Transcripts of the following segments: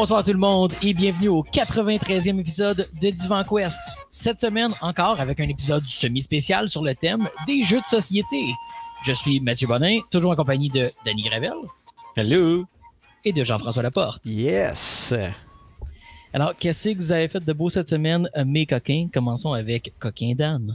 Bonsoir tout le monde et bienvenue au 93e épisode de Divan Quest. Cette semaine encore avec un épisode semi-spécial sur le thème des jeux de société. Je suis Mathieu Bonin, toujours en compagnie de Danny Gravel. Hello! Et de Jean-François Laporte. Yes! Alors, qu'est-ce que vous avez fait de beau cette semaine, mes coquins? Commençons avec Coquin Dan.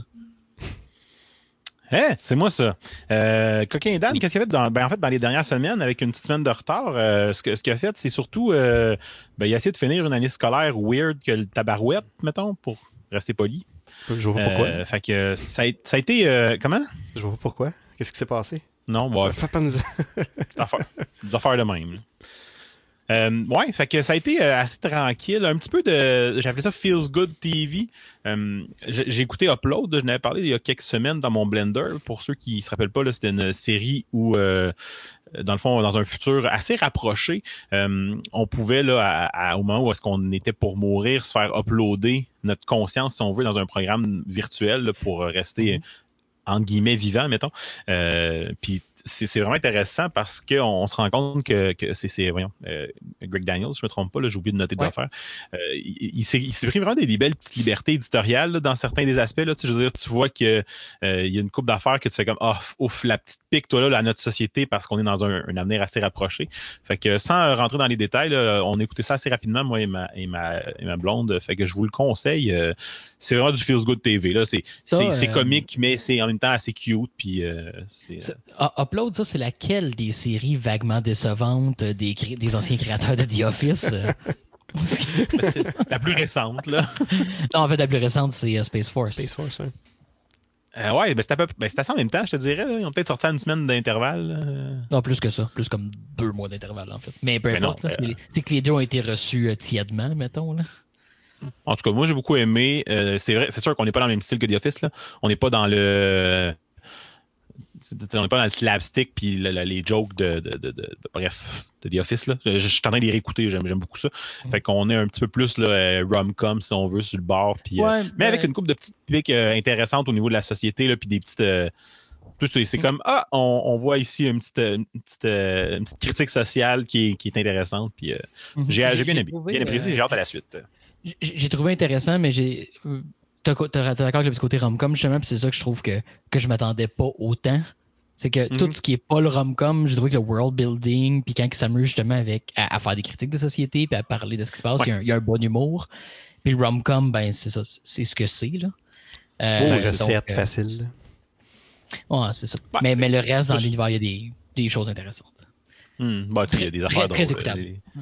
Hein? C'est moi ça. Coquin Dan, qu'est-ce qu'il a fait dans les dernières semaines avec une petite semaine de retard? Ce qu'il a fait, c'est surtout il a essayé de finir une année scolaire weird que le tabarouette, mettons, pour rester poli. Je vois pas pourquoi. Fait que ça a été. Comment? Je vois pas pourquoi. Qu'est-ce qui s'est passé? Non, bon. Fais pas nous. Des affaires de même. Là. Ouais, fait que ça a été assez tranquille. Un petit peu de. J'ai appelé ça Feels Good TV. J'ai écouté Upload, je n'avais parlé il y a quelques semaines dans mon Blender. Pour ceux qui ne se rappellent pas, là, c'était une série où, dans le fond, dans un futur assez rapproché, on pouvait, là, au moment où est-ce qu'on était pour mourir, se faire uploader notre conscience, si on veut, dans un programme virtuel là, pour rester. Entre guillemets, vivant, mettons. Puis c'est vraiment intéressant parce qu'on se rend compte que c'est Greg Daniels, je ne me trompe pas, là, j'ai oublié de noter de l'affaire. Il s'est pris vraiment des belles petites libertés éditoriales là, dans certains des aspects. Là, je veux dire, tu vois qu'il y a une couple d'affaires que tu fais comme ouf, la petite pique, toi, là, à notre société, parce qu'on est dans un avenir assez rapproché. Fait que sans rentrer dans les détails, là, on a écouté ça assez rapidement, moi et ma blonde. Fait que je vous le conseille. C'est vraiment du Feels Good TV. Là. C'est comique, mais c'est en même temps assez cute. Puis, Upload, ça, c'est laquelle des séries vaguement décevantes des anciens créateurs de The Office? C'est la plus récente, là. Non, en fait, la plus récente, c'est Space Force. Space Force, oui. Ouais, c'est assez en même temps, je te dirais. Là. Ils ont peut-être sorti à une semaine d'intervalle. Non, plus que ça. Plus comme 2 mois d'intervalle, en fait. Mais peu importe, c'est que les deux ont été reçus tièdement, mettons, là. En tout cas, moi, j'ai beaucoup aimé. C'est vrai, c'est sûr qu'on n'est pas dans le même style que The Office. Là. On n'est pas dans le. On n'est pas dans le slapstick puis les jokes bref, de The Office. Là. Je suis en train de les réécouter, j'aime beaucoup ça. Fait qu'on est un petit peu plus rom-com, si on veut, sur le bord. Puis, mais avec une couple de petites piques intéressantes au niveau de la société, là, puis des petites. Plus c'est comme on voit ici une petite critique sociale qui est intéressante. Puis j'ai bien apprécié, j'ai hâte à la suite. J'ai trouvé intéressant, mais t'es d'accord avec le petit côté rom-com, justement, puis c'est ça que je trouve que je m'attendais pas autant. C'est que tout ce qui est pas le rom-com, j'ai trouvé que le world building, puis quand il s'amuse justement à faire des critiques de société, puis à parler de ce qui se passe, il y a un bon humour. Puis le rom-com, ben c'est ça, c'est ce que c'est, là. C'est une recette facile. Ouais, c'est ça. Mais le reste, dans l'univers, il y a des choses intéressantes. Il y a des affaires très écoutables.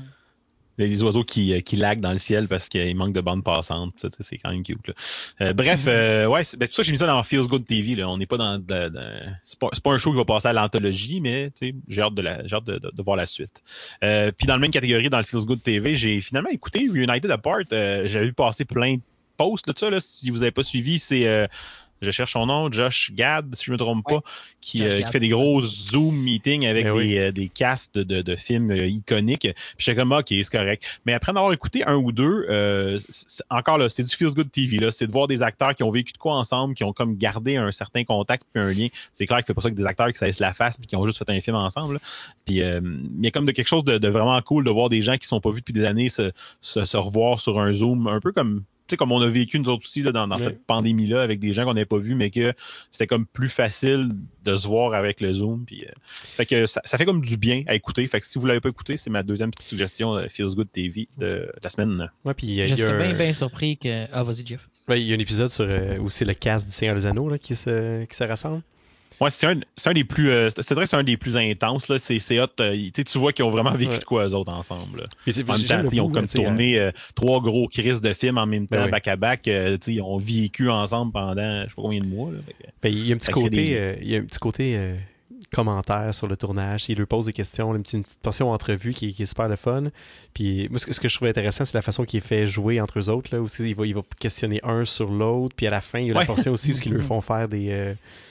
Les oiseaux qui laguent dans le ciel parce qu'il manque de bande passante. Ça, c'est quand même cute. Là. Bref, ouais, c'est pour ça que j'ai mis ça dans Feels Good TV. Là. On n'est pas dans... c'est pas un show qui va passer à l'anthologie, mais j'ai hâte de voir la suite. Puis dans la même catégorie, dans le Feels Good TV, j'ai finalement écouté United Apart. J'avais vu passer plein de posts de ça. Là. Si vous n'avez pas suivi, c'est... je cherche son nom, Josh Gad, si je ne me trompe pas, qui fait des gros Zoom meetings avec des casts de films iconiques. Puis j'étais comme, OK, c'est correct. Mais après en avoir écouté un ou deux, encore là, c'est du Feels Good TV. Là. C'est de voir des acteurs qui ont vécu de quoi ensemble, qui ont comme gardé un certain contact puis un lien. C'est clair qu'il ne fait pas ça avec des acteurs qui se la face puis qui ont juste fait un film ensemble. Là. Puis il y a comme de quelque chose de vraiment cool de voir des gens qui ne sont pas vus depuis des années se revoir sur un Zoom, un peu comme... Tu sais, comme on a vécu nous autres aussi là, dans cette pandémie-là avec des gens qu'on n'avait pas vus, mais que c'était comme plus facile de se voir avec le Zoom. Puis, fait que ça fait comme du bien à écouter. Fait que si vous ne l'avez pas écouté, c'est ma deuxième petite suggestion Feels Good TV de la semaine. Ouais, puis je serais bien surpris que... Ah, vas-y, Jeff. Ouais, il y a un épisode où c'est le cast du Seigneur des Anneaux là, qui se rassemble. Ouais, c'est un des plus. C'est vrai que c'est un des plus intenses. Là. C'est hot. Tu vois qu'ils ont vraiment vécu de quoi eux autres ensemble. En même temps, ils ont comme tourné 3 gros crises de films en même temps, back-à-back. Ils ont vécu ensemble pendant je sais pas combien de mois. Là. Il y a un petit côté commentaire sur le tournage. Il leur pose des questions, une petite portion entrevue qui est super le fun. Puis moi, ce que je trouvais intéressant, c'est la façon qu'il est fait jouer entre eux autres. Là, où il va questionner un sur l'autre. Puis à la fin, il y a la portion aussi où ils leur font faire des...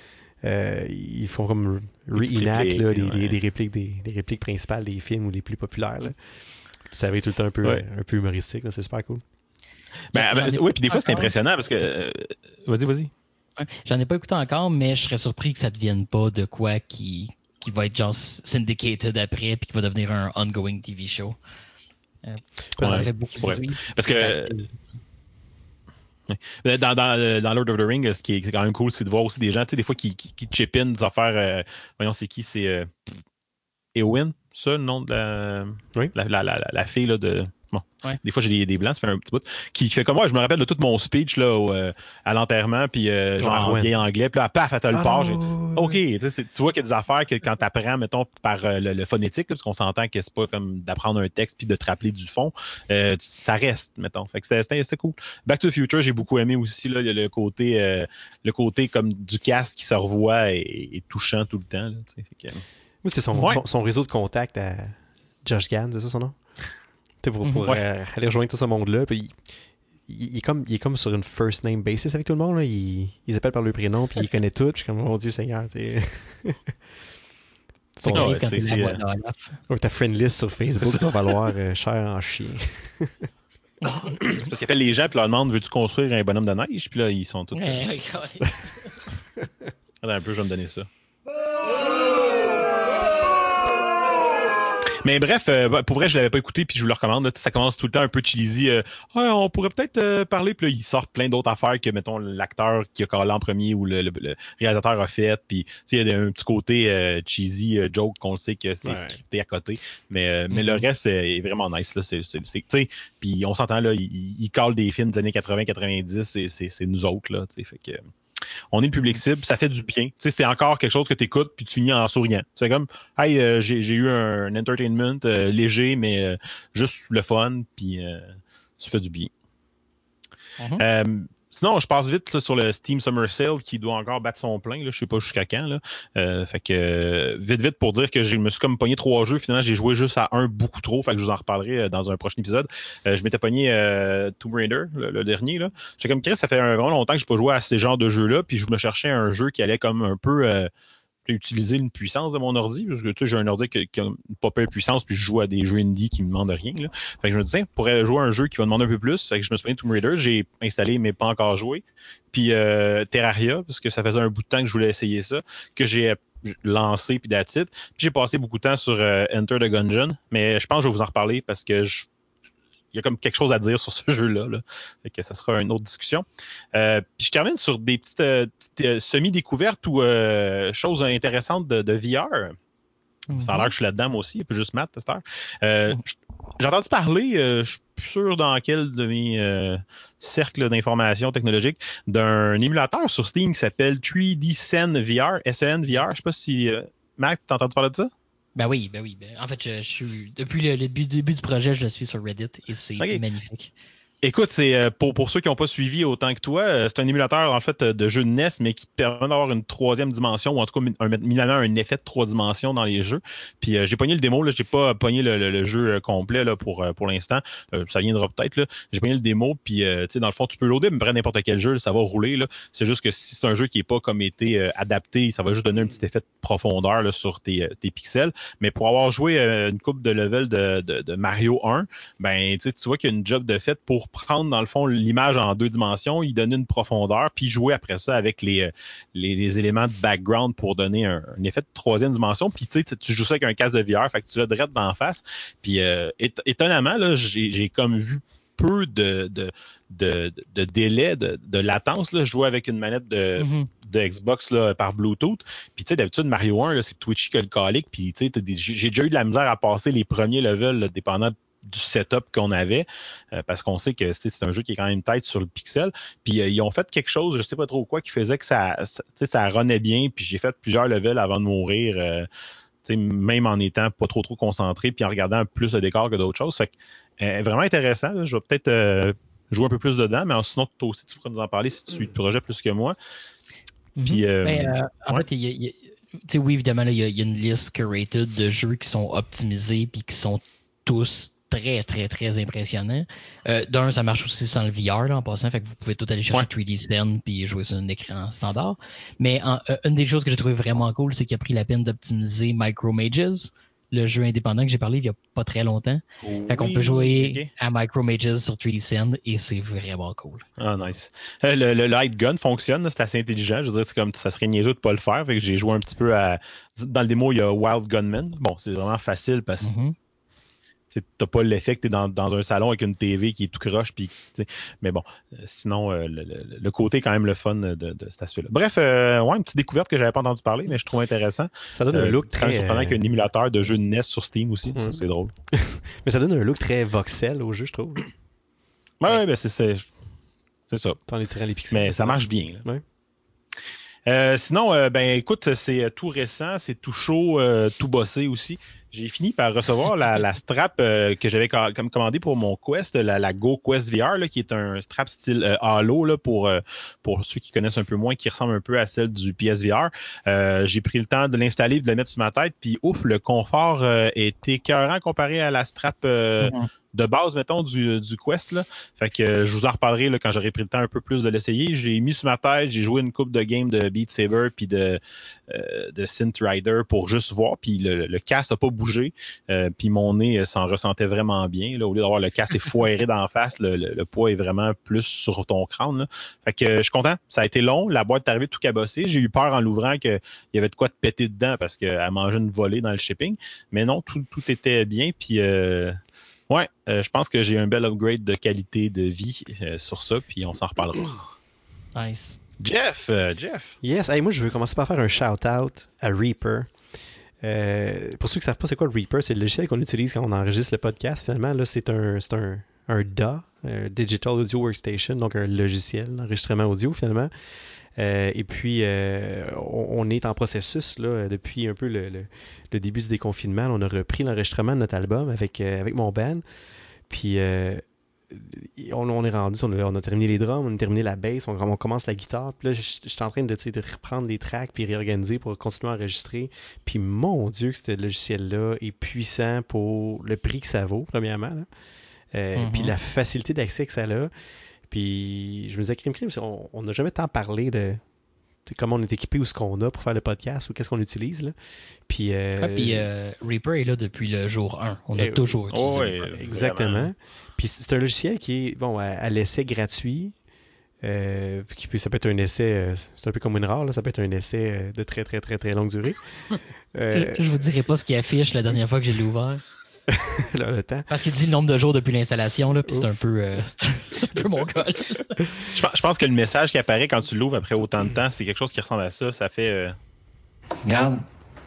ils font comme reenact des répliques principales des films ou les plus populaires. Là. Ça avait tout le temps un peu humoristique. Là, c'est super cool. Oui, puis des fois, c'est impressionnant parce que... Vas-y. J'en ai pas écouté encore, mais je serais surpris que ça devienne pas de quoi qui va être genre syndicated après puis qui va devenir un ongoing TV show. Ça fait beaucoup de bruit. Parce que dans Lord of the Rings, ce qui est quand même cool, c'est de voir aussi des gens, tu sais, des fois qui chip in des affaires. Voyons, c'est qui? C'est Eowyn, ça, le nom de la fille là, de. Bon, des fois j'ai des blancs, ça fait un petit bout. Qui fait comme moi, je me rappelle de tout mon speech là, à l'enterrement, puis genre en vieil anglais, puis là, paf, elle te le part. OK, tu vois qu'il y a des affaires que quand tu apprends, mettons, par le phonétique, là, parce qu'on s'entend que c'est pas comme d'apprendre un texte puis de te rappeler du fond, ça reste, mettons. Fait que c'était cool. Back to the Future, j'ai beaucoup aimé aussi là, le côté comme du casque qui se revoit et touchant tout le temps. Là, fait que, oui, c'est son réseau de contact à Josh Gad, c'est ça son nom? Pour aller rejoindre tout ce monde-là. Puis il est comme sur une first name basis avec tout le monde. Là. Ils appellent par leur prénom, puis il connaît tout. Je suis comme, mon Dieu Seigneur. Ta friend list sur Facebook va valoir cher en chien. Parce qu'ils appellent les gens, puis leur demandent, veux-tu construire un bonhomme de neige? Puis là, ils sont tous. Attends un peu, je vais me donner ça. Mais bref, pour vrai, je l'avais pas écouté, puis je vous le recommande. Là, ça commence tout le temps un peu cheesy. On pourrait peut-être parler, puis là, ils sortent plein d'autres affaires que, mettons, l'acteur qui a collé en premier ou le réalisateur a fait. Puis, il y a un petit côté cheesy joke qu'on le sait que c'est scripté à côté. Mais le reste est vraiment nice. Là, puis on s'entend, là, ils collent des films des années 80-90, et c'est nous autres. Là, fait que... On est le public cible, ça fait du bien. Tu sais, c'est encore quelque chose que tu écoutes puis tu finis en souriant. C'est comme, hey, j'ai eu un entertainment léger, mais juste le fun, puis ça fait du bien. Sinon, je passe vite là, sur le Steam Summer Sale qui doit encore battre son plein. Là, je sais pas jusqu'à quand. Là. Fait que vite pour dire que je me suis comme pogné 3 jeux. Finalement, j'ai joué juste à un beaucoup trop. Fait que je vous en reparlerai dans un prochain épisode. Je m'étais pogné Tomb Raider, le dernier. Là. J'étais comme Chris, ça fait vraiment longtemps que je n'ai pas joué à ces genres de jeux-là. Puis je me cherchais un jeu qui allait comme un peu utiliser une puissance de mon ordi, parce que tu sais, j'ai un ordi qui a une pas pire puissance, puis je joue à des jeux indie qui me demandent rien. Là. Fait que je me disais, pour jouer à un jeu qui va demander un peu plus, fait que je me suis mis Tomb Raider, j'ai installé mais pas encore joué. Puis Terraria, parce que ça faisait un bout de temps que je voulais essayer ça, que j'ai lancé puis that's it. Puis j'ai passé beaucoup de temps sur Enter the Gungeon, mais je pense que je vais vous en reparler parce que il y a comme quelque chose à dire sur ce jeu-là. Là. Fait que ça sera une autre discussion. Puis je termine sur des petites semi-découvertes ou choses intéressantes de VR. Ça a l'air que je suis là-dedans, moi aussi. Il n'y a pas juste Matt, testeur. J'ai entendu parler, je suis plus sûr dans quel de mes cercles d'information technologique, d'un émulateur sur Steam qui s'appelle 3D Sen VR, SEN VR. Je ne sais pas si Matt, t'as entendu parler de ça? Ben oui. En fait, je suis depuis le début du projet, je le suis sur Reddit et c'est magnifique. Écoute, c'est pour ceux qui n'ont pas suivi autant que toi, c'est un émulateur en fait de jeu de NES, mais qui te permet d'avoir une troisième dimension, ou en tout cas un effet de 3 dimensions dans les jeux. Puis j'ai pogné le démo, là, j'ai pas pogné le jeu complet là, pour l'instant. Ça viendra peut-être. Là. J'ai pogné le démo, puis dans le fond, tu peux loader n'importe quel jeu, là, ça va rouler. Là. C'est juste que si c'est un jeu qui n'est pas comme été adapté, ça va juste donner un petit effet de profondeur là, sur tes pixels. Mais pour avoir joué une couple de levels de Mario 1, ben tu vois qu'il y a une job de fait pour prendre, dans le fond, l'image en 2 dimensions, y donner une profondeur, puis jouer après ça avec les éléments de background pour donner un effet de 3e dimension. Puis tu joues ça avec un casque de VR, fait que tu l'as direct d'en face. Puis étonnamment, là, j'ai comme vu peu de délai, de latence. Là. Je jouais avec une manette de Xbox là, par Bluetooth. Puis tu sais, d'habitude, Mario 1, là, c'est twitchy que le calique. Puis tu sais, j'ai déjà eu de la misère à passer les premiers levels, là, dépendant du setup qu'on avait, parce qu'on sait que c'est un jeu qui est quand même tête sur le pixel. Puis ils ont fait quelque chose, je sais pas trop quoi, qui faisait que ça runnait bien. Puis j'ai fait plusieurs levels avant de mourir, même en étant pas trop concentré, puis en regardant plus le décor que d'autres choses. C'est vraiment intéressant. Là. Je vais peut-être jouer un peu plus dedans, mais sinon, toi aussi, tu pourrais nous en parler si tu suis le projet plus que moi. Puis, en fait, oui, évidemment, il y a une liste curated de jeux qui sont optimisés puis qui sont tous très, très, très impressionnant. D'un, ça marche aussi sans le VR, là, en passant, fait que vous pouvez tout aller chercher 3D Stand puis jouer sur un écran standard. Mais une des choses que j'ai trouvé vraiment cool, c'est qu'il a pris la peine d'optimiser Micromages, le jeu indépendant que j'ai parlé il y a pas très longtemps. Fait qu'on peut jouer à Micromages sur 3D Stand et c'est vraiment cool. Ah, nice. Le light gun fonctionne, c'est assez intelligent. Je veux dire, c'est comme ça serait niaiseux de pas le faire. Fait que j'ai joué un petit peu à. Dans le démo, il y a Wild Gunman. Bon, c'est vraiment facile parce que t'as pas l'effet que t'es dans un salon avec une TV qui est tout croche. Puis, mais bon, sinon, le côté quand même le fun de cet aspect-là. Bref, une petite découverte que j'avais pas entendu parler, mais je trouve intéressant. Ça donne un look très... surprenant qu'il y ait un émulateur de jeu de NES sur Steam aussi. Ça, c'est drôle. Mais ça donne un look très voxel au jeu, je trouve. Ouais, ben c'est ça. En les tirant les pixels. Mais ça marche bien. Là. Ouais. Sinon, ben écoute, c'est tout récent, c'est tout chaud, tout bossé aussi. J'ai fini par recevoir la strap que j'avais commandée pour mon Quest, la Go Quest VR, là, qui est un strap style Halo là, pour ceux qui connaissent un peu moins, qui ressemble un peu à celle du PSVR. J'ai pris le temps de l'installer et de la mettre sur ma tête, puis ouf, le confort est écœurant comparé à la strap de base, mettons, du Quest. Là. Fait que je vous en reparlerai là, quand j'aurai pris le temps un peu plus de l'essayer. J'ai mis sur ma tête, j'ai joué une couple de games de Beat Saber puis de Synth Rider pour juste voir, puis le casque n'a pas bougé, puis mon nez s'en ressentait vraiment bien. Là, au lieu d'avoir le casque foiré d'en face, le poids est vraiment plus sur ton crâne. Là. Fait que je suis content. Ça a été long. La boîte est arrivée tout cabossée. J'ai eu peur en l'ouvrant qu'il y avait de quoi de péter dedans parce qu'elle mangeait une volée dans le shipping. Mais non, tout était bien. Puis je pense que j'ai un bel upgrade de qualité de vie sur ça, puis on s'en reparlera. Nice. Jeff! Yes, hey, moi je veux commencer par faire un shout-out à Reaper. Pour ceux qui ne savent pas c'est quoi le Reaper, c'est le logiciel qu'on utilise quand on enregistre le podcast. Finalement, là, c'est un DAW, Digital Audio Workstation, donc un logiciel d'enregistrement audio finalement. Et puis, on est en processus là, depuis un peu le début du déconfinement. On a repris l'enregistrement de notre album avec mon band. Puis, on est rendu, on a terminé les drums, on a terminé la bass, on commence la guitare. Puis là, je suis en train de reprendre les tracks puis réorganiser pour continuer à enregistrer. Puis, mon Dieu, que ce logiciel-là est puissant pour le prix que ça vaut, premièrement. Là. Puis, la facilité d'accès que ça a. Puis je me disais, crime, on n'a jamais tant parlé de comment on est équipé ou ce qu'on a pour faire le podcast ou qu'est-ce qu'on utilise. Là. Puis, Reaper est là depuis le jour 1. On a toujours utilisé Reaper. Exactement. Vraiment. Puis c'est un logiciel qui est à l'essai gratuit. Ça peut être un essai, c'est un peu comme une rare, là, ça peut être un essai de très, très, très, très longue durée. Je vous dirai pas ce qu'il affiche la dernière fois que je l'ai ouvert. Le temps. Parce qu'il dit le nombre de jours depuis l'installation, là, puis c'est un peu mon col. Je pense que le message qui apparaît quand tu l'ouvres après autant de temps, c'est quelque chose qui ressemble à ça. Ça fait... Regarde.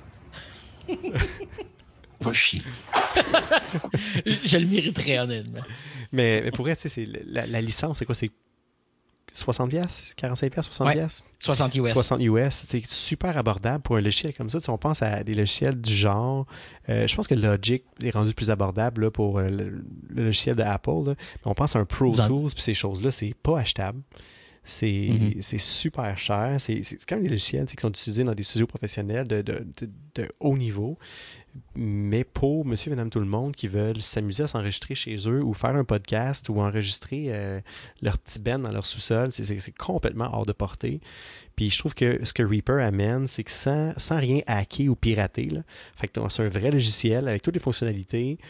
Va chier. Je le mériterais, honnêtement. Mais pour être, c'est la licence, c'est quoi? C'est 60$, 45$, 60$? Ouais, 60 US. 60 US, c'est super abordable pour un logiciel comme ça. Tu sais, on pense à des logiciels du genre. Je pense que Logic est rendu plus abordable là, pour le logiciel de Apple. Là. Mais on pense à un Pro Tools, puis ces choses-là, c'est pas achetable. C'est super cher. C'est quand même des logiciels qui sont utilisés dans des studios professionnels de haut niveau. Mais pour monsieur, madame, tout le monde qui veulent s'amuser à s'enregistrer chez eux ou faire un podcast ou enregistrer leur petit band dans leur sous-sol, c'est complètement hors de portée. Puis je trouve que ce que Reaper amène, c'est que sans rien hacker ou pirater, là, fait que c'est un vrai logiciel avec toutes les fonctionnalités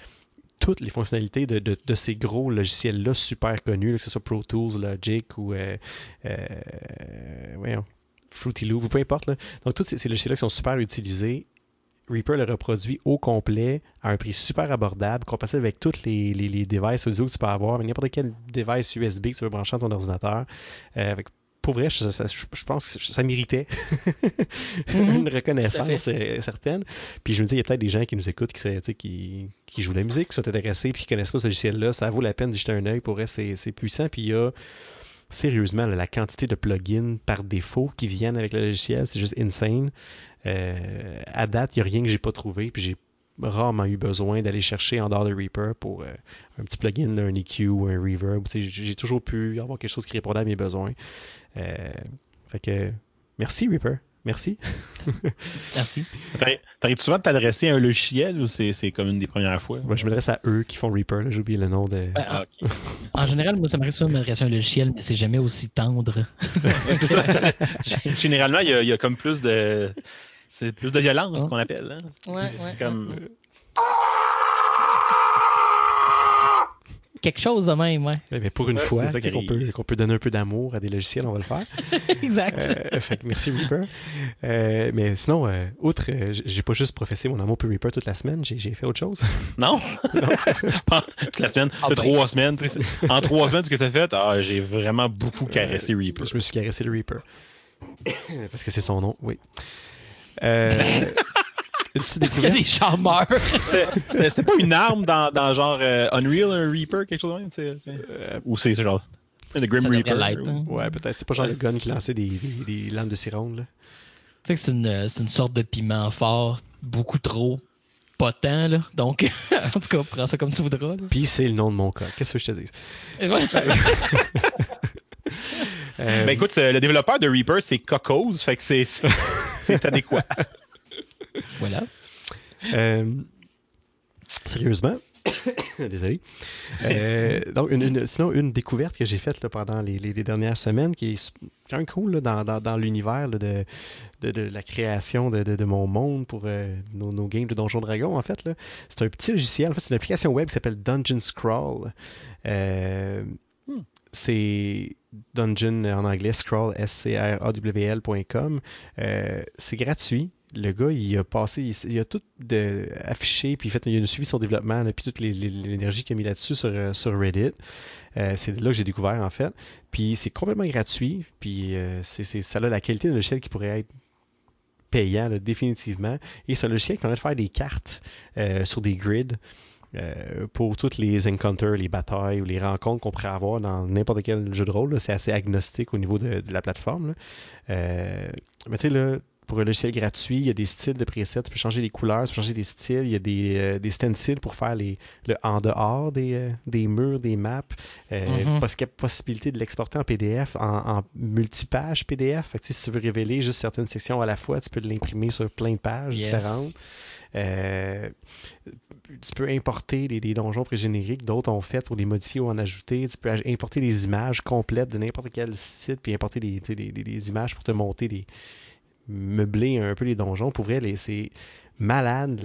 de ces gros logiciels-là super connus, là, que ce soit Pro Tools, Logic ou Fruity Loop, ou peu importe. Là. Donc tous ces logiciels-là qui sont super utilisés, Reaper le reproduit au complet à un prix super abordable, compatible avec tous les devices audio que tu peux avoir, mais n'importe quel device USB que tu veux brancher dans ton ordinateur. Pour vrai, je pense que ça méritait une reconnaissance certaine. Puis je me dis, il y a peut-être des gens qui nous écoutent, qui jouent de la musique, qui sont intéressés, puis qui connaissent pas ce logiciel-là. Ça vaut la peine d'y jeter un œil. Pour vrai, c'est puissant. Puis il y a sérieusement la quantité de plugins par défaut qui viennent avec le logiciel, c'est juste insane. À date, il n'y a rien que j'ai pas trouvé. Puis j'ai rarement eu besoin d'aller chercher en dehors de Reaper pour un petit plugin, là, un EQ ou un reverb. J'ai toujours pu avoir quelque chose qui répondait à mes besoins. Fait que merci Reaper. Merci. Merci. T'arrives souvent de t'adresser à un logiciel ou c'est comme une des premières fois? Je m'adresse à eux qui font Reaper. J'ai oublié le nom de... Okay. En général, moi, ça m'arrive souvent de m'adresser à un logiciel, mais c'est jamais aussi tendre. C'est ça. Généralement, il y a comme plus de... C'est plus de violence qu'on appelle. Hein? Ouais. C'est comme... quelque chose de même, ouais. Mais pour une fois, c'est ça qu'on peut donner un peu d'amour à des logiciels, on va le faire. Exact. Fait que merci Reaper. Mais sinon, outre, j'ai pas juste professé mon amour pour Reaper toute la semaine, j'ai fait autre chose. Non? Toute la semaine, Ah ben. 3 semaines. En 3 semaines, ce que t'as fait, j'ai vraiment beaucoup caressé Reaper. Je me suis caressé le Reaper. Parce que c'est son nom, oui. Une petite Parce qu'il y a découverte. des charmeurs. C'était pas une arme dans genre Unreal, un Reaper, quelque chose de même? Ou c'est genre le Grim Ça devrait Reaper? l'être, hein. Ouais, peut-être. C'est pas genre le gun qui lançait des lames de cironde, là. Tu sais que c'est une sorte de piment fort, beaucoup trop potent, là. Donc, en tout cas, prends ça comme tu voudras. Là. Puis c'est le nom de mon cas. Qu'est-ce que je te dis? Et voilà. Ben écoute, le développeur de Reaper, c'est Cocos, fait que c'est adéquat. Voilà. Sérieusement, désolé. Donc, sinon, une découverte que j'ai faite là, pendant les dernières semaines, qui est quand même cool là, dans l'univers là, de la création de mon monde pour nos games de Donjons Dragons, en fait. Là. C'est un petit logiciel, en fait, c'est une application web qui s'appelle Dungeon Scroll. C'est Dungeon en anglais, scroll, scrawl.com. C'est gratuit. Le gars, il a tout affiché, puis il a suivi son développement, là, puis toute l'énergie qu'il a mis là-dessus sur Reddit. C'est là que j'ai découvert, en fait. Puis c'est complètement gratuit, puis ça a la qualité d'un logiciel qui pourrait être payant, là, définitivement. Et c'est un logiciel qui permet de faire des cartes sur des grids. Pour toutes les encounters, les batailles ou les rencontres qu'on pourrait avoir dans n'importe quel jeu de rôle. Là, c'est assez agnostique au niveau de la plateforme. Mais tu sais, là, pour un logiciel gratuit, il y a des styles de presets, tu peux changer les couleurs, tu peux changer les styles, il y a des stencils pour faire le en dehors des murs, des maps, parce qu'il y a possibilité de l'exporter en PDF, en multipage PDF. Fait que, si tu veux révéler juste certaines sections à la fois, tu peux l'imprimer sur plein de pages différentes. Tu peux importer des donjons pré-génériques, d'autres ont fait pour les modifier ou en ajouter. Tu peux importer des images complètes de n'importe quel site, puis importer des images pour te monter meubler un peu les donjons. Pour vrai, c'est malade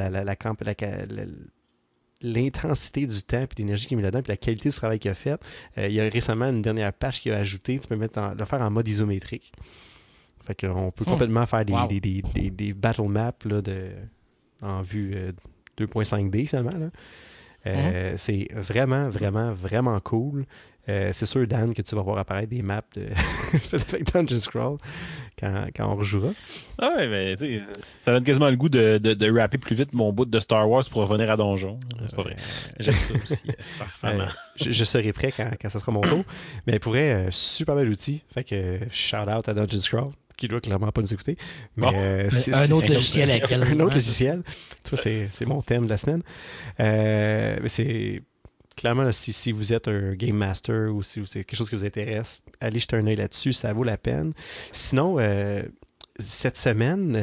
l'intensité du temps et l'énergie qu'il a mis là-dedans, puis la qualité du travail qu'il a fait. Il y a récemment une dernière page qu'il a ajoutée. Tu peux le faire en mode isométrique. Fait qu'on peut complètement faire des battle maps là, en vue 2.5D finalement. Là. C'est vraiment, vraiment, vraiment cool. C'est sûr, Dan, que tu vas voir apparaître des maps avec Dungeon Scroll quand on rejouera. Ah ouais, mais tu sais, ça donne quasiment le goût de rapper plus vite mon bout de Star Wars pour revenir à Donjon. C'est pas vrai. J'aime ça aussi. Je serai prêt quand ça sera mon tour. Mais pour vrai, super bel outil. Fait que shout out à Dungeon Scroll, qui doit clairement pas nous écouter. Mais, un autre logiciel avec elle. Un autre logiciel. Tu vois, c'est mon thème de la semaine. Mais c'est clairement, là, si vous êtes un Game Master ou si c'est quelque chose qui vous intéresse, allez jeter un œil là-dessus, ça vaut la peine. Sinon, cette semaine,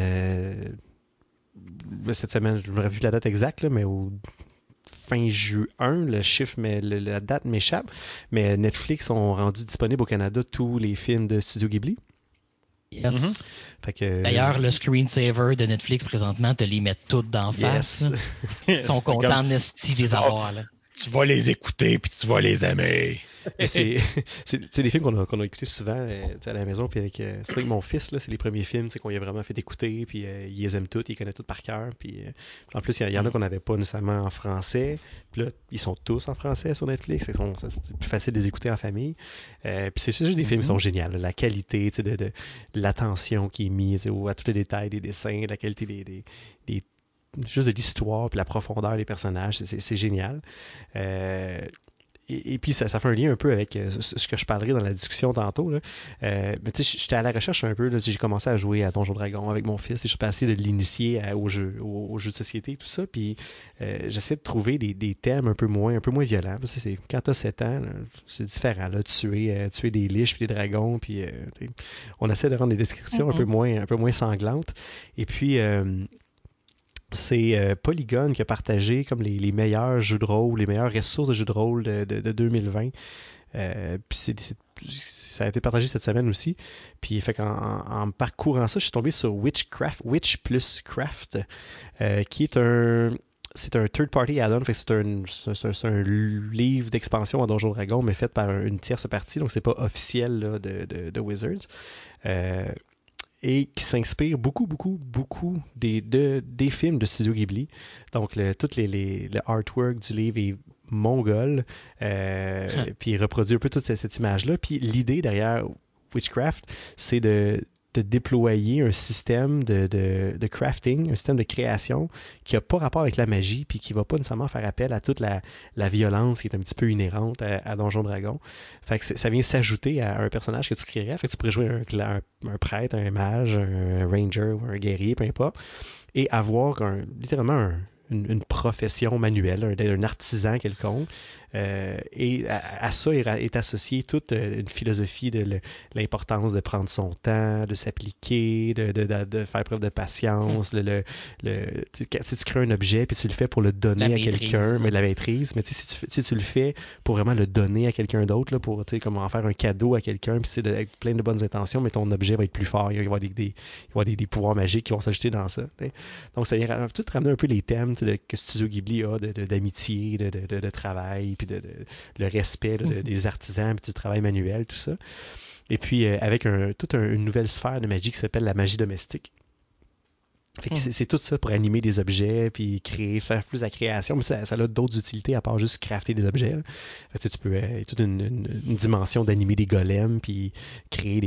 je ne me rappelle plus la date exacte, là, mais au fin juin, le chiffre, mais la date m'échappe, mais Netflix ont rendu disponible au Canada tous les films de Studio Ghibli. Yes. Fait que, d'ailleurs, le screensaver de Netflix présentement te les met toutes d'en face. Ils sont contents d'esti les avoir. Là. Tu vas les écouter puis tu vas les aimer. C'est des films qu'on a écoutés souvent à la maison, puis surtout avec mon fils, là, c'est les premiers films qu'on lui a vraiment fait écouter, puis il les aime tous, il les connaît tous par cœur, puis en plus, il y en a qu'on n'avait pas nécessairement en français, puis là, ils sont tous en français sur Netflix, c'est plus facile de les écouter en famille, puis c'est juste des films qui sont géniaux, là, la qualité de l'attention qui est mise à tous les détails des dessins, la qualité des juste de l'histoire, puis la profondeur des personnages, c'est génial. Et puis, ça fait un lien un peu avec ce que je parlerai dans la discussion tantôt. Là. Mais tu sais, j'étais à la recherche un peu. Là, j'ai commencé à jouer à Donjons Dragons avec mon fils. Et je suis passé de l'initier aux jeux de société et tout ça. Puis, j'essaie de trouver des thèmes un peu moins violents. Parce que quand tu as 7 ans, là, c'est différent. Là, tuer des liches puis des dragons. Puis, on essaie de rendre les descriptions un peu moins sanglantes. Et puis... c'est Polygon qui a partagé comme les meilleurs jeux de rôle, les meilleures ressources de jeux de rôle de 2020. Puis ça a été partagé cette semaine aussi. Puis fait en parcourant ça, je suis tombé sur Witch plus Craft, qui est c'est un third-party add-on, fait que c'est un livre d'expansion à Donjons Dragons, mais fait par une tierce partie, donc c'est pas officiel là, de Wizards. Et qui s'inspire beaucoup des films de Studio Ghibli. Donc, tout le artwork du livre est mongol, puis il reproduit un peu toute cette image-là. Puis l'idée derrière Witchcraft, c'est de déployer un système de crafting, un système de création qui n'a pas rapport avec la magie, puis qui ne va pas nécessairement faire appel à toute la violence qui est un petit peu inhérente à Donjon Dragon. Fait que ça vient s'ajouter à un personnage que tu créerais. Fait que tu pourrais jouer un prêtre, un mage, un ranger ou un guerrier, peu importe, et avoir littéralement une profession manuelle, un artisan quelconque. Et à ça est associée toute une philosophie de l'importance de prendre son temps, de s'appliquer, de faire preuve de patience. Tu crées un objet puis tu le fais pour le donner à quelqu'un, mais la maîtrise. Mais si tu le fais pour vraiment le donner à quelqu'un d'autre, là, pour comment en faire un cadeau à quelqu'un, puis c'est avec plein de bonnes intentions, mais ton objet va être plus fort. Il va y avoir des pouvoirs magiques qui vont s'ajouter dans ça. T'sais. Donc ça vient tout ramener un peu les thèmes que Studio Ghibli a d'amitié, de travail, puis le respect des artisans, puis du travail manuel, tout ça. Et puis avec une nouvelle sphère de magie qui s'appelle la magie domestique. Fait que c'est tout ça pour animer des objets, puis faire plus la création, mais ça a d'autres utilités à part juste crafter des objets. Là. Fait que tu peux toute une dimension d'animer des golems, puis créer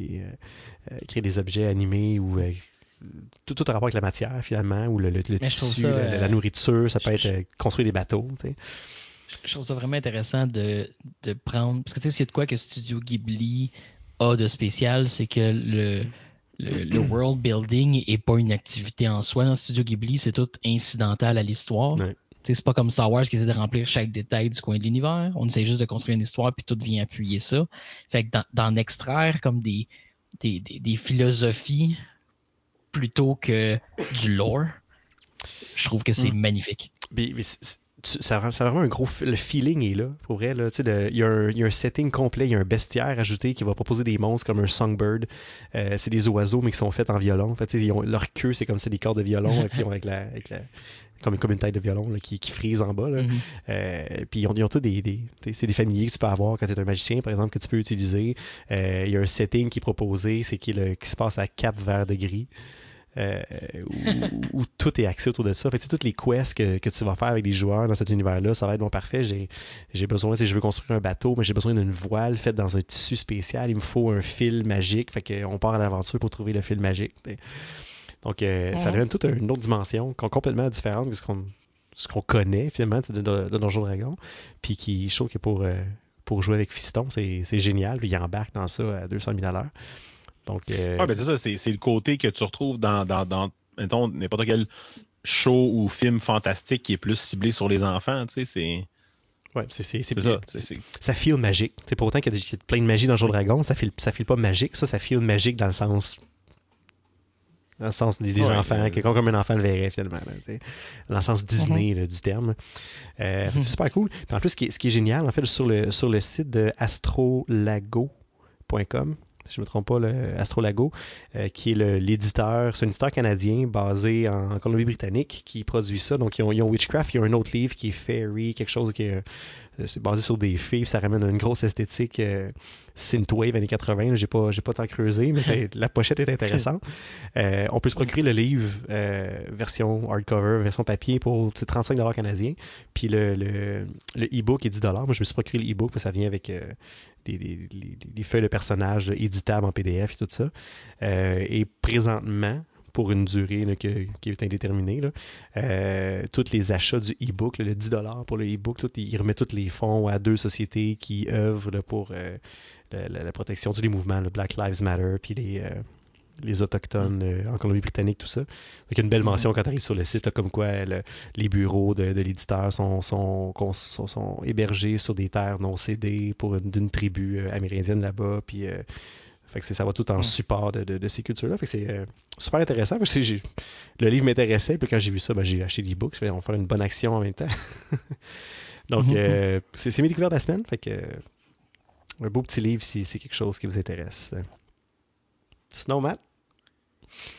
des objets animés ou tout a rapport avec la matière finalement, ou le tissu, la nourriture, ça peut être construire des bateaux. T'sais. Je trouve ça vraiment intéressant de prendre. Parce que tu sais, c'est de quoi que Studio Ghibli a de spécial, c'est que le world building n'est pas une activité en soi. Dans Studio Ghibli, c'est tout incidental à l'histoire. Ouais. C'est pas comme Star Wars qui essaie de remplir chaque détail du coin de l'univers. On essaie juste de construire une histoire puis tout vient appuyer ça. Fait que d'en extraire comme des philosophies plutôt que du lore, je trouve que c'est magnifique. Mais ça a vraiment un gros... Le feeling est là, pour vrai. Il y a un setting complet, il y a un bestiaire ajouté qui va proposer des monstres comme un songbird. C'est des oiseaux, mais qui sont faits en violon. En fait, leur queue, c'est comme c'est des cordes de violon, et puis avec comme une tête de violon là, qui frise en bas. Là. Puis ils ont tous c'est des familiers que tu peux avoir quand tu es un magicien, par exemple, que tu peux utiliser. Il y a un setting qui est proposé, c'est qui se passe à Cap Vert de Gris. Où tout est axé autour de ça. Fait que toutes les quests que tu vas faire avec des joueurs dans cet univers-là, ça va être bon parfait. J'ai besoin, si je veux construire un bateau, mais j'ai besoin d'une voile faite dans un tissu spécial. Il me faut un fil magique. Fait qu'on part à l'aventure pour trouver le fil magique. T'sais. Donc, ça donne toute une autre dimension complètement différente de ce qu'on connaît finalement de Donjons Dragons. Puis qui, je trouve que pour jouer avec Fiston, c'est génial. Puis il embarque dans ça à 200 000 à l'heure. Donc, c'est ça, c'est le côté que tu retrouves dans mettons, n'importe quel show ou film fantastique qui est plus ciblé sur les enfants, tu sais, c'est... Ouais, c'est ça. Ça feel magique. C'est pour autant qu'il y a plein de magie dans Donjons Dragons, ça feel pas magique. Ça feel magique dans le sens des enfants, quelqu'un comme un enfant le verrait finalement, là, dans le sens Disney là, du terme. C'est super cool. Puis en plus, ce qui est génial, en fait, sur le site de astrolago.com, si je ne me trompe pas, le Astrolago, qui est l'éditeur, c'est un éditeur canadien basé en Colombie-Britannique qui produit ça. Donc, ils ont Witchcraft, il y a un autre livre qui est Fairy, quelque chose qui est basé sur des fées, ça ramène une grosse esthétique synthwave années 80. J'ai pas tant creusé, mais la pochette est intéressante. On peut se procurer le livre version hardcover, version papier pour 35$ canadiens. Puis le e-book est 10$. Moi, je me suis procuré le e-book parce que ça vient avec des feuilles de personnages éditables en PDF et tout ça. Et présentement, pour une durée là, qui est indéterminée, là, tous les achats du e-book, là, le 10$ pour le e-book, il remet tous les fonds à 2 sociétés qui œuvrent là, pour la protection de tous les mouvements, le Black Lives Matter, puis les Autochtones en Colombie-Britannique, tout ça. Donc, il y a une belle mention quand tu arrives sur le site, là, comme quoi les bureaux de l'éditeur sont hébergés sur des terres non cédées d'une tribu amérindienne là-bas, puis... fait que ça va tout en support de ces cultures-là. Fait que c'est super intéressant. Parce que le livre m'intéressait, puis quand j'ai vu ça, j'ai acheté l'e-book. On va faire une bonne action en même temps. Donc, c'est mes découvertes de la semaine. Fait que un beau petit livre si c'est quelque chose qui vous intéresse. Sinon, Matt?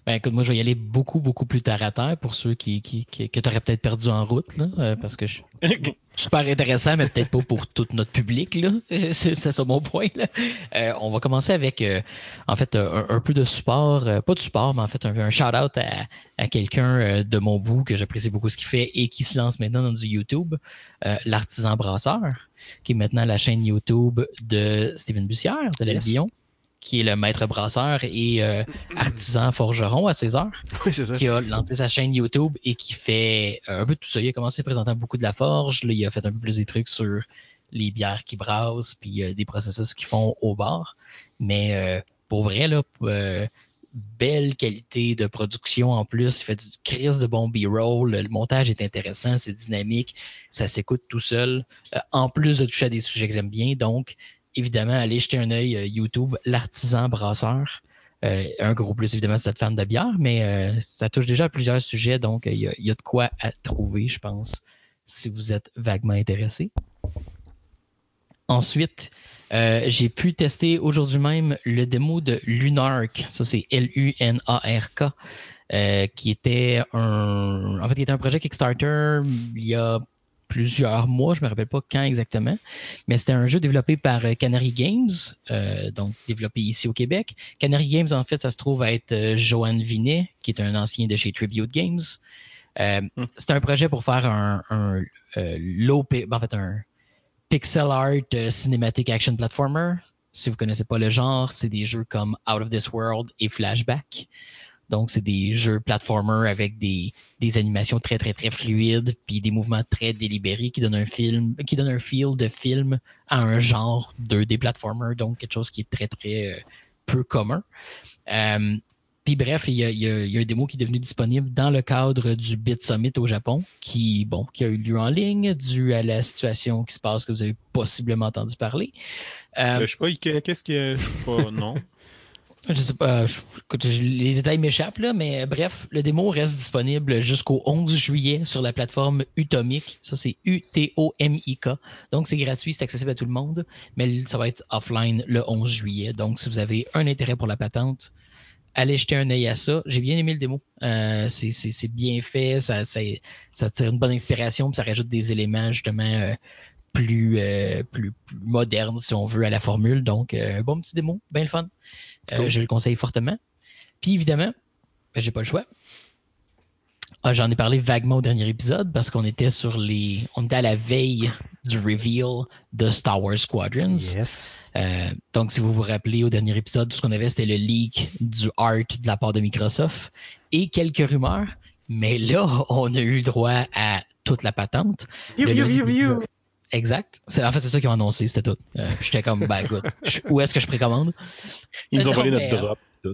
Ben écoute, moi je vais y aller beaucoup, beaucoup plus terre à terre pour ceux que tu aurais peut-être perdu en route, là, parce que super intéressant, mais peut-être pas pour tout notre public, là. C'est ça mon point, là. On va commencer avec en fait un peu de support, pas de support, mais en fait un shout-out à quelqu'un de mon bout que j'apprécie beaucoup ce qu'il fait et qui se lance maintenant dans du YouTube, l'artisan brasseur, qui est maintenant la chaîne YouTube de Steven Bussière, de l'Albion. Qui est le maître brasseur et artisan forgeron à ses heures, Oui, c'est ça. qui a lancé sa chaîne YouTube et qui fait un peu tout ça. Il a commencé présentant beaucoup de la forge, là, il a fait un peu plus des trucs sur les bières qu'il brasse, puis des processus qu'ils font au bar. Mais pour vrai, là, belle qualité de production en plus. Il fait du crise de bon B-roll. Le montage est intéressant, c'est dynamique, ça s'écoute tout seul. En plus de toucher à des sujets que j'aime bien, donc évidemment, allez jeter un œil YouTube, l'artisan brasseur. Un gros plus, évidemment, si vous êtes fan de bière, mais ça touche déjà à plusieurs sujets, donc il y a de quoi à trouver, je pense, si vous êtes vaguement intéressé. Ensuite, j'ai pu tester aujourd'hui même le démo de Lunark. Ça, c'est Lunark, qui était en fait, il était un projet Kickstarter il y a plusieurs mois, je me rappelle pas quand exactement, mais c'était un jeu développé par Canary Games, donc développé ici au Québec. Canary Games, en fait, ça se trouve à être Johan Vinet, qui est un ancien de chez Tribute Games. C'était un projet pour faire un pixel art cinematic action platformer. Si vous connaissez pas le genre, c'est des jeux comme Out of This World et Flashback. Donc, c'est des jeux platformer avec des animations très, très, très fluides puis des mouvements très délibérés qui donnent un feel de film à un genre 2D platformer, donc quelque chose qui est très, très peu commun. Puis bref, il y a un démo qui est devenu disponible dans le cadre du Bit Summit au Japon, qui a eu lieu en ligne dû à la situation qui se passe que vous avez possiblement entendu parler. Je sais pas, qu'est-ce que... Je sais pas, non. Je sais pas, écoute, les détails m'échappent, là, mais bref, le démo reste disponible jusqu'au 11 juillet sur la plateforme Utomic. Ça, c'est UTOMIK. Donc, c'est gratuit, c'est accessible à tout le monde, mais ça va être offline le 11 juillet. Donc, si vous avez un intérêt pour la patente, allez jeter un œil à ça. J'ai bien aimé le démo. C'est bien fait, ça tire une bonne inspiration, puis ça rajoute des éléments, justement, plus modernes, si on veut, à la formule. Donc, un bon petit démo, bien le fun. Cool. Je le conseille fortement. Puis évidemment, j'ai pas le choix. J'en ai parlé vaguement au dernier épisode parce qu'on était on était à la veille du reveal de Star Wars Squadrons. Yes. Donc, si vous vous rappelez, au dernier épisode, tout ce qu'on avait, c'était le leak du art de la part de Microsoft et quelques rumeurs. Mais là, on a eu le droit à toute la patente. Exact. En fait, c'est ça qu'ils ont annoncé, c'était tout. J'étais comme, ben, écoute, où est-ce que je précommande? Ils nous ont volé notre drop. Tout.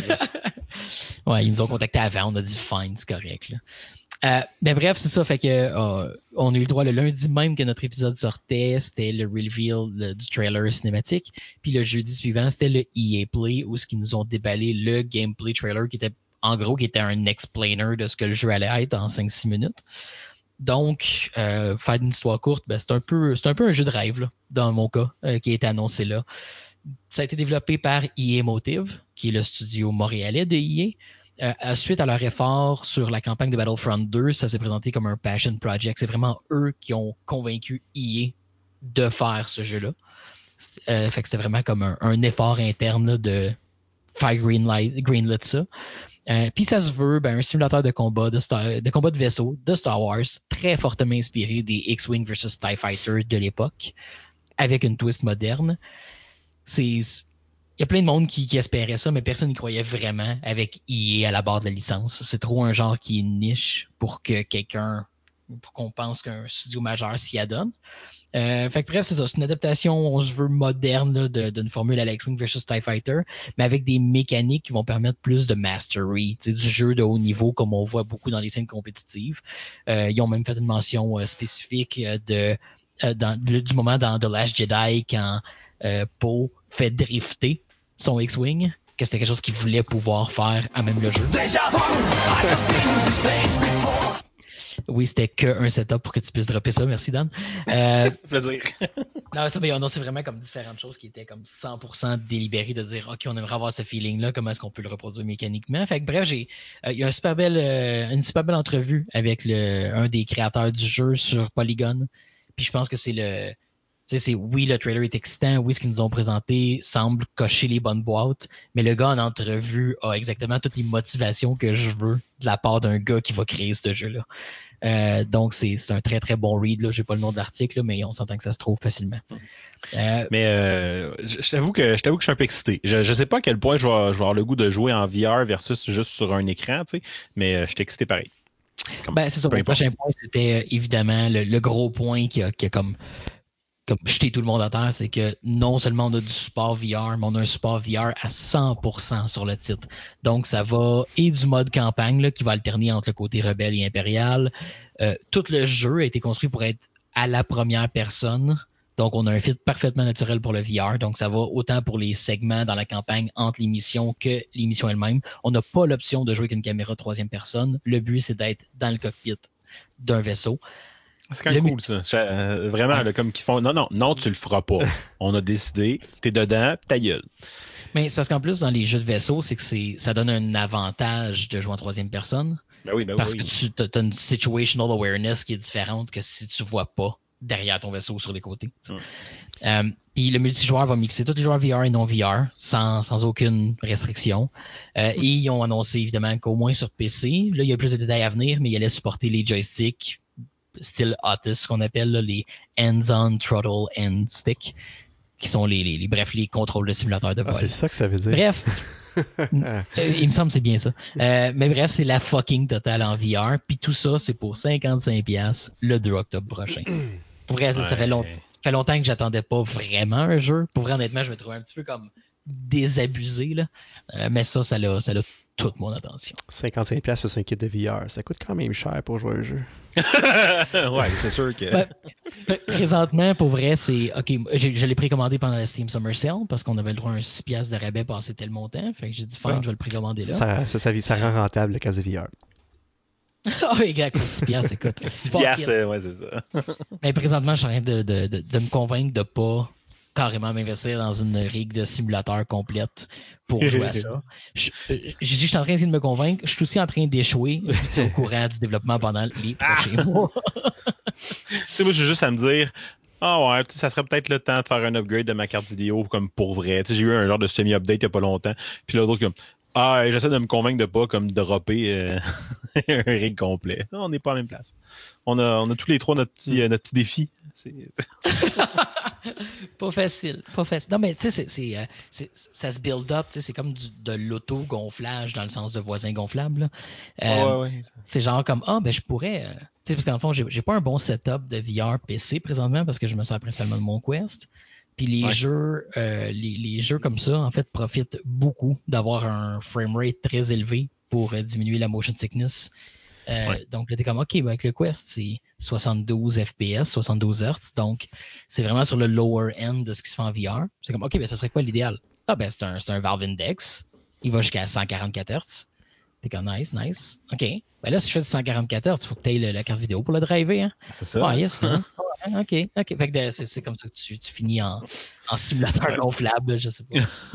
Ouais, ils nous ont contacté avant, on a dit fine, c'est correct. Ben bref, c'est ça. Fait que on a eu le droit le lundi même que notre épisode sortait, c'était le reveal du trailer cinématique. Puis le jeudi suivant, c'était le EA Play où ils nous ont déballé le gameplay trailer qui était un explainer de ce que le jeu allait être en 5-6 minutes. Donc, faire une histoire courte, ben, c'est un peu un jeu de rêve, là, dans mon cas, qui a été annoncé là. Ça a été développé par EA Motive, qui est le studio montréalais de EA. Suite à leur effort sur la campagne de Battlefront 2, ça s'est présenté comme un passion project. C'est vraiment eux qui ont convaincu EA de faire ce jeu-là. Fait que c'était vraiment comme un effort interne là, de faire greenlit ça. Puis ça se veut un simulateur de combat de vaisseau de Star Wars, très fortement inspiré des X-Wing versus TIE Fighter de l'époque, avec une twist moderne. Il y a plein de monde qui espérait ça, mais personne n'y croyait vraiment avec EA à la barre de la licence. C'est trop un genre qui est niche pour qu'on pense qu'un studio majeur s'y adonne. Fait que bref, c'est ça. C'est une adaptation, on se veut, moderne là, d'une formule à la X-Wing versus TIE Fighter, mais avec des mécaniques qui vont permettre plus de mastery, du jeu de haut niveau, comme on voit beaucoup dans les scènes compétitives. Ils ont même fait une mention spécifique du moment dans The Last Jedi quand Poe fait drifter son X-Wing, que c'était quelque chose qu'il voulait pouvoir faire à même le jeu. Oui, c'était qu'un setup pour que tu puisses dropper ça. Merci, Dan. Plaisir. Non, ça, mais c'est vraiment comme différentes choses qui étaient comme 100% délibérées de dire, OK, on aimerait avoir ce feeling-là, comment est-ce qu'on peut le reproduire mécaniquement? Fait que bref, il y a une super belle entrevue avec un des créateurs du jeu sur Polygon. Puis je pense que oui, le trailer est excitant, oui, ce qu'ils nous ont présenté semble cocher les bonnes boîtes, mais le gars en entrevue a exactement toutes les motivations que je veux de la part d'un gars qui va créer ce jeu-là. Donc, c'est un très, très bon read. Je n'ai pas le nom de l'article, mais on s'entend que ça se trouve facilement. Mais je t'avoue que je suis un peu excité. Je ne sais pas à quel point je vais avoir le goût de jouer en VR versus juste sur un écran, tu sais, mais je suis excité pareil. C'est ça. Le prochain point, c'était évidemment le gros point qui a comme jeter tout le monde à terre, c'est que non seulement on a du support VR, mais on a un support VR à 100% sur le titre. Donc, ça va, et du mode campagne là, qui va alterner entre le côté rebelle et impérial. Tout le jeu a été construit pour être à la première personne. Donc, on a un fit parfaitement naturel pour le VR. Donc, ça va autant pour les segments dans la campagne entre les missions que les missions elles-mêmes. On n'a pas l'option de jouer avec une caméra troisième personne. Le but, c'est d'être dans le cockpit d'un vaisseau. C'est quand même cool, ça. Vraiment, là, comme qu'ils font. Non, tu le feras pas. On a décidé, t'es dedans, ta gueule. Mais c'est parce qu'en plus, dans les jeux de vaisseau, c'est que ça donne un avantage de jouer en troisième personne. Parce que tu as une situational awareness qui est différente que si tu vois pas derrière ton vaisseau ou sur les côtés. Puis le multijoueur va mixer tous les joueurs VR et non VR sans aucune restriction. Et ils ont annoncé évidemment qu'au moins sur PC, là, il y a plus de détails à venir, mais ils allaient supporter les joysticks style Otis, ce qu'on appelle là, les hands-on throttle and stick, qui sont les contrôles de simulateur de vol. C'est ça que ça veut dire. Bref, il me semble que c'est bien ça. Mais bref, c'est la fucking totale en VR. Puis tout ça, c'est pour 55$ le 2 octobre prochain. Pour vrai, ça fait longtemps que j'attendais pas vraiment un jeu. Pour vrai, honnêtement, je me trouvais un petit peu comme désabusé. Là. Mais ça a toute mon attention. 55$ pour un kit de VR, ça coûte quand même cher pour jouer à un jeu. Ouais, c'est sûr que... Présentement, pour vrai, c'est... OK, je l'ai précommandé pendant la Steam Summer Sale parce qu'on avait le droit à un 6$ de rabais passé tel montant. Fait que j'ai dit, fine, je vais le précommander là. Ça rend rentable le cas de VR. Ah, exact, 6$, écoute. 6$, ouais, c'est ça. Mais présentement, je suis en train de me convaincre de ne pas carrément m'investir dans une rig de simulateur complète pour jouer à ça. J'ai dit, je suis en train d'essayer de me convaincre. Je suis aussi en train d'échouer. Je suis au courant du développement pendant les prochains mois. Tu sais, moi, j'ai juste à me dire, ouais, ça serait peut-être le temps de faire un upgrade de ma carte vidéo comme pour vrai. Tu sais, j'ai eu un genre de semi-update il n'y a pas longtemps. Puis là, d'autres comme, j'essaie de me convaincre de pas comme dropper un rig complet. On n'est pas à la même place. On a tous les trois notre petit défi. Pas facile. Non, mais tu sais, ça se build up. C'est comme de l'auto-gonflage dans le sens de voisin gonflable. Ouais. C'est genre comme, je pourrais... parce qu'en fond, j'ai pas un bon setup de VR PC présentement parce que je me sers principalement de mon Quest. Puis les jeux comme ça, en fait, profitent beaucoup d'avoir un framerate très élevé pour diminuer la motion sickness. Donc là, t'es comme, OK, avec le Quest, c'est 72 FPS, 72 Hz. Donc, c'est vraiment sur le lower end de ce qui se fait en VR. C'est comme, OK, ça serait quoi l'idéal? C'est un Valve Index. Il va jusqu'à 144 Hz. T'es comme, nice. OK. Là, si je fais du 144 Hz, il faut que tu aies la carte vidéo pour le driver. Hein? C'est ça. Yes. Hein? OK. Fait que c'est comme ça que tu finis en simulateur gonflable, je sais pas.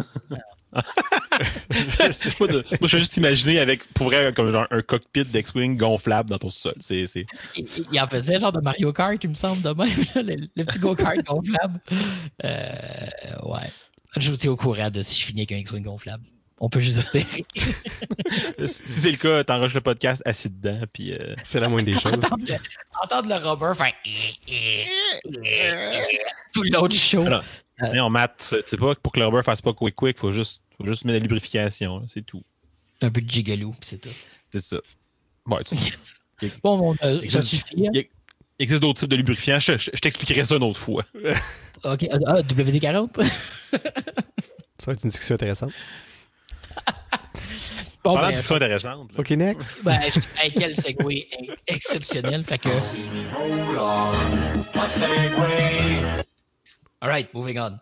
Moi, je vais juste imaginer avec, pour vrai, comme genre un cockpit d'X-Wing gonflable dans ton sol. Il en faisait genre de Mario Kart, il me semble, de même, le petit go-kart gonflable. Ouais. Je vous tiens au courant de si je finis avec un X-Wing gonflable. On peut juste espérer. Si c'est le cas, t'enregistres le podcast assis dedans, puis... C'est la moindre des choses. Entendre le rubber faire... tout le long du show. On Matt, c'est pas pour que le rubber fasse pas quick, faut juste mettre de la lubrification, c'est tout. Un peu de gigaloo, c'est tout. C'est ça. Bon, Bon, ça suffit. Hein? Il existe d'autres types de lubrifiants, je t'expliquerai ça une autre fois. OK, WD-40? Ça va être une discussion intéressante. Parlant de discussion intéressante. OK, next. Quel segway exceptionnel. Fait que... All right, moving on.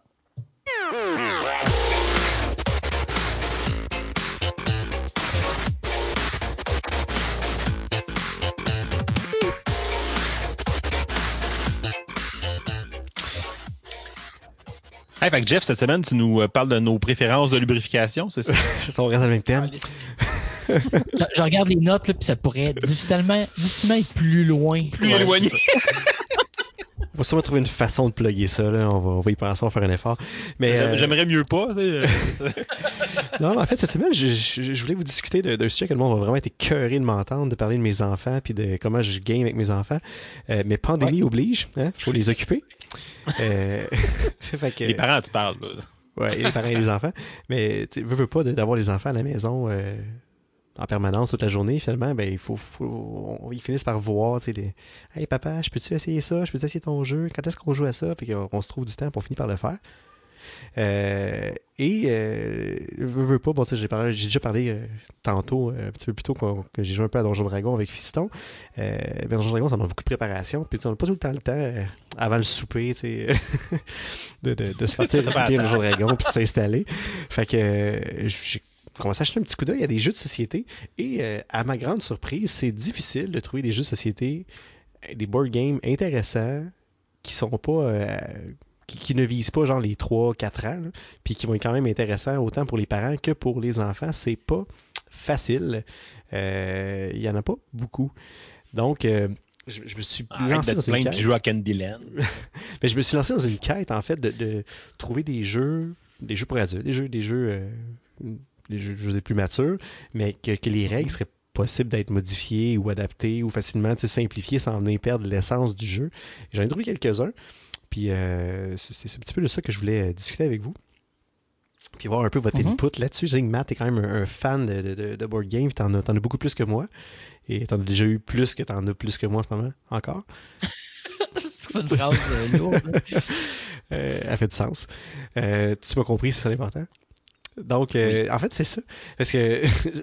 Hey, fait que Jeff, cette semaine, tu nous parles de nos préférences de lubrification, c'est ça? On reste dans le même thème. Je regarde les notes, là, puis ça pourrait difficilement être plus loin. Plus éloigné. On va sûrement trouver une façon de plugger ça. Là. On va y penser, on va faire un effort. Mais, J'aimerais mieux pas. Non, en fait, cette semaine, je voulais vous discuter d'un sujet que le monde va vraiment être écœuré de m'entendre, de parler de mes enfants, puis de comment je game avec mes enfants. Mais pandémie oblige, hein, faut les occuper. Fait que, les parents, tu parles. Là. Ouais, les parents et les enfants. Mais tu veux pas d'avoir les enfants à la maison en permanence toute la journée, finalement, ben ils finissent par voir, tu sais, hey papa, je peux-tu essayer ça? Je peux-tu essayer ton jeu? Quand est-ce qu'on joue à ça? Puis qu'on se trouve du temps pour finir par le faire. Veux pas, bon, tu sais, j'ai déjà parlé tantôt, un petit peu plus tôt que j'ai joué un peu à Donjon Dragon avec Fiston. Mais Donjon Dragon, ça demande beaucoup de préparation. Puis on n'a pas tout le temps avant le souper, tu sais, de se faire tirer Donjon Dragon puis de s'installer. Fait que j'ai commencé à acheter un petit coup d'œil à des jeux de société. Et à ma grande surprise, c'est difficile de trouver des jeux de société, des board games intéressants qui sont pas... qui ne visent pas genre les 3-4 ans, là, puis qui vont être quand même intéressants autant pour les parents que pour les enfants. C'est pas facile. Il y en a pas beaucoup. Donc, je me suis lancé dans une quête. Qui joue à Candyland. Mais je me suis lancé dans une quête, en fait, de trouver des jeux pour adultes, des jeux plus matures, mais que les règles seraient possibles d'être modifiées ou adaptées ou facilement simplifiées sans venir perdre l'essence du jeu. J'en ai trouvé quelques-uns. Puis c'est un petit peu de ça que je voulais discuter avec vous. Puis voir un peu votre input là-dessus. Je sais que Matt est quand même un fan de board game. T'en as beaucoup plus que moi. Et t'en as déjà eu plus que moi en ce moment, encore. C'est une phrase lourde. Elle fait du sens. Tu m'as compris, c'est ça l'important. Donc, en fait, c'est ça. Parce que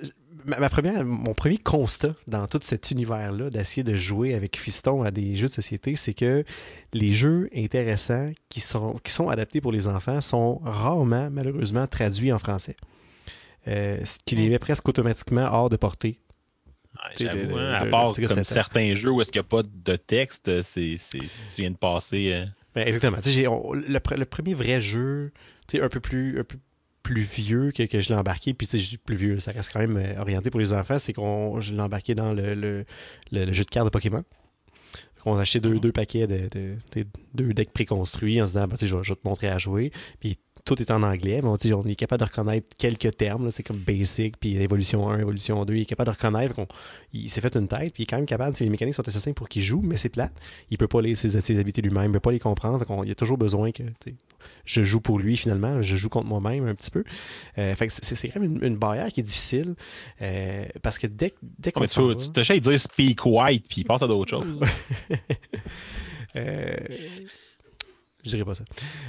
mon premier constat dans tout cet univers-là d'essayer de jouer avec Fiston à des jeux de société, c'est que les jeux intéressants qui sont adaptés pour les enfants sont rarement, malheureusement, traduits en français. Ce qui les met presque automatiquement hors de portée. J'avoue, à part comme certains jeux où est-ce qu'il n'y a pas de texte, tu viens de passer... Ben, exactement. Le premier vrai jeu, un peu plus vieux que je l'ai embarqué, puis c'est plus vieux, ça reste quand même orienté pour les enfants, c'est je l'ai embarqué dans le jeu de cartes de Pokémon. On a acheté deux paquets deux decks préconstruits en se disant je vais te montrer à jouer, puis tout est en anglais, mais on est capable de reconnaître quelques termes, là, c'est comme basic, puis évolution 1, évolution 2, il est capable de reconnaître, il s'est fait une tête, puis il est quand même capable, les mécaniques sont assez simples pour qu'il joue, mais c'est plate, il peut pas lire ses habiletés lui-même, il peut pas les comprendre, il y a toujours besoin que je joue pour lui finalement, je joue contre moi-même un petit peu. Fait que c'est quand même une barrière qui est difficile, parce que dès qu'on tu t'achètes à dire speak white, puis il passe à d'autres choses. Je dirais pas ça.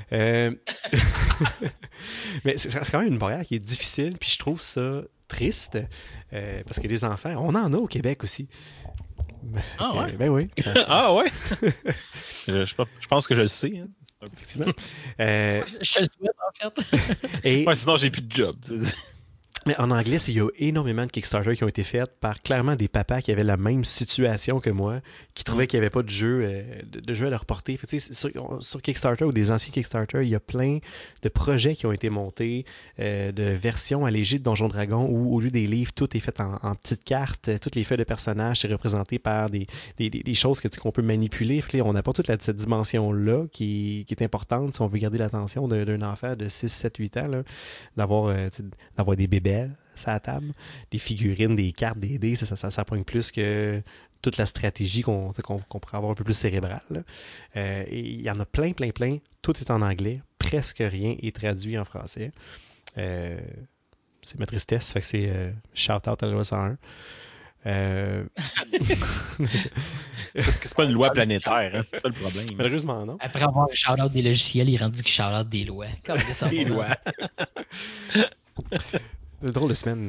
Mais c'est quand même une barrière qui est difficile, puis je trouve ça triste, parce que les enfants, on en a au Québec aussi. Ah ouais? Ben oui. Ah ouais? Je pense que je le sais. Hein. Effectivement. Je le souhaite, en fait. Ouais, sinon, j'ai plus de job. Mais en anglais, il y a énormément de Kickstarter qui ont été faits par clairement des papas qui avaient la même situation que moi, qui trouvaient qu'il n'y avait pas de jeu à leur portée. Sur Kickstarter ou des anciens Kickstarter, il y a plein de projets qui ont été montés, de versions allégées de Donjon Dragon où au lieu des livres, tout est fait en petites cartes. Toutes les feuilles de personnages, c'est représenté par des choses qu'on peut manipuler. On apporte toute cette dimension-là qui est importante si on veut garder l'attention d'un enfant de 6, 7, 8 ans, là, d'avoir des bébés ça à table, des figurines, des cartes, des dés, ça pointe plus que toute la stratégie qu'on pourrait avoir un peu plus cérébrale. Et il y en a plein, tout est en anglais, presque rien est traduit en français. C'est ma tristesse, fait que c'est shout-out à la loi 101. Parce que c'est pas une loi planétaire, hein? C'est pas le problème. Malheureusement, non. Après avoir shout-out des logiciels, il est rendu que shout-out des lois. Des lois. Drôle de semaine.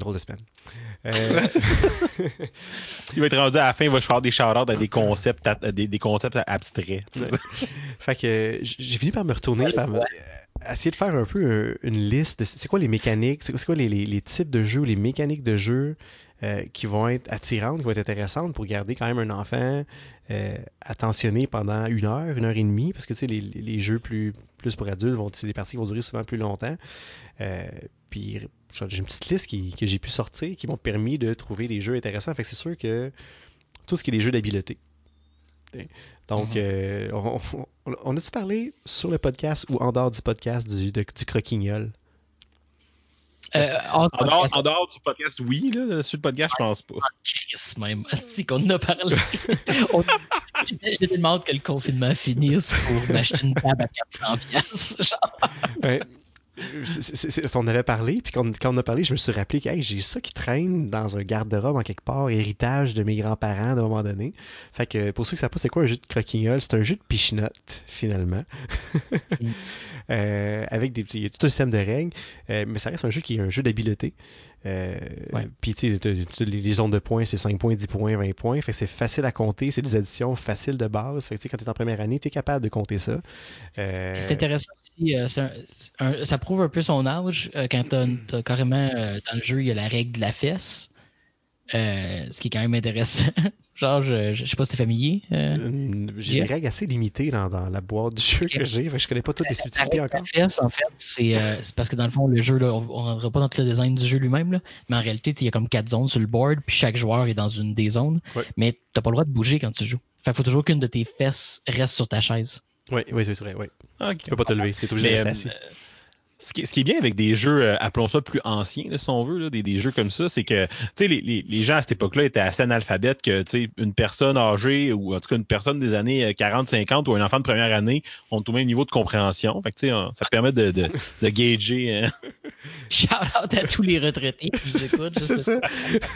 Il va être rendu à la fin, il va faire des shout-outs à des concepts abstraits. Fait que j'ai fini par me retourner essayer de faire un peu une liste de c'est quoi les mécaniques, c'est quoi les types de jeux, les mécaniques de jeux qui vont être attirantes, qui vont être intéressantes pour garder quand même un enfant attentionné pendant 1 heure et demie, parce que tu sais, les jeux plus pour adultes, c'est des parties qui vont durer souvent plus longtemps. Puis j'ai une petite liste que j'ai pu sortir qui m'ont permis de trouver des jeux intéressants. Fait que c'est sûr que tout ce qui est des jeux d'habileté. Donc, on a-tu parlé sur le podcast ou en dehors du podcast du croquignol? En dehors du podcast, oui. Là, sur le podcast, je pense pas. Chris, même. C'est qu'on en a parlé. J'ai tellement hâte que le confinement finisse pour m'acheter une table à 400$. Ouais. On avait parlé, puis quand on a parlé, je me suis rappelé que j'ai ça qui traîne dans un garde-robe en quelque part, héritage de mes grands-parents à un moment donné. Fait que pour ceux qui savent pas c'est quoi un jeu de croquignol, c'est un jeu de pichenotte, finalement. Avec il y a tout un système de règles, mais ça reste un jeu qui est un jeu d'habileté. Puis tu sais, les zones de points, c'est 5 points, 10 points, 20 points. Fait que c'est facile à compter, c'est des additions faciles de base. Fait que tu sais, quand tu es en première année, tu es capable de compter ça. C'est intéressant aussi, ça prouve un peu son âge. Quand t'as carrément dans le jeu, il y a la règle de la fesse. Ce qui est quand même intéressant. Genre, je sais pas si t'es familier. J'ai des règles assez limitées dans la boîte du jeu que j'ai. Fait que je connais pas toutes les subtilités encore. La fesse, en fait, c'est parce que dans le fond, le jeu, là, on rentrera pas dans tout le design du jeu lui-même, là, mais en réalité, il y a comme 4 zones sur le board, puis chaque joueur est dans une des zones. Ouais. Mais t'as pas le droit de bouger quand tu joues. Fait qu'il faut toujours qu'une de tes fesses reste sur ta chaise. Oui, c'est vrai. Oui. Okay. Tu peux pas te lever. T'es obligé de rester assis. Ce qui est bien avec des jeux, appelons ça plus anciens, là, si on veut, là, des jeux comme ça, c'est que les gens à cette époque-là étaient assez analphabètes que une personne âgée ou en tout cas une personne des années 40-50 ou un enfant de première année ont tout le même niveau de compréhension. Fait que ça permet de gager. Shout out à tous les retraités qui nous écoutent. C'est ça.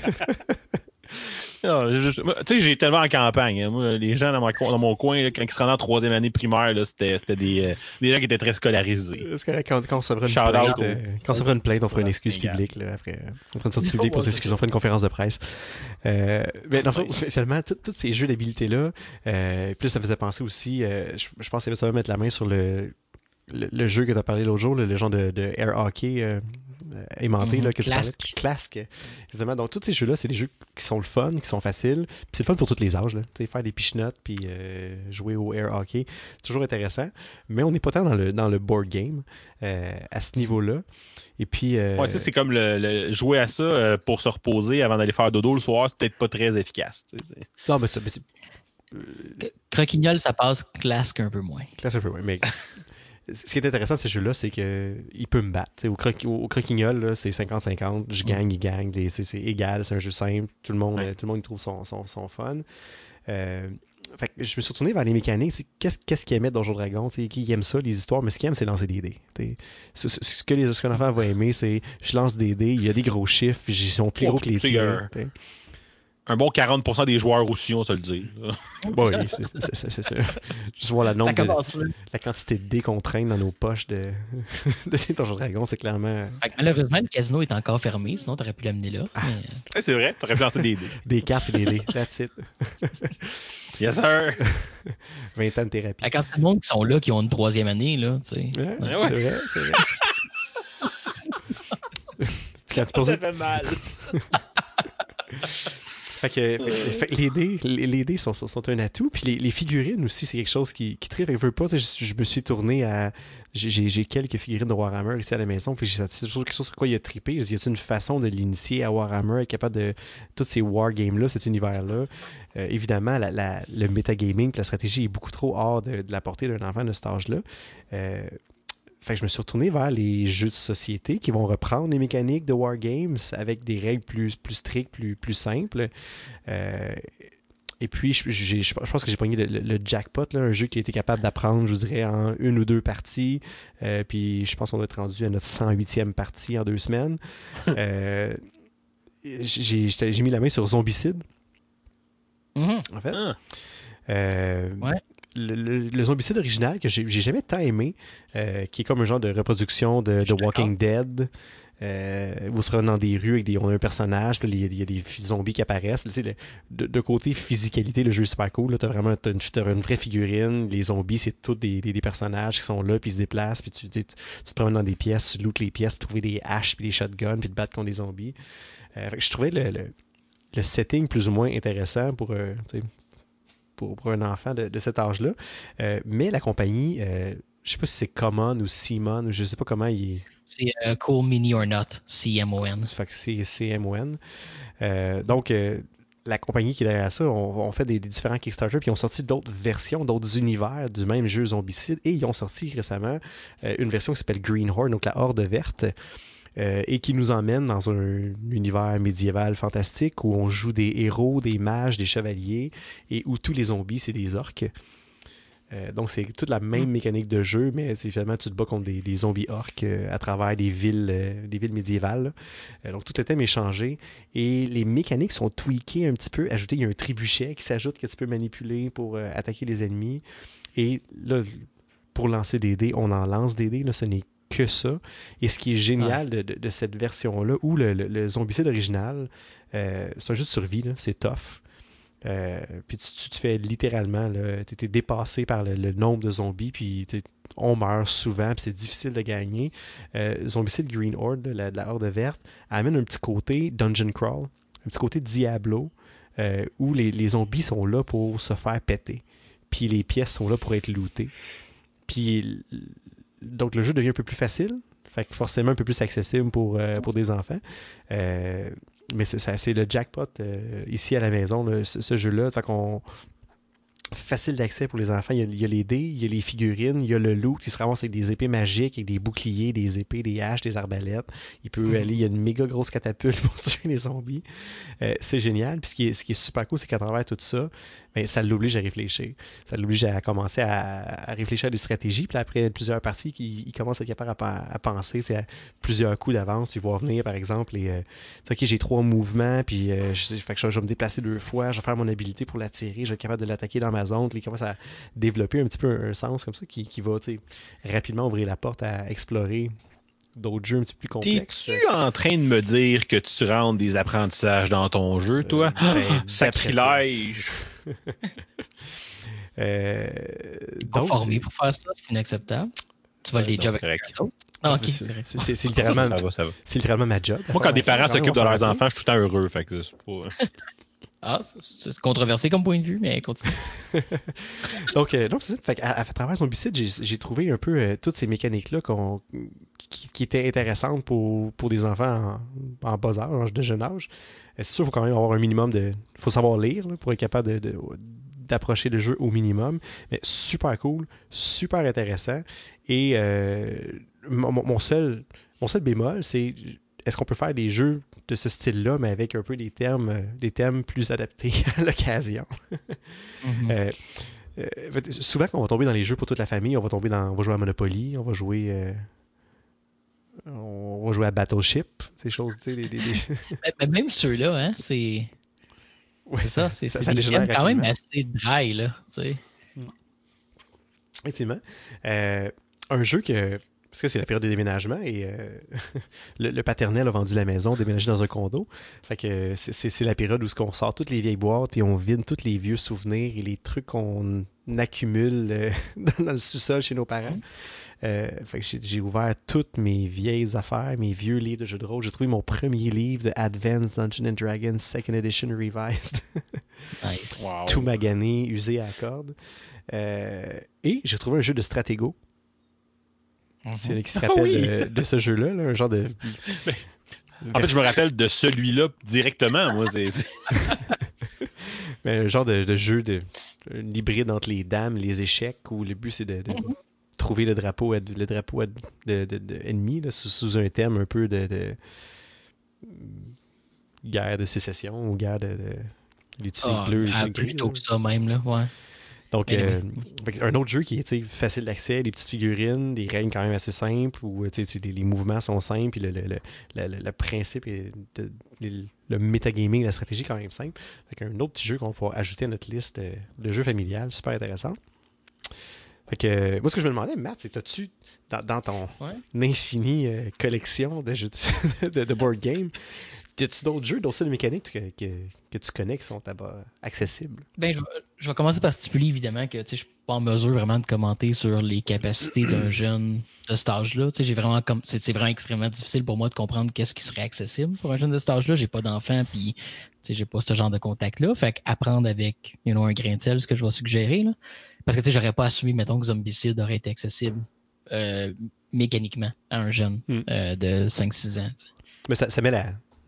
J'ai tellement en campagne. Hein. Moi, les gens dans mon coin, là, quand ils se rendaient en 3e année primaire, là, c'était des gens qui étaient très scolarisés. C'est correct, quand on s'ouvre une plainte, on fera une excuse publique. Là, après, on fera une sortie publique pour s'excuser, on fera une conférence de presse. Mais dans le fond, finalement, tous ces jeux d'habileté-là, plus ça me faisait penser aussi, je pense que ça va mettre la main sur le jeu que tu as parlé l'autre jour, le genre de air hockey aimanté, là, que tu parlais. Clask. Exactement. Donc, tous ces jeux-là, c'est des jeux qui sont le fun, qui sont faciles. Puis c'est le fun pour tous les âges. Là. Faire des pichenottes puis jouer au air hockey, c'est toujours intéressant. Mais on n'est pas tant dans le board game à ce niveau-là. Et puis. Ouais, c'est comme le jouer à ça pour se reposer avant d'aller faire dodo le soir, c'est peut-être pas très efficace. Non, mais c'est. Croquignol, ça passe. Clask un peu moins. Clask un peu moins, mais. Ce qui est intéressant de ces jeux-là, c'est qu'il peut me battre. Au croquignol, là, c'est 50-50. Je gagne, il gagne. C'est égal, c'est un jeu simple. Tout le monde y trouve son fun. Fait que je me suis retourné vers les mécaniques. Qu'est-ce qu'ils aiment dans Donjons Dragons? Qui aime ça, les histoires? Mais ce qu'ils aiment, c'est lancer des dés. Ce qu'un enfant va aimer, c'est je lance des dés, il y a des gros chiffres, ils sont plus gros que les tiens. Un bon 40% des joueurs aussi, on se le dit. Oui, c'est sûr. Juste voir la quantité de dés qu'on traîne dans nos poches de Donjons Dragons, c'est clairement... Malheureusement, le casino est encore fermé, sinon tu aurais pu l'amener là. Mais... C'est vrai, tu aurais pu lancer des dés. Des cartes et des dés, that's it. Yes, sir! 20 ans de thérapie. La quantité de monde qui sont là, qui ont une 3e année, là, tu sais. Ouais. C'est vrai. Puis quand tu poses... Ça fait mal! Fait que les dés sont un atout. Puis les figurines aussi, c'est quelque chose qui tripe. Je veux pas, je me suis tourné à... J'ai quelques figurines de Warhammer ici à la maison. Puis c'est toujours quelque chose sur quoi il a trippé. Y a une façon de l'initier à Warhammer, être capable de... Tous ces wargames-là, cet univers-là. Évidemment, le metagaming, la stratégie est beaucoup trop hors de la portée d'un enfant de cet âge-là. Fait que je me suis retourné vers les jeux de société qui vont reprendre les mécaniques de Wargames avec des règles plus strictes, plus simples. Et puis, je pense que j'ai pogné le jackpot, là, un jeu qui a été capable d'apprendre, je vous dirais, en 1 ou 2 parties. Puis je pense qu'on doit être rendu à notre 108e partie en 2 semaines. J'ai mis la main sur Zombicide. En fait. Ouais. Le Zombicide original que j'ai jamais tant aimé, qui est comme un genre de reproduction de Walking Dead, Vous serez dans des rues on a un personnage, puis il y a des zombies qui apparaissent. Tu sais, de côté physicalité, le jeu est super cool. T'as une vraie figurine. Les zombies, c'est tous des personnages qui sont là, puis ils se déplacent, puis tu te promènes dans des pièces, tu lootes les pièces, pour trouver des haches, puis des shotguns, puis te battre contre des zombies. Je trouvais le setting plus ou moins intéressant pour un enfant de cet âge-là. Mais la compagnie, je sais pas si c'est Common ou Simon, ou je sais pas comment il est. C'est Cool Mini or Not, CMON. Fait que c'est CMON. Donc, la compagnie qui est derrière ça, on fait des différents Kickstarter, puis ils ont sorti d'autres versions, d'autres univers du même jeu Zombicide, et ils ont sorti récemment une version qui s'appelle Green Horde, donc la Horde verte, et qui nous emmène dans un univers médiéval fantastique où on joue des héros, des mages, des chevaliers, et où tous les zombies, c'est des orques. Donc, c'est toute la même mécanique de jeu, mais finalement, tu te bats contre des zombies orques à travers des villes médiévales. Donc, tout le thème est changé. Et les mécaniques sont tweakées un petit peu. Ajouté, il y a un trébuchet qui s'ajoute que tu peux manipuler pour attaquer les ennemis. Et là, pour lancer des dés, on en lance des dés. Là, ce n'est que ça. Et ce qui est génial de cette version-là, où le Zombicide original, c'est un jeu de survie, là, c'est tough. Puis tu te fais littéralement, tu es dépassé par le nombre de zombies, puis on meurt souvent, puis c'est difficile de gagner. Zombicide Green Horde, la Horde verte, amène un petit côté dungeon crawl, un petit côté Diablo, où les zombies sont là pour se faire péter, puis les pièces sont là pour être lootées. Puis donc le jeu devient un peu plus facile, fait que forcément un peu plus accessible pour des enfants. Mais c'est le jackpot ici à la maison, ce jeu-là. Fait qu'on facile d'accès pour les enfants. Il y a les dés, il y a les figurines, il y a le loot qui se ramasse avec des épées magiques, avec des boucliers, des épées, des haches, des arbalètes. Il peut aller, il y a une méga grosse catapulte pour tuer les zombies. C'est génial. Puis ce qui est super cool, c'est qu'à travers tout ça, ça l'oblige à réfléchir. Ça l'oblige à commencer à réfléchir à des stratégies. Puis après plusieurs parties, il commence à être capable à penser à plusieurs coups d'avance, puis voir venir, par exemple, OK, j'ai 3 mouvements, puis fait que je vais me déplacer 2 fois, je vais faire mon habilité pour l'attirer, je vais être capable de l'attaquer dans ma zone. Puis il commence à développer un petit peu un sens comme ça qui va rapidement ouvrir la porte à explorer d'autres jeux un petit peu plus complexes. T'es-tu en train de me dire que tu rentres des apprentissages dans ton jeu, toi? Sacrilège! Donc, formé pour faire ça, c'est inacceptable. Tu vas les jobs avec d'autres. Ah, ok, c'est vrai. C'est littéralement, ça va. C'est littéralement ma job. Moi, quand des parents s'occupent de leurs enfants, je suis tout le temps heureux. Fait que c'est pas... Ah, c'est controversé comme point de vue, mais continue. donc c'est ça. Fait à travers Zombicide, j'ai trouvé un peu toutes ces mécaniques-là qui étaient intéressantes pour des enfants en bas âge, de jeune âge. C'est sûr, il faut quand même avoir un minimum de... Il faut savoir lire pour être capable d'approcher le jeu au minimum. Mais super cool, super intéressant. Et mon seul bémol, c'est... Est-ce qu'on peut faire des jeux de ce style-là, mais avec un peu des thèmes plus adaptés à l'occasion? Souvent, quand on va tomber dans les jeux pour toute la famille, on va jouer à Monopoly, on va jouer à Battleship, ces choses, tu sais. Mais même ceux-là, hein, c'est... Ouais, c'est des thèmes quand même assez dry, là, tu sais. Effectivement. Un jeu que... Parce que c'est la période de déménagement et le paternel a vendu la maison, déménagé dans un condo. Fait que c'est la période où on sort toutes les vieilles boîtes puis on vide tous les vieux souvenirs et les trucs qu'on accumule dans le sous-sol chez nos parents. Fait que j'ai ouvert toutes mes vieilles affaires, mes vieux livres de jeux de rôle. J'ai trouvé mon premier livre de Advanced Dungeons & Dragons 2nd Edition Revised. Nice. Wow. Tout magané, usé à la corde. Et j'ai trouvé un jeu de Stratego. C'est qui se rappelle de ce jeu-là, un genre de... En fait, je me rappelle de celui-là directement. Moi, Mais un genre de jeu un hybride entre les dames, les échecs, où le but c'est de trouver le drapeau ennemi là, sous un thème un peu de guerre de sécession ou guerre de les tuniques bleues, les tuniques grises. Plutôt que ça même, là, ouais. Donc, un autre jeu qui est facile d'accès, des petites figurines, des règles quand même assez simples, où les mouvements sont simples, puis le principe est le metagaming, la stratégie est quand même simple. Fait un autre petit jeu qu'on va pouvoir ajouter à notre liste de jeux familiales, super intéressant. Fait que, moi, ce que je me demandais, Matt, c'est t'as-tu, dans ton infinie collection de jeux de board game, as-tu d'autres jeux, d'autres styles mécaniques que tu connais qui sont accessibles? Ben, je vais commencer par stipuler évidemment que je suis pas en mesure vraiment de commenter sur les capacités d'un jeune de cet âge-là. J'ai vraiment c'est vraiment extrêmement difficile pour moi de comprendre qu'est-ce qui serait accessible pour un jeune de cet âge-là. J'ai pas d'enfant, puis j'ai pas ce genre de contact-là. Fait qu'apprendre avec un grain de sel, ce que je vais suggérer, là. Parce que j'aurais pas assumé, mettons, que Zombicide aurait été accessible mécaniquement à un jeune de 5-6 ans. T'sais. Mais ça met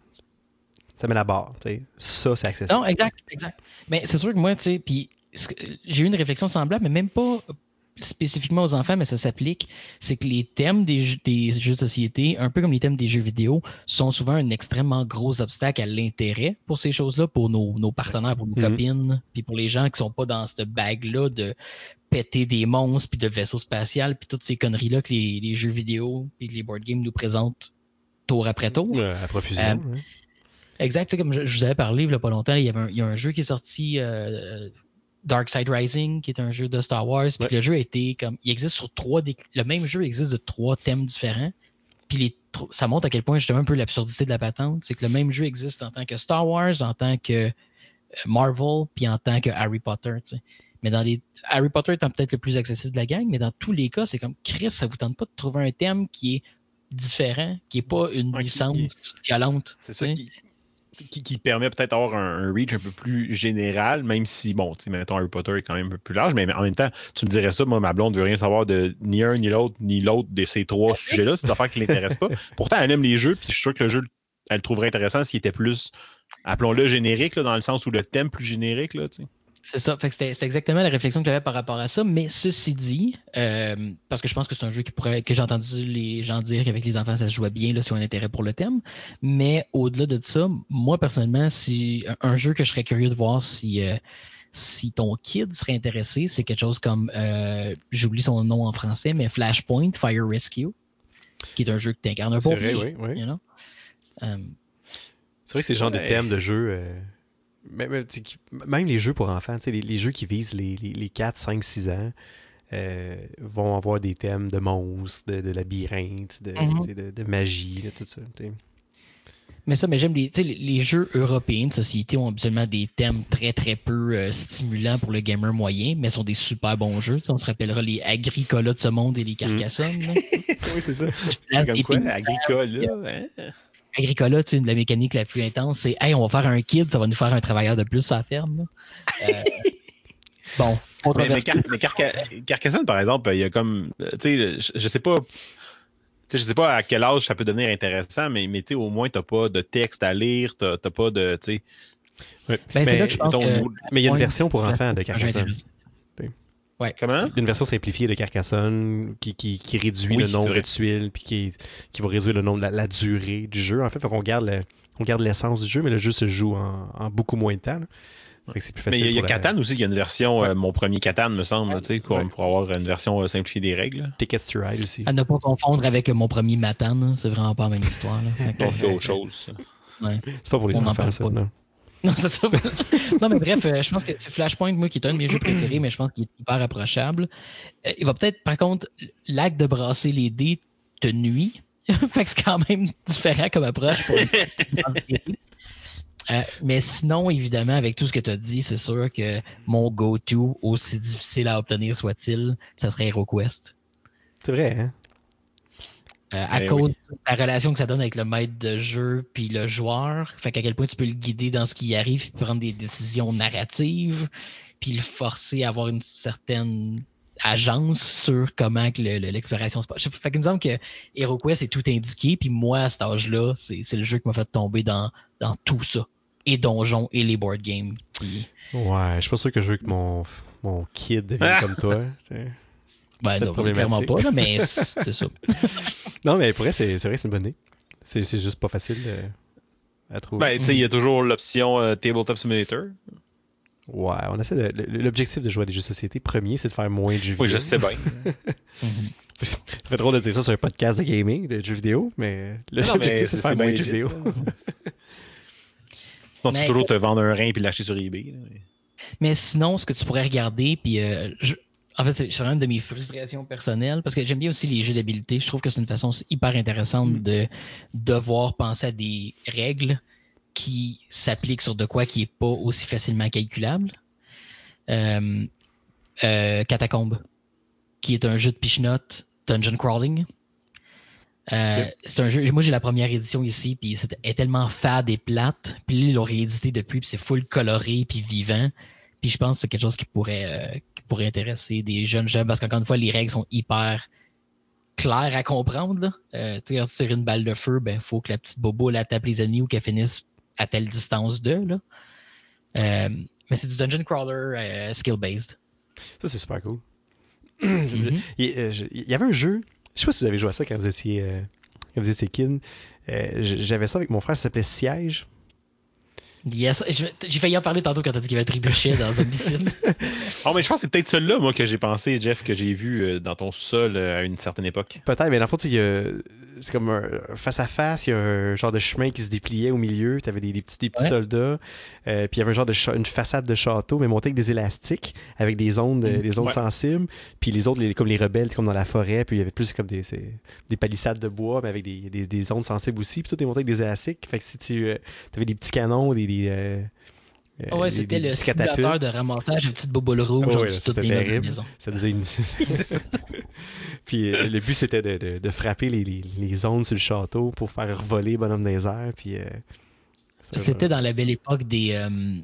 la barre, tu sais. Ça, c'est accessible. Non, exact. Mais c'est sûr que moi, puis j'ai eu une réflexion semblable, mais même pas spécifiquement aux enfants, mais ça s'applique. C'est que les thèmes des jeux de société, un peu comme les thèmes des jeux vidéo, sont souvent un extrêmement gros obstacle à l'intérêt pour ces choses-là, pour nos partenaires, pour nos copines, puis pour les gens qui sont pas dans cette bague-là de péter des monstres, puis de vaisseaux spatials, puis toutes ces conneries-là que les jeux vidéo et les board games nous présentent tour après tour. À profusion. Exact, comme je vous avais parlé il y a pas longtemps, il y a un jeu qui est sorti, Dark Side Rising, qui est un jeu de Star Wars, puis le jeu a été comme, il existe sur le même jeu existe de 3 thèmes différents, puis ça montre à quel point justement un peu l'absurdité de la patente, c'est que le même jeu existe en tant que Star Wars, en tant que Marvel, puis en tant que Harry Potter, t'sais. Mais Harry Potter étant peut-être le plus accessible de la gang, mais dans tous les cas, c'est comme, Chris, ça vous tente pas de trouver un thème qui est différent, qui est pas une licence violente. C'est ça qui permet peut-être d'avoir un reach un peu plus général, même si, bon, tu sais, mettons, Harry Potter est quand même un peu plus large, mais en même temps, tu me dirais ça, moi, ma blonde ne veut rien savoir de ni un, ni l'autre de ces 3 sujets-là, c'est des affaires qui ne l'intéressent pas. Pourtant, elle aime les jeux, puis je suis sûr que le jeu, elle le trouverait intéressant s'il était plus, appelons-le générique, là, dans le sens où le thème plus générique, là, tu sais. C'est ça, fait que c'était exactement la réflexion que j'avais par rapport à ça, mais ceci dit, parce que je pense que c'est un jeu que j'ai entendu les gens dire qu'avec les enfants ça se jouait bien là, si on a un intérêt pour le thème, mais au-delà de ça, moi personnellement, si un jeu que je serais curieux de voir si ton kid serait intéressé, c'est quelque chose comme, j'oublie son nom en français, mais Flashpoint Fire Rescue, qui est un jeu que tu incarnes un peu. C'est vrai, oui. You know? C'est vrai que c'est le genre de thème de jeu... même les jeux pour enfants, les jeux qui visent les 4, 5, 6 ans vont avoir des thèmes de monstres, de labyrinthes, de magie, tout ça. T'sais. Mais j'aime les jeux européens de société ont absolument des thèmes très très peu stimulants pour le gamer moyen, mais sont des super bons jeux. On se rappellera les Agricola de ce monde et les Carcassonne. Oui, c'est ça. Comme quoi, Agricola, hein? Agricola, de la mécanique la plus intense, c'est hey, on va faire un kid, ça va nous faire un travailleur de plus à la ferme. Bon, mais Carcassonne, par exemple, il y a comme. Tu sais, je sais pas. Je sais pas à quel âge ça peut devenir intéressant, mais au moins, t'as pas de texte à lire, t'as pas de. Ouais. Ben, c'est là que je pense mais il y a une version pour enfants de Carcassonne. Ouais. Comment? Une version simplifiée de Carcassonne qui réduit le nombre de tuiles puis qui va réduire le nombre, la durée du jeu. En fait, on garde l'essence du jeu, mais le jeu se joue en beaucoup moins de temps. Fait que c'est plus facile. Mais il y a Catan aussi, il y a une version, mon premier Catan, me semble, pour avoir une version simplifiée des règles. Tickets to Ride aussi. À ne pas confondre avec mon premier Matan, c'est vraiment pas la même histoire. C'est autre chose. Ouais. C'est pas pour les enfants, ça, non? Non, c'est ça. Non, mais bref, je pense que c'est Flashpoint, moi, qui est un de mes jeux préférés, mais je pense qu'il est hyper approchable. Il va peut-être, par contre, l'acte de brasser les dés te nuit. Fait que c'est quand même différent comme approche pour mais sinon, évidemment, avec tout ce que tu as dit, c'est sûr que mon go-to, aussi difficile à obtenir soit-il, ça serait HeroQuest. C'est vrai, hein? À cause de la relation que ça donne avec le maître de jeu puis le joueur, fait qu'à quel point tu peux le guider dans ce qui arrive puis prendre des décisions narratives puis le forcer à avoir une certaine agence sur comment que l'exploration se passe. Fait qu'il me semble que HeroQuest est tout indiqué puis moi, à cet âge-là, c'est le jeu qui m'a fait tomber dans tout ça. Et donjons et les board games. Puis... Ouais, je suis pas sûr que je veux que mon kid devienne comme toi. Ben, non, clairement pas, là, mais c'est ça. Non, mais pour vrai, c'est vrai que c'est une bonne idée. C'est juste pas facile à trouver. Ben, tu sais, il y a toujours l'option Tabletop Simulator. Ouais, on essaie l'objectif de jouer à des jeux de société premier, c'est de faire moins de jeux vidéo. Oui, je sais bien. Ça fait drôle de dire ça sur un podcast de gaming, de jeux vidéo, mais l'objectif, c'est de faire moins de jeux vidéo. Sinon, tu peux toujours te vendre un rein puis l'acheter sur eBay. Mais sinon, ce que tu pourrais regarder, puis En fait, c'est vraiment une de mes frustrations personnelles parce que j'aime bien aussi les jeux d'habileté. Je trouve que c'est une façon hyper intéressante de devoir penser à des règles qui s'appliquent sur de quoi qui est pas aussi facilement calculable. Catacombe, qui est un jeu de pichenote dungeon crawling. C'est un jeu, moi j'ai la première édition ici, puis est tellement fade et plate. Puis là, ils l'ont réédité depuis, puis c'est full coloré puis vivant. Puis je pense que c'est quelque chose qui pourrait intéresser des jeunes gens, parce qu'encore une fois, les règles sont hyper claires à comprendre. Là. Quand tu tires une balle de feu, ben faut que la petite bobo la tape les ennemis ou qu'elle finisse à telle distance d'eux. Là. Mais c'est du dungeon crawler skill-based. Ça, c'est super cool. Il y avait un jeu, je sais pas si vous avez joué à ça quand vous étiez kid. J'avais ça avec mon frère, ça s'appelait Siège. Yes, j'ai failli en parler tantôt quand t'as dit qu'il y avait un trébuchet dans Zombicide. Oh, mais je pense que c'est peut-être celui-là, moi, que j'ai pensé, Jeff, que j'ai vu dans ton sol à une certaine époque. Peut-être, mais dans le fond, c'est comme un face-à-face, il y a un genre de chemin qui se dépliait au milieu, t'avais des petits soldats, puis il y avait un genre une façade de château, mais montée avec des élastiques, avec des ondes sensibles, puis les autres, comme les rebelles, comme dans la forêt, puis il y avait plus comme des palissades de bois, mais avec des ondes sensibles aussi, puis tout est monté avec des élastiques, fait que si tu avais des petits canons, c'était le simulateur de ramassage de petites boboules rouges au-dessus de toutes les meubles de la maison. Ça nous a initié. Puis le but, c'était de frapper les ondes sur le château pour faire voler Bonhomme des airs. Puis, c'était dans la belle époque des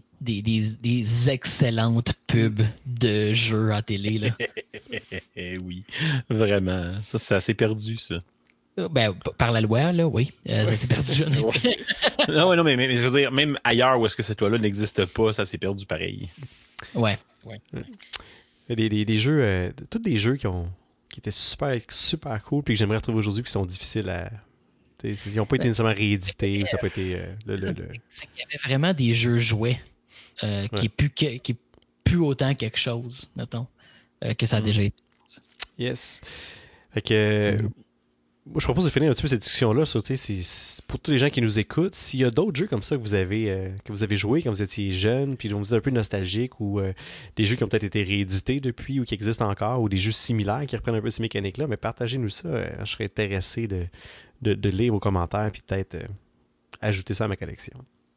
excellentes pubs de jeux à télé. Là. Oui, vraiment. Ça s'est perdu, ça. Ben, par la loi, là, oui. Ça s'est perdu. non, mais je veux dire, même ailleurs où est-ce que cette loi-là n'existe pas, ça s'est perdu pareil. Ouais. Des jeux, tous des jeux qui étaient super, super cool puis que j'aimerais retrouver aujourd'hui puis qui sont difficiles à... Ils n'ont pas été nécessairement réédités. Ça n'a pas été... C'est qu'il y avait vraiment des jeux jouets qui est plus autant quelque chose, mettons, que ça a déjà été. Yes. Fait que... Moi, je propose de finir un petit peu cette discussion-là sur, pour tous les gens qui nous écoutent, s'il y a d'autres jeux comme ça que vous avez joué quand vous étiez jeune, puis on vous êtes un peu nostalgique, ou des jeux qui ont peut-être été réédités depuis, ou qui existent encore, ou des jeux similaires qui reprennent un peu ces mécaniques-là, mais partagez-nous ça. Je serais intéressé de lire vos commentaires, puis peut-être ajouter ça à ma collection.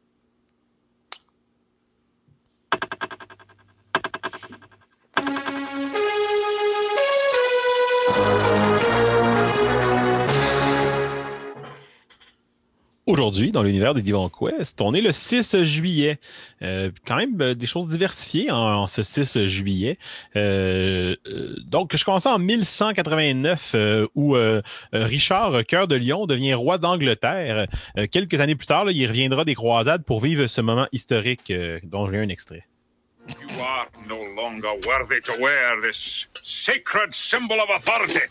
Aujourd'hui, dans l'univers de Divan Quest, on est le 6 juillet. Quand même des choses diversifiées en ce 6 juillet. Donc, je commence en 1189 où Richard Cœur de Lion devient roi d'Angleterre. Quelques années plus tard, là, il reviendra des croisades pour vivre ce moment historique dont j'ai un extrait. You are no longer worthy to wear this sacred symbol of authority.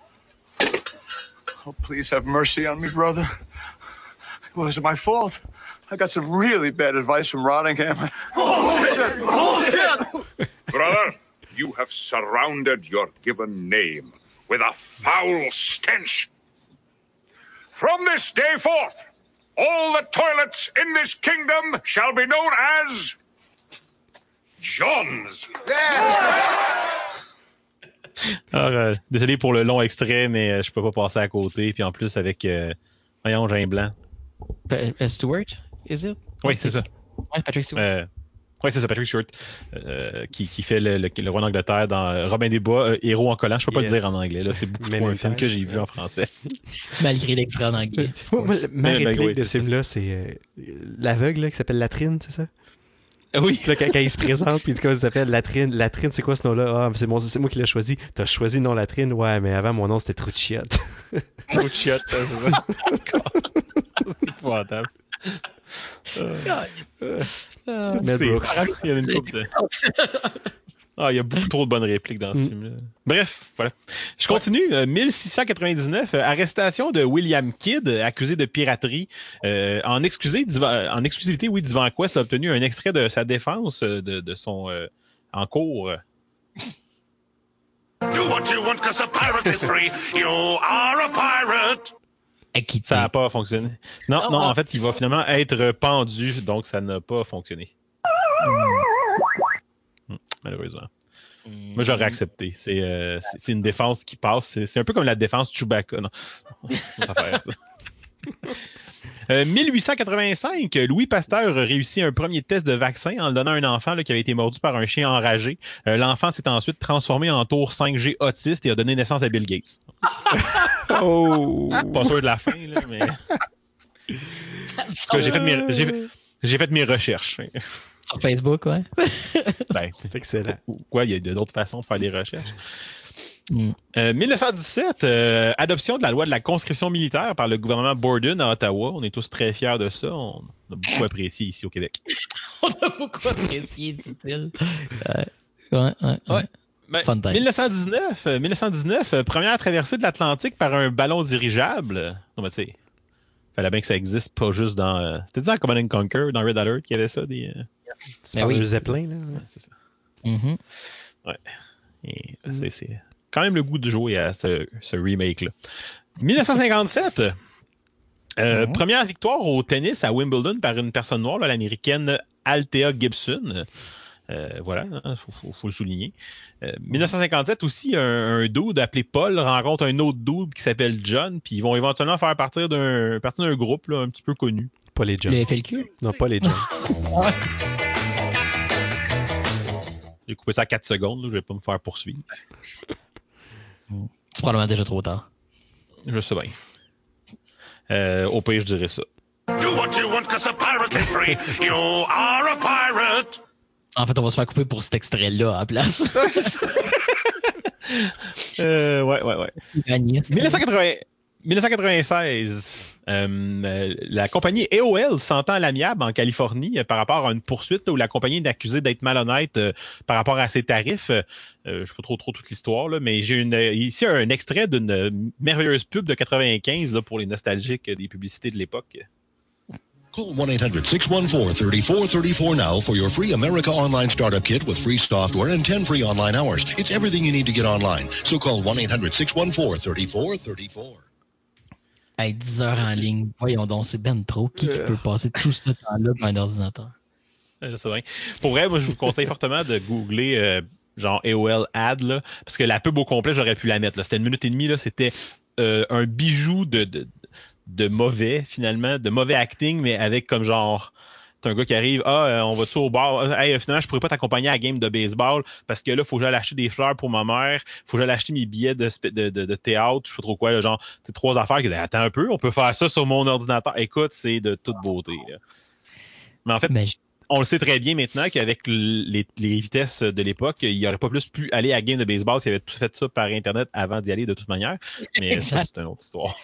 Oh, please have mercy on me, brother. It wasn't my fault. I got some really bad advice from Rottingham. Bullshit! Bullshit! Brother, you have surrounded your given name with a foul stench. From this day forth, all the toilets in this kingdom shall be known as John's. Alors, désolé pour le long extrait, mais je peux pas passer à côté. Puis en plus, avec voyons, j'ai un blanc. Stewart, is it? Oui, c'est ça. Ouais, Patrick Stewart. Oui, c'est ça, Patrick Stewart, qui fait le roi d'Angleterre dans Robin des Bois, Héros en collant. Je peux pas le dire en anglais. Là, c'est beaucoup trop un film que j'ai vu en français. Malgré l'extrait en anglais. Ma réplique de ce film-là, c'est l'aveugle qui s'appelle Latrine, c'est ça? Oui. Là, quand il se présente, puis comment il s'appelle? Latrine. Latrine, c'est quoi ce nom-là? Ah, c'est moi qui l'ai choisi. T'as choisi le nom Latrine? Ouais, mais avant, mon nom, c'était Trouchiotte. Trouchiotte, c'est ça. C'est épouvantable. Mel Brooks. Il y a une couple de... il y a beaucoup trop de bonnes répliques dans ce film-là. Bref, voilà. Je continue. 1699, arrestation de William Kidd, accusé de piraterie. En exclusivité, oui, Divan Quest a obtenu un extrait de sa défense de son en cours. Do what you want, 'cause a pirate is free. You are a pirate. Ça n'a pas fonctionné. Non, en fait, il va finalement être pendu, donc ça n'a pas fonctionné. Malheureusement. Moi, j'aurais accepté. C'est une défense qui passe. C'est un peu comme la défense Chewbacca. Non, on va faire ça. 1885, Louis Pasteur réussit un premier test de vaccin en le donnant à un enfant là, qui avait été mordu par un chien enragé. L'enfant s'est ensuite transformé en tour 5G autiste et a donné naissance à Bill Gates. Oh! Pas sûr de la fin, là, mais... J'ai fait mes recherches. Sur Facebook, ouais. Ben, C'est excellent. Quoi, il y a d'autres façons de faire des recherches. 1917, adoption de la loi de la conscription militaire par le gouvernement Borden à Ottawa. On est tous très fiers de ça. On a beaucoup apprécié ici au Québec. On a beaucoup apprécié, dit-il. Ouais. Ben, Fun time. 1919, première traversée de l'Atlantique par un ballon dirigeable. Non, mais tu sais, fallait bien que ça existe, pas juste dans... C'était dans Command & Conquer, dans Red Alert, qu'il y avait ça, des... Tu parles de Zeppelin, là? Ouais, c'est ça. Mm-hmm. Ouais. Et c'est quand même le goût de jouer à ce remake-là. 1957, première victoire au tennis à Wimbledon par une personne noire, là, l'américaine Althea Gibson. Voilà, faut le souligner. 1957 aussi, un dude appelé Paul rencontre un autre dude qui s'appelle John, puis ils vont éventuellement faire partir d'un groupe là, un petit peu connu. Pas les John. Le FLQ? Non, pas les John. J'ai coupé ça à 4 secondes, là, je vais pas me faire poursuivre. C'est probablement déjà trop tard. Je sais bien. Au pire, je dirais ça. Do what you want, 'cause a pirate is free. You are a pirate. En fait, on va se faire couper pour cet extrait-là à la place. Ouais. Agnès, 1996, la compagnie AOL s'entend à l'amiable en Californie par rapport à une poursuite où la compagnie est accusée d'être malhonnête par rapport à ses tarifs. Je ne sais pas trop toute l'histoire, là, mais j'ai ici un extrait d'une merveilleuse pub de 95 là, pour les nostalgiques des publicités de l'époque. Call 1-800-614-3434 now for your free America Online Startup Kit with free software and 10 free online hours. It's everything you need to get online. So call 1-800-614-3434. Hey, 10 heures en ligne. Voyons donc, c'est ben trop. Qui peut passer tout ce temps-là devant un ordinateur? Je sais bien. Pour vrai, moi, je vous conseille fortement de googler genre AOL Ad, là, parce que la pub au complet, j'aurais pu la mettre. C'était 1 minute et demie. Là, c'était un bijou de mauvais, finalement, de mauvais acting, mais avec comme genre... T'as un gars qui arrive, on va-tu au bar? Hey, finalement, je pourrais pas t'accompagner à la game de baseball parce que là, il faut que j'aille acheter des fleurs pour ma mère, il faut que j'aille acheter mes billets de théâtre, je sais pas trop quoi, là, genre, c'est 3 affaires qui disent, attends un peu, on peut faire ça sur mon ordinateur. Écoute, c'est de toute beauté. Là. Mais en fait, on le sait très bien maintenant qu'avec les vitesses de l'époque, il n'aurait pas plus pu aller à la game de baseball s'il avait tout fait ça par Internet avant d'y aller de toute manière. Mais ça, c'est une autre histoire.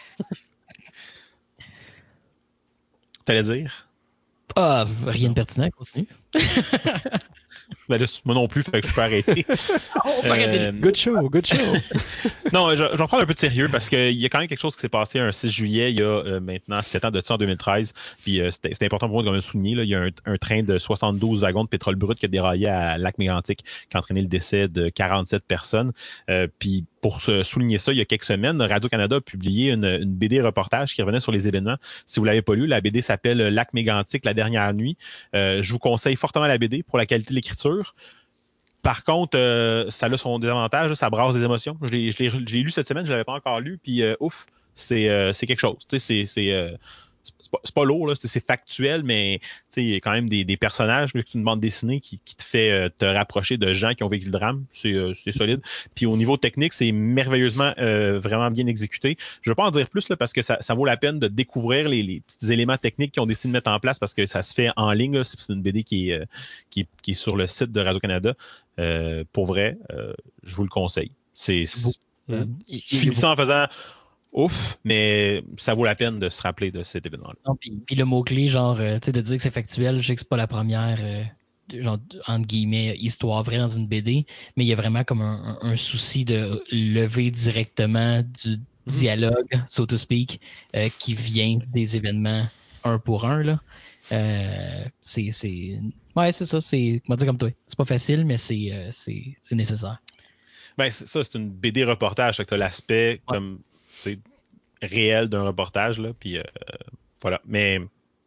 T'allais dire? Ah, rien de pertinent, continue. Ben là, moi non plus, fait que je peux arrêter. Good show. Non, je vais prendre un peu de sérieux parce qu'il y a quand même quelque chose qui s'est passé un 6 juillet, il y a maintenant 7 ans de ça, en 2013. Puis c'était important pour moi de quand même souligner. Là, il y a un train de 72 wagons de pétrole brut qui a déraillé à Lac-Mégantic, qui a entraîné le décès de 47 personnes. Puis pour souligner ça, il y a quelques semaines, Radio-Canada a publié une BD reportage qui revenait sur les événements. Si vous ne l'avez pas lu, la BD s'appelle Lac-Mégantic, la dernière nuit. Je vous conseille fortement la BD pour la qualité de l'écriture. Par contre, ça a son désavantage, ça brasse des émotions. Je l'ai lu cette semaine, je ne l'avais pas encore lu, puis c'est quelque chose. C'est pas lourd, là, c'est factuel, mais il y a quand même des personnages, c'est une bande dessinée qui te fait te rapprocher de gens qui ont vécu le drame. C'est solide. Puis au niveau technique, c'est merveilleusement vraiment bien exécuté. Je ne veux pas en dire plus là, parce que ça vaut la peine de découvrir les petits éléments techniques qu'ils ont décidé de mettre en place parce que ça se fait en ligne. Là. C'est une BD qui est sur le site de Radio-Canada. Pour vrai, je vous le conseille. Je finis ça en faisant ouf, mais ça vaut la peine de se rappeler de cet événement-là. Puis le mot-clé, genre, tu sais, de dire que c'est factuel, je sais que c'est pas la première, genre, entre guillemets, histoire vraie dans une BD, mais il y a vraiment comme un souci de lever directement du dialogue, so to speak, qui vient des événements un pour un, là. Ouais, c'est ça, c'est, comment dire comme toi, c'est pas facile, mais c'est nécessaire. Ben, c'est une BD reportage, fait que t'as l'aspect comme réel d'un reportage, là, puis voilà. Mais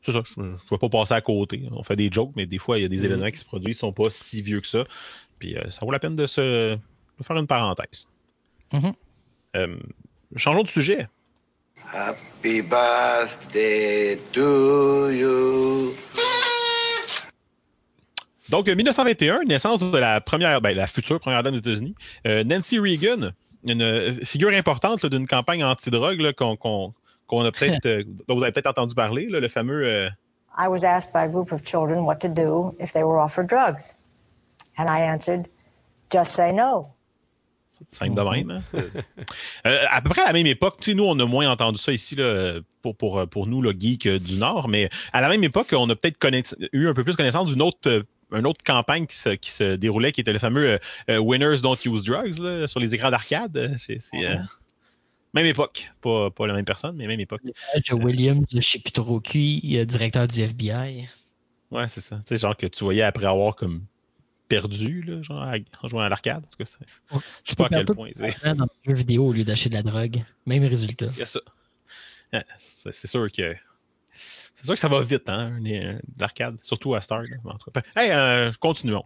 c'est ça, je ne vais pas passer à côté. On fait des jokes, mais des fois, il y a des événements qui se produisent qui ne sont pas si vieux que ça. Puis ça vaut la peine de faire une parenthèse. Changeons de sujet. Happy birthday to you. Donc, 1921, naissance de la future première dame des États-Unis, Nancy Reagan, une figure importante là, d'une campagne anti-drogue là, qu'on a peut-être, dont vous avez peut-être entendu parler, là, le fameux. I was asked by a group of children what to do if they were offered drugs, and I answered, "Just say no." Simple de même. Hein? À peu près à la même époque, nous, on a moins entendu ça ici là, pour nous, le geek du Nord, mais à la même époque, on a peut-être eu un peu plus connaissance d'une autre campagne qui se déroulait, qui était le fameux Winners Don't Use Drugs là, sur les écrans d'arcade. C'est même époque. Pas la même personne, mais même époque. Williams, je ne sais plus trop qui, directeur du FBI. Ouais, c'est ça. Tu sais, genre que tu voyais après avoir comme perdu, là, genre, en jouant à l'arcade. Je sais pas à quel point. Dans le jeu vidéo au lieu d'acheter de la drogue. Même résultat. Il y a ça. C'est sûr que ça va vite, hein, l'arcade, surtout à Star. Hey, continuons.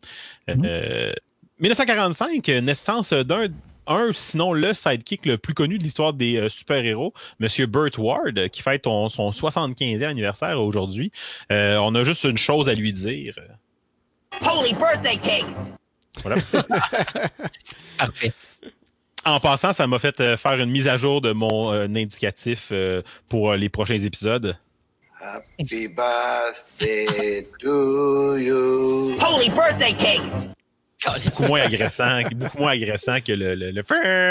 1945, naissance sinon le sidekick le plus connu de l'histoire des super-héros, M. Burt Ward, qui fête son 75e anniversaire aujourd'hui. On a juste une chose à lui dire. Holy birthday cake! Voilà. Parfait. En passant, ça m'a fait faire une mise à jour de mon indicatif pour les prochains épisodes. Happy birthday to you. Holy birthday cake! Beaucoup moins agressant que le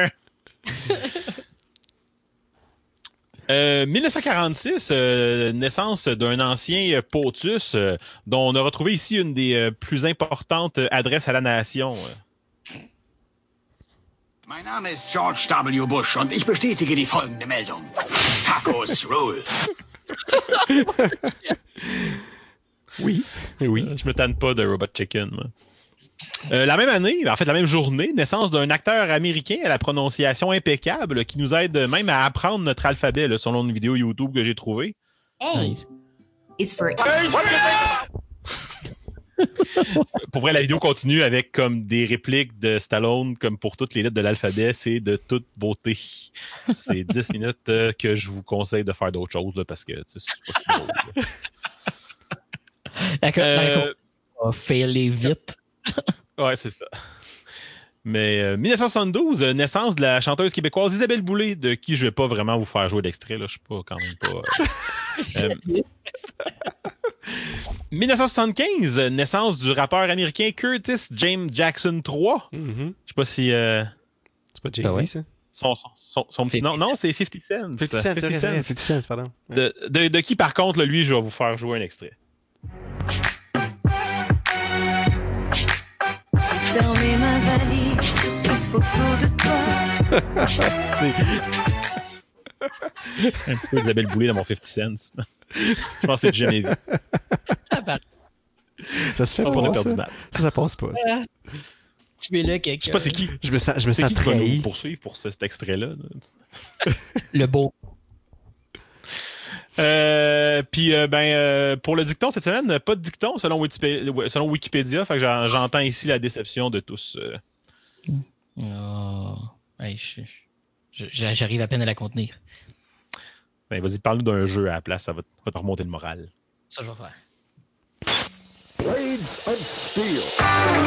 1946, naissance d'un ancien POTUS, dont on a retrouvé ici une des plus importantes adresses à la nation. Mein Name ist George W. Bush und ich bestätige die folgende Meldung. Tacos rule. Oui. Je me tanne pas de Robot Chicken, moi. La même année, en fait la même journée, naissance d'un acteur américain à la prononciation impeccable qui nous aide même à apprendre notre alphabet, là, selon une vidéo YouTube que j'ai trouvée. A is for... Pour vrai, la vidéo continue avec comme des répliques de Stallone, comme pour toutes les lettres de l'alphabet. C'est de toute beauté. C'est 10 minutes que je vous conseille de faire d'autres choses là, parce que c'est pas si drôle. D'accord. On va failer vite. Ouais, c'est ça. Mais 1972, naissance de la chanteuse québécoise Isabelle Boulay, de qui je vais pas vraiment vous faire jouer d'extrait. Là. Je suis pas quand même pas. 1975, naissance du rappeur américain Curtis James Jackson III. Je sais pas si. C'est pas Jay-Z, ça? Son petit nom. Non, c'est 50 Cent. 50 Cent, pardon. De qui, par contre, lui, je vais vous faire jouer un extrait. J'ai fermé ma valise sur cette photo de toi. Un petit peu Isabelle Boulay dans mon 50 Cent. Je pense que c'est jamais vu. Ça se fait pas, ça passe pas. Ça. Tu es là, quelqu'un. Je sais pas c'est qui. Je me sens trahi. Nous poursuivre pour cet extrait-là. Le beau. Puis, pour le dicton cette semaine, pas de dicton selon Wikipédia. Fait que j'entends ici la déception de tous. J'arrive à peine à la contenir. Ben, vas-y, parle-nous d'un jeu à la place. Ça va te remonter le moral. Ça, je vais faire. Blades of Steel.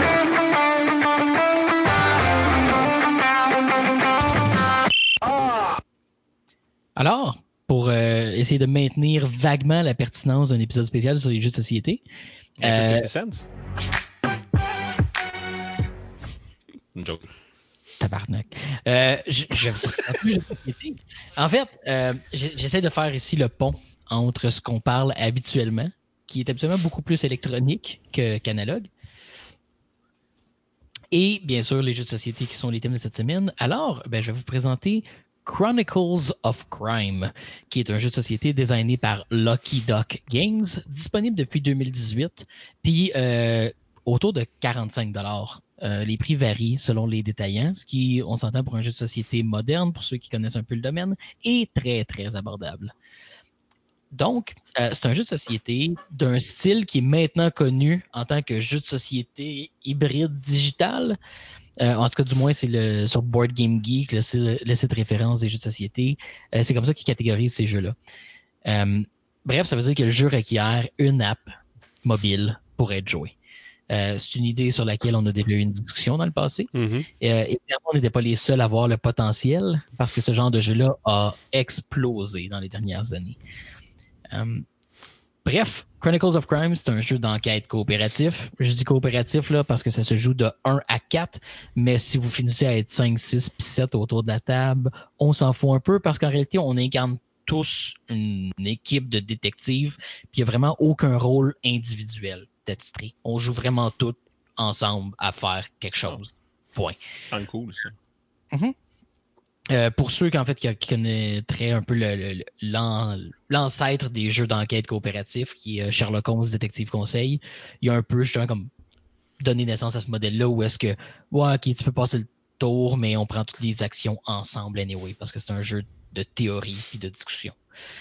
Alors, pour essayer de maintenir vaguement la pertinence d'un épisode spécial sur les jeux de société. Une joke. Tabarnak. En fait, j'essaie de faire ici le pont entre ce qu'on parle habituellement, qui est habituellement beaucoup plus électronique qu'analogue, et bien sûr les jeux de société qui sont les thèmes de cette semaine. Alors, je vais vous présenter Chronicles of Crime, qui est un jeu de société designé par Lucky Duck Games, disponible depuis 2018, puis autour de 45$. Les prix varient selon les détaillants, ce qui, on s'entend pour un jeu de société moderne, pour ceux qui connaissent un peu le domaine, est très, très abordable. Donc, c'est un jeu de société d'un style qui est maintenant connu en tant que jeu de société hybride digital. En tout cas, du moins, c'est sur Board Game Geek, le site de référence des jeux de société. C'est comme ça qu'ils catégorisent ces jeux-là. Bref, ça veut dire que le jeu requiert une app mobile pour être joué. C'est une idée sur laquelle on a déjà eu une discussion dans le passé. Et clairement, on n'était pas les seuls à voir le potentiel parce que ce genre de jeu-là a explosé dans les dernières années. Bref, Chronicles of Crime, c'est un jeu d'enquête coopératif. Je dis coopératif là parce que ça se joue de 1 à 4, mais si vous finissez à être 5, 6 puis 7 autour de la table, on s'en fout un peu parce qu'en réalité, on incarne tous une équipe de détectives puis il n'y a vraiment aucun rôle individuel d'attitré. On joue vraiment tous ensemble à faire quelque chose. Point. C'est cool, ça. Pour ceux qui connaîtraient un peu l'ancêtre des jeux d'enquête coopératifs, qui est Sherlock Holmes Détective Conseil, il y a un peu justement comme donné naissance à ce modèle-là où est-ce que tu peux passer le tour, mais on prend toutes les actions ensemble anyway, parce que c'est un jeu de théorie et de discussion.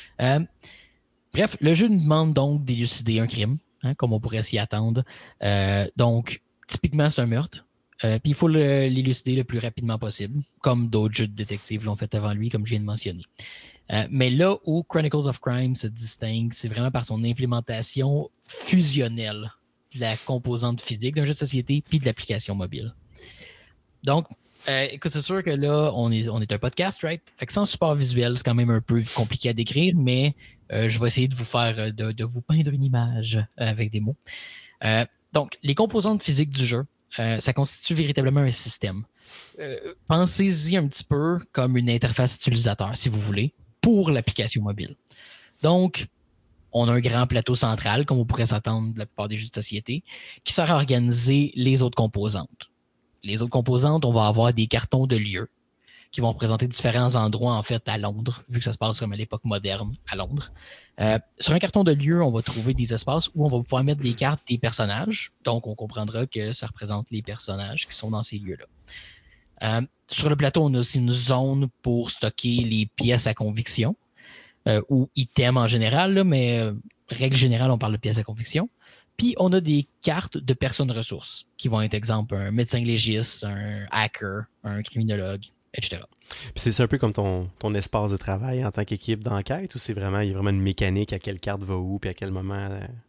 Bref, le jeu nous demande donc d'élucider un crime, comme on pourrait s'y attendre. Donc, typiquement, c'est un meurtre. Puis il faut l'élucider le plus rapidement possible, comme d'autres jeux de détective l'ont fait avant lui, comme je viens de mentionner. Mais là où Chronicles of Crime se distingue, c'est vraiment par son implémentation fusionnelle de la composante physique d'un jeu de société puis de l'application mobile. Donc, écoute, c'est sûr que là, on est un podcast, right? Fait que sans support visuel, c'est quand même un peu compliqué à décrire, mais je vais essayer de vous faire, de vous peindre une image avec des mots. Donc, les composantes physiques du jeu, ça constitue véritablement un système. Pensez-y un petit peu comme une interface utilisateur, si vous voulez, pour l'application mobile. Donc, on a un grand plateau central, comme on pourrait s'attendre de la plupart des jeux de société, qui sert à organiser les autres composantes. Les autres composantes, on va avoir des cartons de lieux qui vont représenter différents endroits, en fait, à Londres, vu que ça se passe comme à l'époque moderne à Londres. Sur un carton de lieu, on va trouver des espaces où on va pouvoir mettre des cartes des personnages. Donc, on comprendra que ça représente les personnages qui sont dans ces lieux-là. Sur le plateau, on a aussi une zone pour stocker les pièces à conviction, ou items en général, là, mais règle générale, on parle de pièces à conviction. Puis, on a des cartes de personnes ressources, qui vont être, exemple, un médecin légiste, un hacker, un criminologue, etc. Puis c'est un peu comme ton espace de travail en tant qu'équipe d'enquête, ou il y a vraiment une mécanique à quelle carte va où puis à quel moment?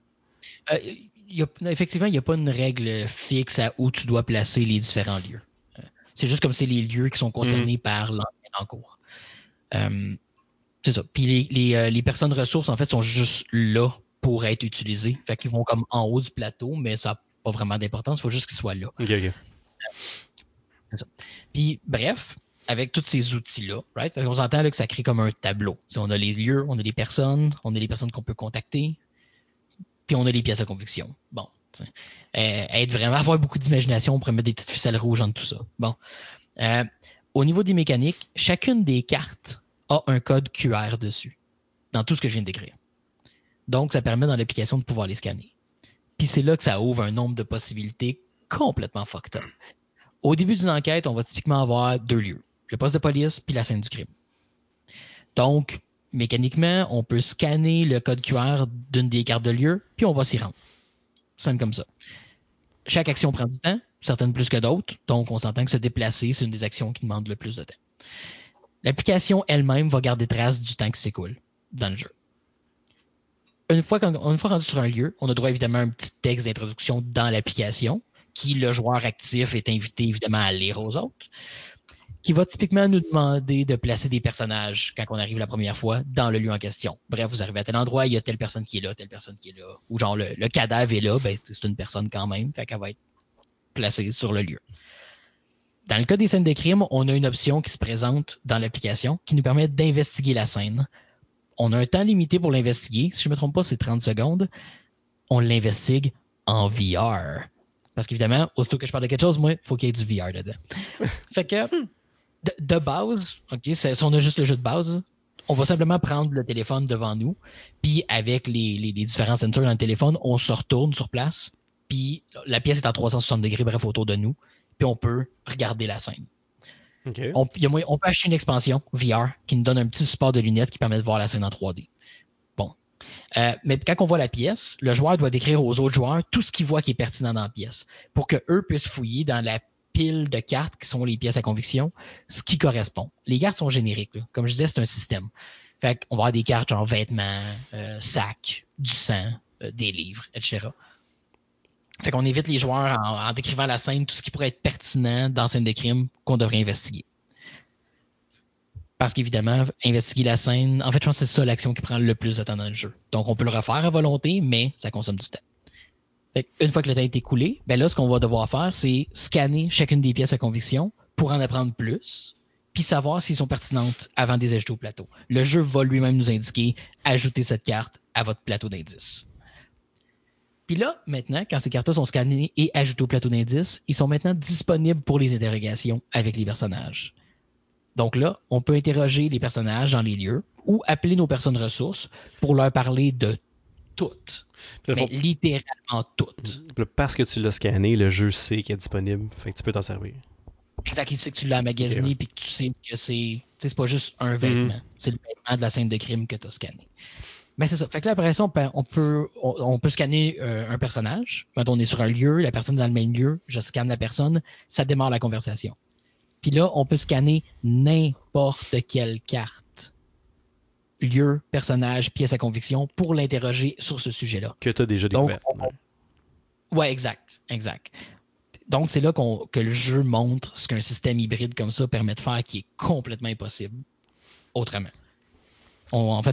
Effectivement, il n'y a pas une règle fixe à où tu dois placer les différents lieux. C'est juste comme c'est les lieux qui sont concernés par l'enquête en cours. C'est ça. Puis les personnes ressources, en fait, sont juste là pour être utilisées. Fait qu'ils vont comme en haut du plateau, mais ça n'a pas vraiment d'importance. Il faut juste qu'ils soient là. OK. C'est ça. Puis, bref, avec tous ces outils-là, right? On s'entend là, que ça crée comme un tableau. T'sais, on a les lieux, on a les personnes qu'on peut contacter, puis on a les pièces de conviction. Bon, avoir beaucoup d'imagination, on pourrait mettre des petites ficelles rouges entre tout ça. Bon. Au niveau des mécaniques, chacune des cartes a un code QR dessus, dans tout ce que je viens de décrire. Donc, ça permet dans l'application de pouvoir les scanner. Puis c'est là que ça ouvre un nombre de possibilités complètement fucked up. Au début d'une enquête, on va typiquement avoir 2 lieux. Le poste de police puis la scène du crime. Donc, mécaniquement, on peut scanner le code QR d'une des cartes de lieu, puis on va s'y rendre. Simple comme ça. Chaque action prend du temps, certaines plus que d'autres, donc on s'entend que se déplacer, c'est une des actions qui demande le plus de temps. L'application elle-même va garder trace du temps qui s'écoule dans le jeu. Une fois rendu sur un lieu, on a droit évidemment à un petit texte d'introduction dans l'application, qui le joueur actif est invité évidemment à lire aux autres, qui va typiquement nous demander de placer des personnages quand on arrive la première fois dans le lieu en question. Bref, vous arrivez à tel endroit, il y a telle personne qui est là, telle personne qui est là, ou genre le cadavre est là, ben c'est une personne quand même, fait qu'elle va être placée sur le lieu. Dans le cas des scènes de crime, on a une option qui se présente dans l'application qui nous permet d'investiguer la scène. On a un temps limité pour l'investiguer. Si je ne me trompe pas, c'est 30 secondes. On l'investigue en VR. Parce qu'évidemment, aussitôt que je parle de quelque chose, moi, il faut qu'il y ait du VR dedans. Fait que, de base, si on a juste le jeu de base, on va simplement prendre le téléphone devant nous, puis avec les différents sensors dans le téléphone, on se retourne sur place, puis la pièce est à 360 degrés, bref, autour de nous, puis on peut regarder la scène. Okay. On peut acheter une expansion VR qui nous donne un petit support de lunettes qui permet de voir la scène en 3D. Bon, Mais quand on voit la pièce, le joueur doit décrire aux autres joueurs tout ce qu'il voit qui est pertinent dans la pièce pour qu'eux puissent fouiller dans la pile de cartes qui sont les pièces à conviction, ce qui correspond. Les cartes sont génériques. Là. Comme je disais, c'est un système. Fait qu'on va avoir des cartes genre vêtements, sacs, du sang, des livres, etc. Fait qu'on évite les joueurs en décrivant la scène, tout ce qui pourrait être pertinent dans la scène de crime qu'on devrait investiguer. Parce qu'évidemment, investiguer la scène, en fait, je pense que c'est ça l'action qui prend le plus de temps dans le jeu. Donc, on peut le refaire à volonté, mais ça consomme du temps. Fait une fois que le temps est écoulé, ben là, ce qu'on va devoir faire, c'est scanner chacune des pièces à conviction pour en apprendre plus, puis savoir s'ils sont pertinentes avant de les ajouter au plateau. Le jeu va lui-même nous indiquer « Ajoutez cette carte à votre plateau d'indices ». Puis là, maintenant, quand ces cartes-là sont scannées et ajoutées au plateau d'indices, ils sont maintenant disponibles pour les interrogations avec les personnages. Donc là, on peut interroger les personnages dans les lieux ou appeler nos personnes ressources pour leur parler de toutes. Mais littéralement toutes. Parce que tu l'as scanné, le jeu sait qu'il est disponible, fait que tu peux t'en servir. Exact, il sait que tu l'as magasiné puis que tu sais que c'est pas juste un vêtement. C'est le vêtement de la scène de crime que tu as scanné. Mais c'est ça. Fait que là, après ça, on peut scanner un personnage. Quand on est sur un lieu, la personne est dans le même lieu, je scanne la personne, ça démarre la conversation. Puis là, on peut scanner n'importe quelle carte. Lieu, personnage, pièce à conviction pour l'interroger sur ce sujet-là. Que tu as déjà découvert. Ouais, exact. Donc, c'est là que le jeu montre ce qu'un système hybride comme ça permet de faire qui est complètement impossible autrement. On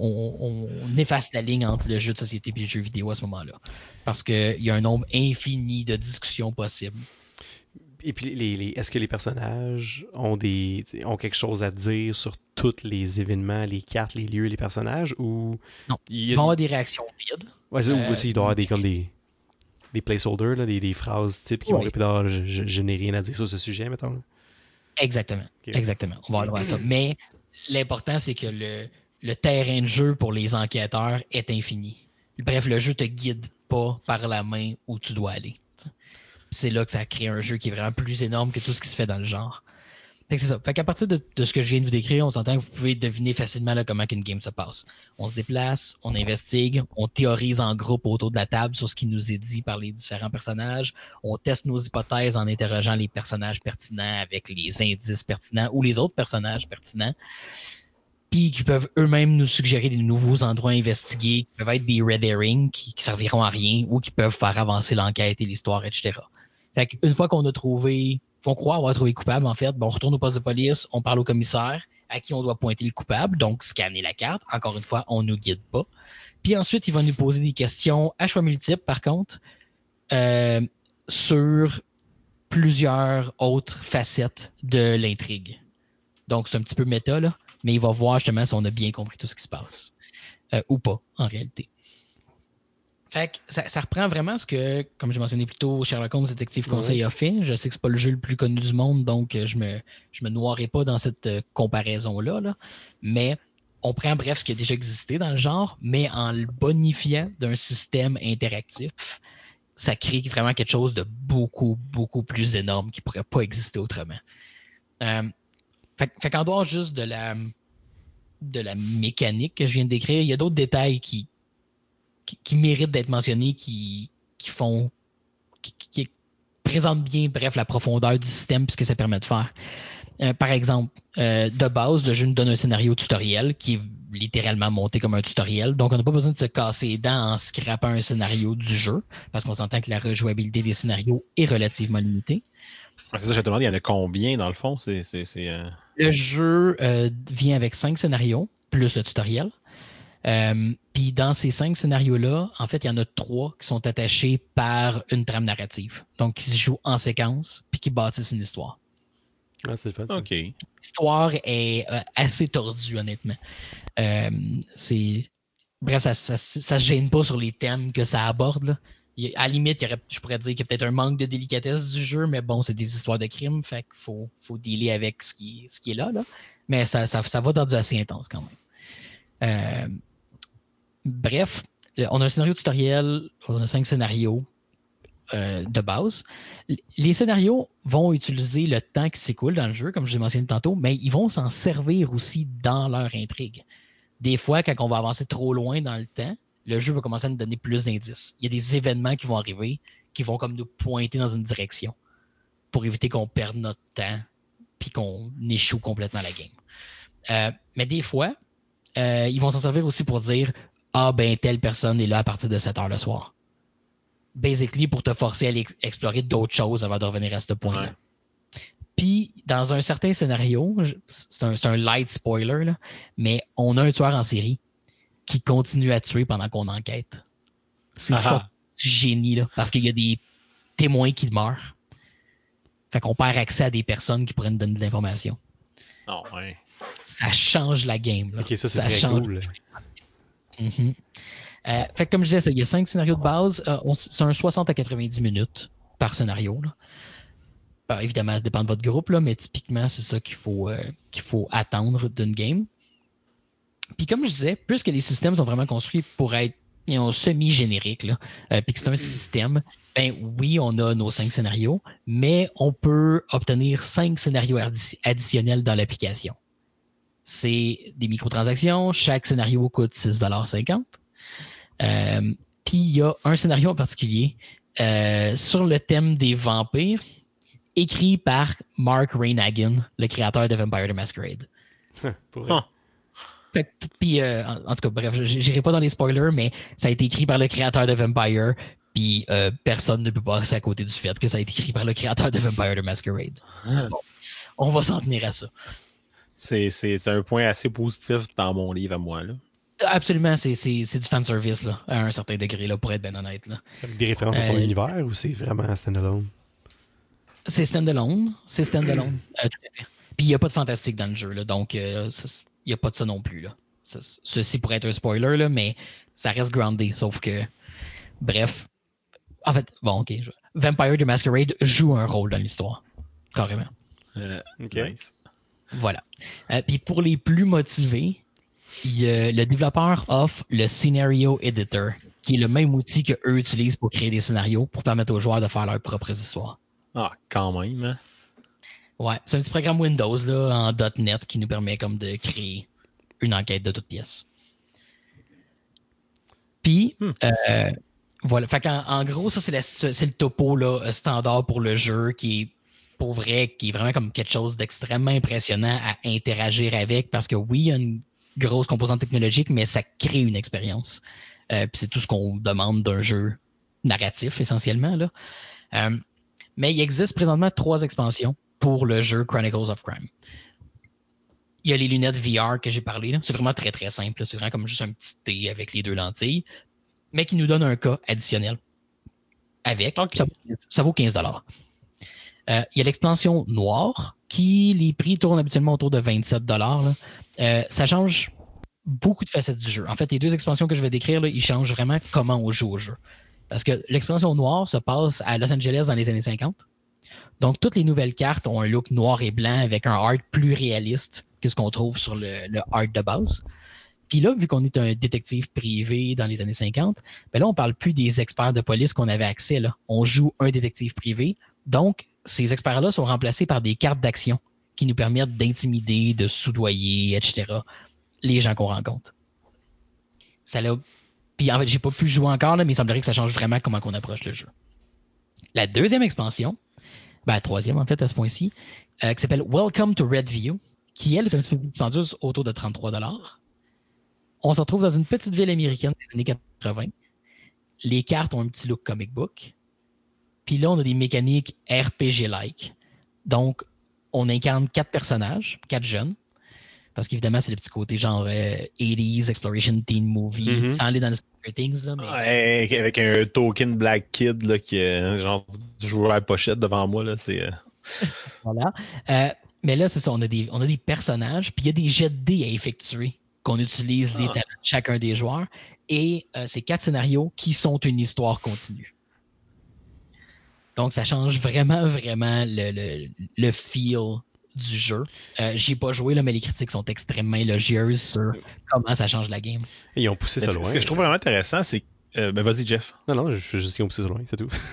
efface la ligne entre le jeu de société et le jeu vidéo à ce moment-là. Parce qu'il y a un nombre infini de discussions possibles. Et puis, est-ce que les personnages ont quelque chose à dire sur tous les événements, les cartes, les lieux, les personnages? Ou non, ils vont avoir des réactions vides. Ouais, ou aussi, il doit y avoir des placeholders, là, des phrases types qui vont répéter « je n'ai rien à dire sur ce sujet », mettons. Exactement. Okay. Exactement. On va avoir ça. Mais l'important, c'est que le terrain de jeu pour les enquêteurs est infini. Bref, le jeu te guide pas par la main où tu dois aller. C'est là que ça crée un jeu qui est vraiment plus énorme que tout ce qui se fait dans le genre. Fait que c'est ça. Fait qu'à partir de ce que je viens de vous décrire, on s'entend que vous pouvez deviner facilement là, comment une game se passe. On se déplace, on investigue, on théorise en groupe autour de la table sur ce qui nous est dit par les différents personnages. On teste nos hypothèses en interrogeant les personnages pertinents avec les indices pertinents ou les autres personnages pertinents. Puis qui peuvent eux-mêmes nous suggérer des nouveaux endroits à investiguer, qui peuvent être des red herrings qui serviront à rien ou qui peuvent faire avancer l'enquête et l'histoire, etc. Fait qu'une fois qu'on a croit avoir trouvé le coupable, en fait, on retourne au poste de police, on parle au commissaire à qui on doit pointer le coupable, donc scanner la carte. Encore une fois, on ne nous guide pas. Puis ensuite, il va nous poser des questions à choix multiples, par contre, sur plusieurs autres facettes de l'intrigue. Donc, c'est un petit peu méta, là, mais il va voir justement si on a bien compris tout ce qui se passe. Ou pas, en réalité. Fait que ça reprend vraiment ce que, comme je mentionnais plus tôt, Sherlock Holmes Détective Conseil a fait. Je sais que c'est pas le jeu le plus connu du monde, donc je me noierai pas dans cette comparaison-là. Là. Mais on prend bref ce qui a déjà existé dans le genre, mais en le bonifiant d'un système interactif, ça crée vraiment quelque chose de beaucoup, beaucoup plus énorme qui pourrait pas exister autrement. Fait qu'en dehors juste de la mécanique que je viens de décrire, il y a d'autres détails qui méritent d'être mentionnés, qui présentent bien, bref, la profondeur du système et ce que ça permet de faire. Par exemple, de base, le jeu nous donne un scénario tutoriel qui est littéralement monté comme un tutoriel. Donc, on n'a pas besoin de se casser les dents en scrapant un scénario du jeu, parce qu'on s'entend que la rejouabilité des scénarios est relativement limitée. C'est ça, je te demande, il y en a combien dans le fond? Le jeu vient avec 5 scénarios, plus le tutoriel. Puis dans ces 5 scénarios-là, en fait, il y en a 3 qui sont attachés par une trame narrative. Donc, qui se jouent en séquence, puis qui bâtissent une histoire. Ah, c'est le fun, ça. OK. L'histoire est assez tordue, honnêtement. Bref, ça se gêne pas sur les thèmes que ça aborde, là. À la limite, je pourrais dire qu'il y a peut-être un manque de délicatesse du jeu, mais bon, c'est des histoires de crimes, fait qu'il faut dealer avec ce qui est là. Mais ça va dans du assez intense quand même. Bref, on a un scénario tutoriel, on a 5 scénarios de base. Les scénarios vont utiliser le temps qui s'écoule dans le jeu, comme je l'ai mentionné tantôt, mais ils vont s'en servir aussi dans leur intrigue. des fois, quand on va avancer trop loin dans le temps, le jeu va commencer à nous donner plus d'indices. Il y a des événements qui vont arriver, qui vont comme nous pointer dans une direction pour éviter qu'on perde notre temps puis qu'on échoue complètement à la game. Mais des fois, ils vont s'en servir aussi pour dire « Ah, ben, telle personne est là à partir de 7 heures le soir. » Basically, pour te forcer à explorer d'autres choses avant de revenir à ce point-là. Ouais. Puis, dans un certain scénario, c'est un light spoiler, là, mais on a un tueur en série qui continue à tuer pendant qu'on enquête. C'est du génie, là, parce qu'il y a des témoins qui meurent. Fait qu'on perd accès à des personnes qui pourraient nous donner de l'information. Oh, ouais. Ça change la game. Là. Ok, ça, c'est très cool. Mm-hmm. Fait que comme je disais, il y a 5 scénarios de base. C'est un 60 à 90 minutes par scénario. Là. Alors, évidemment, ça dépend de votre groupe, là, mais typiquement, c'est ça qu'il faut attendre d'une game. Puis comme je disais, puisque les systèmes sont vraiment construits pour être semi-génériques, puis que c'est un système, ben oui, on a nos 5 scénarios, mais on peut obtenir 5 scénarios additionnels dans l'application. C'est des microtransactions. Chaque scénario coûte 6,50 $. Puis il y a un scénario en particulier sur le thème des vampires, écrit par Mark Reynagan, le créateur de Vampire the Masquerade. Puis, en tout cas, bref, j'irai pas dans les spoilers, mais ça a été écrit par le créateur de Vampire, puis personne ne peut passer à côté du fait que ça a été écrit par le créateur de Vampire the Masquerade. Bon, on va s'en tenir à ça. C'est un point assez positif dans mon livre à moi, là. Absolument, c'est du fanservice, là, à un certain degré, là, pour être bien honnête. Là. Avec des références à son univers ou c'est vraiment standalone? C'est standalone. Tout à fait. Puis il n'y a pas de fantastique dans le jeu, là, donc il n'y a pas de ça non plus. Là. Ceci pourrait être un spoiler, là, mais ça reste groundé, sauf que... Bref. En fait, bon, OK. Vampire the Masquerade joue un rôle dans l'histoire. Carrément. OK. Nice. Voilà. Puis pour les plus motivés, le développeur offre le Scenario Editor, qui est le même outil qu'eux utilisent pour créer des scénarios pour permettre aux joueurs de faire leurs propres histoires. Ah, quand même, hein? Ouais, c'est un petit programme Windows là, en .NET qui nous permet comme de créer une enquête de toute pièce. Puis, voilà. Fait en gros, ça, c'est le topo là, standard pour le jeu qui est pour vrai, qui est vraiment comme quelque chose d'extrêmement impressionnant à interagir avec parce que oui, il y a une grosse composante technologique, mais ça crée une expérience. Puis c'est tout ce qu'on demande d'un jeu narratif, essentiellement. Là. Mais il existe présentement 3 expansions pour le jeu Chronicles of Crime. Il y a les lunettes VR que j'ai parlé. Là. C'est vraiment très, très simple. Là. C'est vraiment comme juste un petit T avec les 2 lentilles, mais qui nous donne un cas additionnel. Avec, okay. Ça vaut 15 $. Il y a l'expansion noire, qui les prix tournent habituellement autour de 27 $. Là. Ça change beaucoup de facettes du jeu. En fait, les 2 expansions que je vais décrire, là, ils changent vraiment comment on joue au jeu. Parce que l'expansion noire se passe à Los Angeles dans les années 50. Donc, toutes les nouvelles cartes ont un look noir et blanc avec un art plus réaliste que ce qu'on trouve sur le art de base. Puis là, vu qu'on est un détective privé dans les années 50, ben là, on parle plus des experts de police qu'on avait accès. Là. On joue un détective privé. Donc, ces experts-là sont remplacés par des cartes d'action qui nous permettent d'intimider, de soudoyer, etc. les gens qu'on rencontre. Puis en fait, j'ai pas pu jouer encore, là, mais il semblerait que ça change vraiment comment on approche le jeu. La deuxième expansion, la troisième en fait à ce point-ci, qui s'appelle Welcome to Redview, qui elle est un petit peu plus dispendieuse autour de 33 $. On se retrouve dans une petite ville américaine des années 80. Les cartes ont un petit look comic book. Puis là, on a des mécaniques RPG-like. Donc, on incarne 4 personnages, 4 jeunes. Parce qu'évidemment, c'est le petit côté genre 80s, Exploration Teen Movie, sans aller dans le Stranger Things. Là, mais... ouais, avec un token Black Kid là, qui est genre du joueur à pochette devant moi. Là, c'est, Voilà. Mais là, c'est ça, on a des personnages, puis il y a des jets de dés à effectuer qu'on utilise des talents de chacun des joueurs. Et c'est 4 scénarios qui sont une histoire continue. Donc, ça change vraiment, vraiment le feel du jeu. J'y ai pas joué, là, mais les critiques sont extrêmement élogieuses sur comment ça change la game. Et ils ont poussé ça loin. Ce que je trouve vraiment intéressant, c'est... ben vas-y, Jeff. Non, je veux juste qu'ils ont poussé ça loin, c'est tout.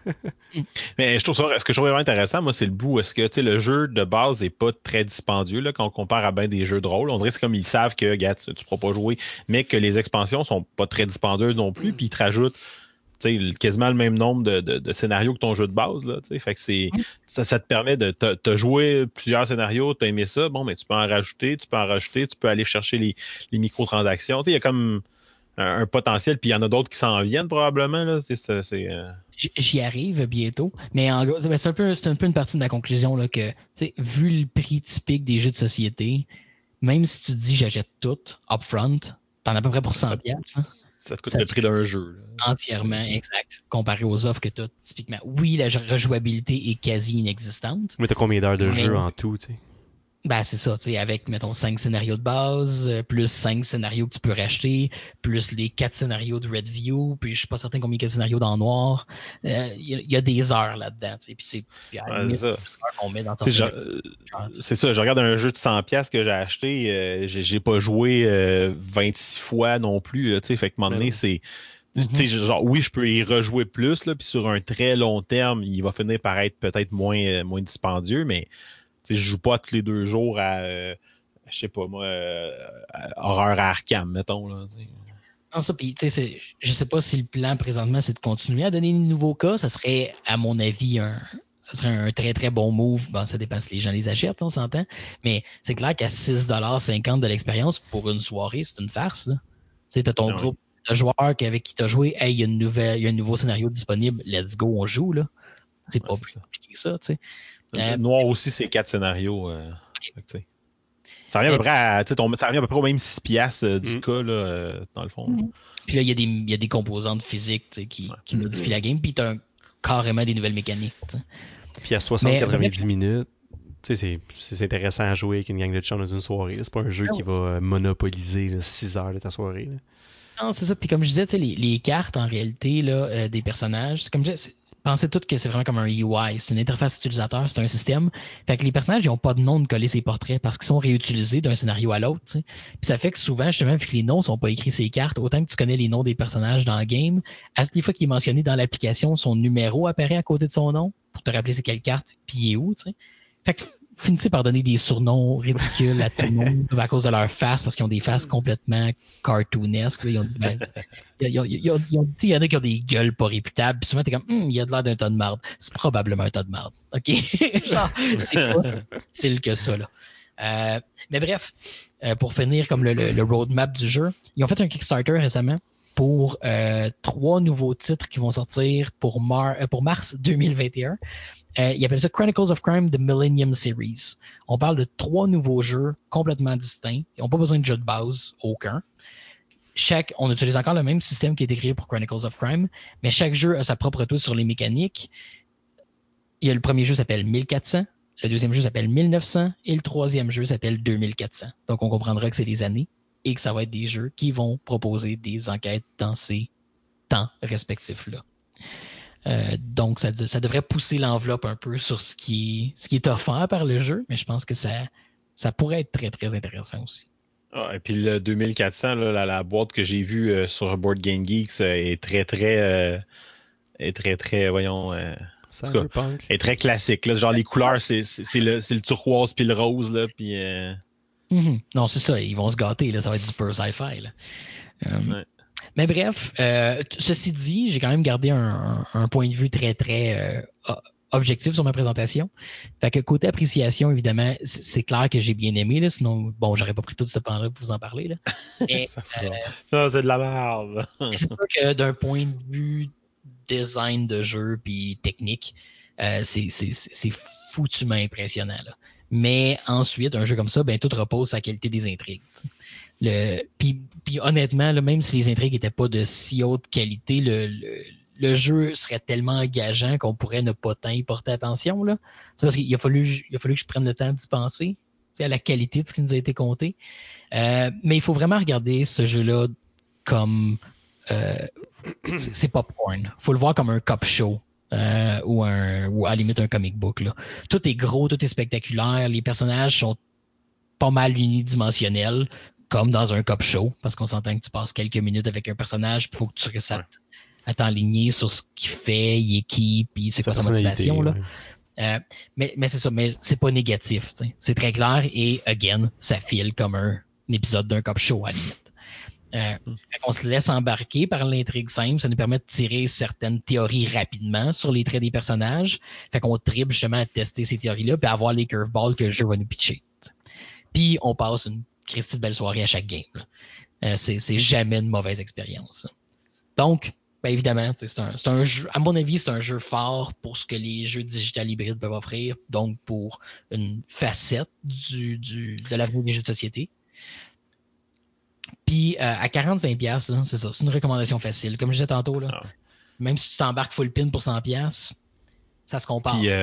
Mais ce que je trouve vraiment intéressant, moi, c'est le bout. Est-ce que le jeu de base n'est pas très dispendieux là, quand on compare à bien des jeux de rôle? On dirait que c'est comme ils savent que tu ne pourras pas jouer, mais que les expansions sont pas très dispendieuses non plus, puis ils te rajoutent quasiment le même nombre de scénarios que ton jeu de base. Là, fait que ça te permet de te jouer plusieurs scénarios, tu as aimé ça, bon, mais tu peux en rajouter, tu peux aller chercher les microtransactions. Il y a comme un potentiel, puis il y en a d'autres qui s'en viennent probablement. Là, J'y arrive bientôt, mais en gros, c'est un peu une partie de ma conclusion là, que vu le prix typique des jeux de société, même si tu te dis j'achète tout upfront, t'en as à peu près pour 100$. Ça te coûte le prix d'un jeu. Là. Entièrement, exact. Comparé aux offres que tu as typiquement. Oui, la rejouabilité est quasi inexistante. Mais tu as combien d'heures de jeu en tout, tu sais? Ben, c'est ça, tu sais, avec, mettons, 5 scénarios de base, plus 5 scénarios que tu peux racheter, plus les 4 scénarios de Red View, puis je suis pas certain combien il y a de scénarios dans Noir. Il y a des heures là-dedans, tu sais, puis c'est ça qu'on met dans c'est ça, je regarde un jeu de 100$ que j'ai acheté, j'ai pas joué 26 fois non plus, tu sais, fait que à un moment donné, c'est... Genre, oui, je peux y rejouer plus, là, puis sur un très long terme, il va finir par être peut-être moins dispendieux, mais je joue pas tous les 2 jours à je sais pas moi, Horreur à Arkham, mettons. Là, non, ça, puis je sais pas si le plan présentement, c'est de continuer à donner des nouveaux cas. Ça serait, à mon avis, ça serait un très, très bon move. Bon, ça dépend si les gens les achètent, on s'entend. Mais c'est clair qu'à 6,50$ de l'expérience pour une soirée, c'est une farce. Tu as ton groupe de joueurs avec qui tu as joué. Hey, il y a un nouveau scénario disponible. Let's go, on joue. Là. C'est pas plus compliqué que ça. Tu sais. Noir aussi, c'est 4 scénarios. Ça revient à peu près ça revient à peu près au même 6$ du cas, là, dans le fond. Puis là, il y a des composantes physiques qui modifient la game, puis tu as carrément des nouvelles mécaniques. T'sais. Puis à 60-90 minutes, c'est intéressant à jouer avec une gang de chums dans une soirée. C'est pas un jeu qui va monopoliser 6 heures de ta soirée. Là. Non, c'est ça. Puis comme je disais, les cartes, en réalité, là, des personnages, comme je disais, pensez tout que c'est vraiment comme un UI, c'est une interface utilisateur, c'est un système. Fait que les personnages, ils n'ont pas de nom de coller ces portraits parce qu'ils sont réutilisés d'un scénario à l'autre. Puis ça fait que souvent, justement, vu que les noms ne sont pas écrits sur les cartes, autant que tu connais les noms des personnages dans le game, à toutes les fois qu'il est mentionné dans l'application, son numéro apparaît à côté de son nom pour te rappeler c'est quelle carte puis il est où. T'sais. Fait que finissez par donner des surnoms ridicules à tout le monde à cause de leur face, parce qu'ils ont des faces complètement cartoonesques. Il y en a qui ont des gueules pas réputables. Puis souvent, t'es comme, il y a de l'air d'un tas de marde. C'est probablement un tas de marde. OK? Genre, c'est pas utile que ça, là. Mais bref, pour finir comme le roadmap du jeu, ils ont fait un Kickstarter récemment pour 3 nouveaux titres qui vont sortir pour mars 2021. Ils appellent ça Chronicles of Crime The Millennium Series. On parle de 3 nouveaux jeux complètement distincts. Ils n'ont pas besoin de jeu de base, aucun. On utilise encore le même système qui est écrit pour Chronicles of Crime, mais chaque jeu a sa propre touche sur les mécaniques. Le premier jeu s'appelle 1400, le deuxième jeu s'appelle 1900 et le troisième jeu s'appelle 2400. Donc on comprendra que c'est des années et que ça va être des jeux qui vont proposer des enquêtes dans ces temps respectifs-là. Donc, ça devrait pousser l'enveloppe un peu sur ce qui est offert par le jeu, mais je pense que ça pourrait être très, très intéressant aussi. Et puis le 2400, là, la boîte que j'ai vue sur Board Game Geeks est très, voyons... Cyberpunk. Est très classique. Là. Genre, les couleurs, c'est le turquoise puis le rose. Là, puis, Non, c'est ça. Ils vont se gâter. Là. Ça va être du pur sci-fi. Là. Ouais. Mais bref, ceci dit, j'ai quand même gardé un point de vue très, très objectif sur ma présentation. Fait que côté appréciation, évidemment, c'est clair que j'ai bien aimé. Là, sinon, bon, j'aurais pas pris tout ce temps-là pour vous en parler. Là. Mais, ça, c'est de la merde. C'est sûr que d'un point de vue design de jeu puis technique, c'est foutument impressionnant. Là. Mais ensuite, un jeu comme ça, ben tout repose sur la qualité des intrigues. Puis honnêtement, là, même si les intrigues n'étaient pas de si haute qualité, le jeu serait tellement engageant qu'on pourrait ne pas tant y porter attention. Là. C'est parce qu'il a fallu que je prenne le temps d'y penser à la qualité de ce qui nous a été conté. Mais il faut vraiment regarder ce jeu-là comme... c'est popcorn. Il faut le voir comme un cop show. Ou à la limite un comic book. Là. Tout est gros, tout est spectaculaire. Les personnages sont pas mal unidimensionnels, comme dans un cop show, parce qu'on s'entend que tu passes quelques minutes avec un personnage, il faut que à t'enligner sur ce qu'il fait, il est qui, puis c'est quoi sa motivation. Là. Mais c'est ça, mais c'est pas négatif. T'sais. C'est très clair et, again, ça file comme un épisode d'un cop show à la limite. On se laisse embarquer par l'intrigue simple, ça nous permet de tirer certaines théories rapidement sur les traits des personnages. Fait qu'on tripe justement à tester ces théories-là puis à avoir les curveballs que le jeu va nous pitcher. Puis on passe une christie de belle soirée à chaque game. C'est jamais une mauvaise expérience. Donc, ben évidemment, c'est un jeu, à mon avis, c'est un jeu fort pour ce que les jeux digital hybrides peuvent offrir, donc pour une facette de l'avenir des jeux de société. Puis à 45$, hein, c'est ça, c'est une recommandation facile. Comme je disais tantôt, là, même si tu t'embarques full pin pour 100$, ça se compare. Puis,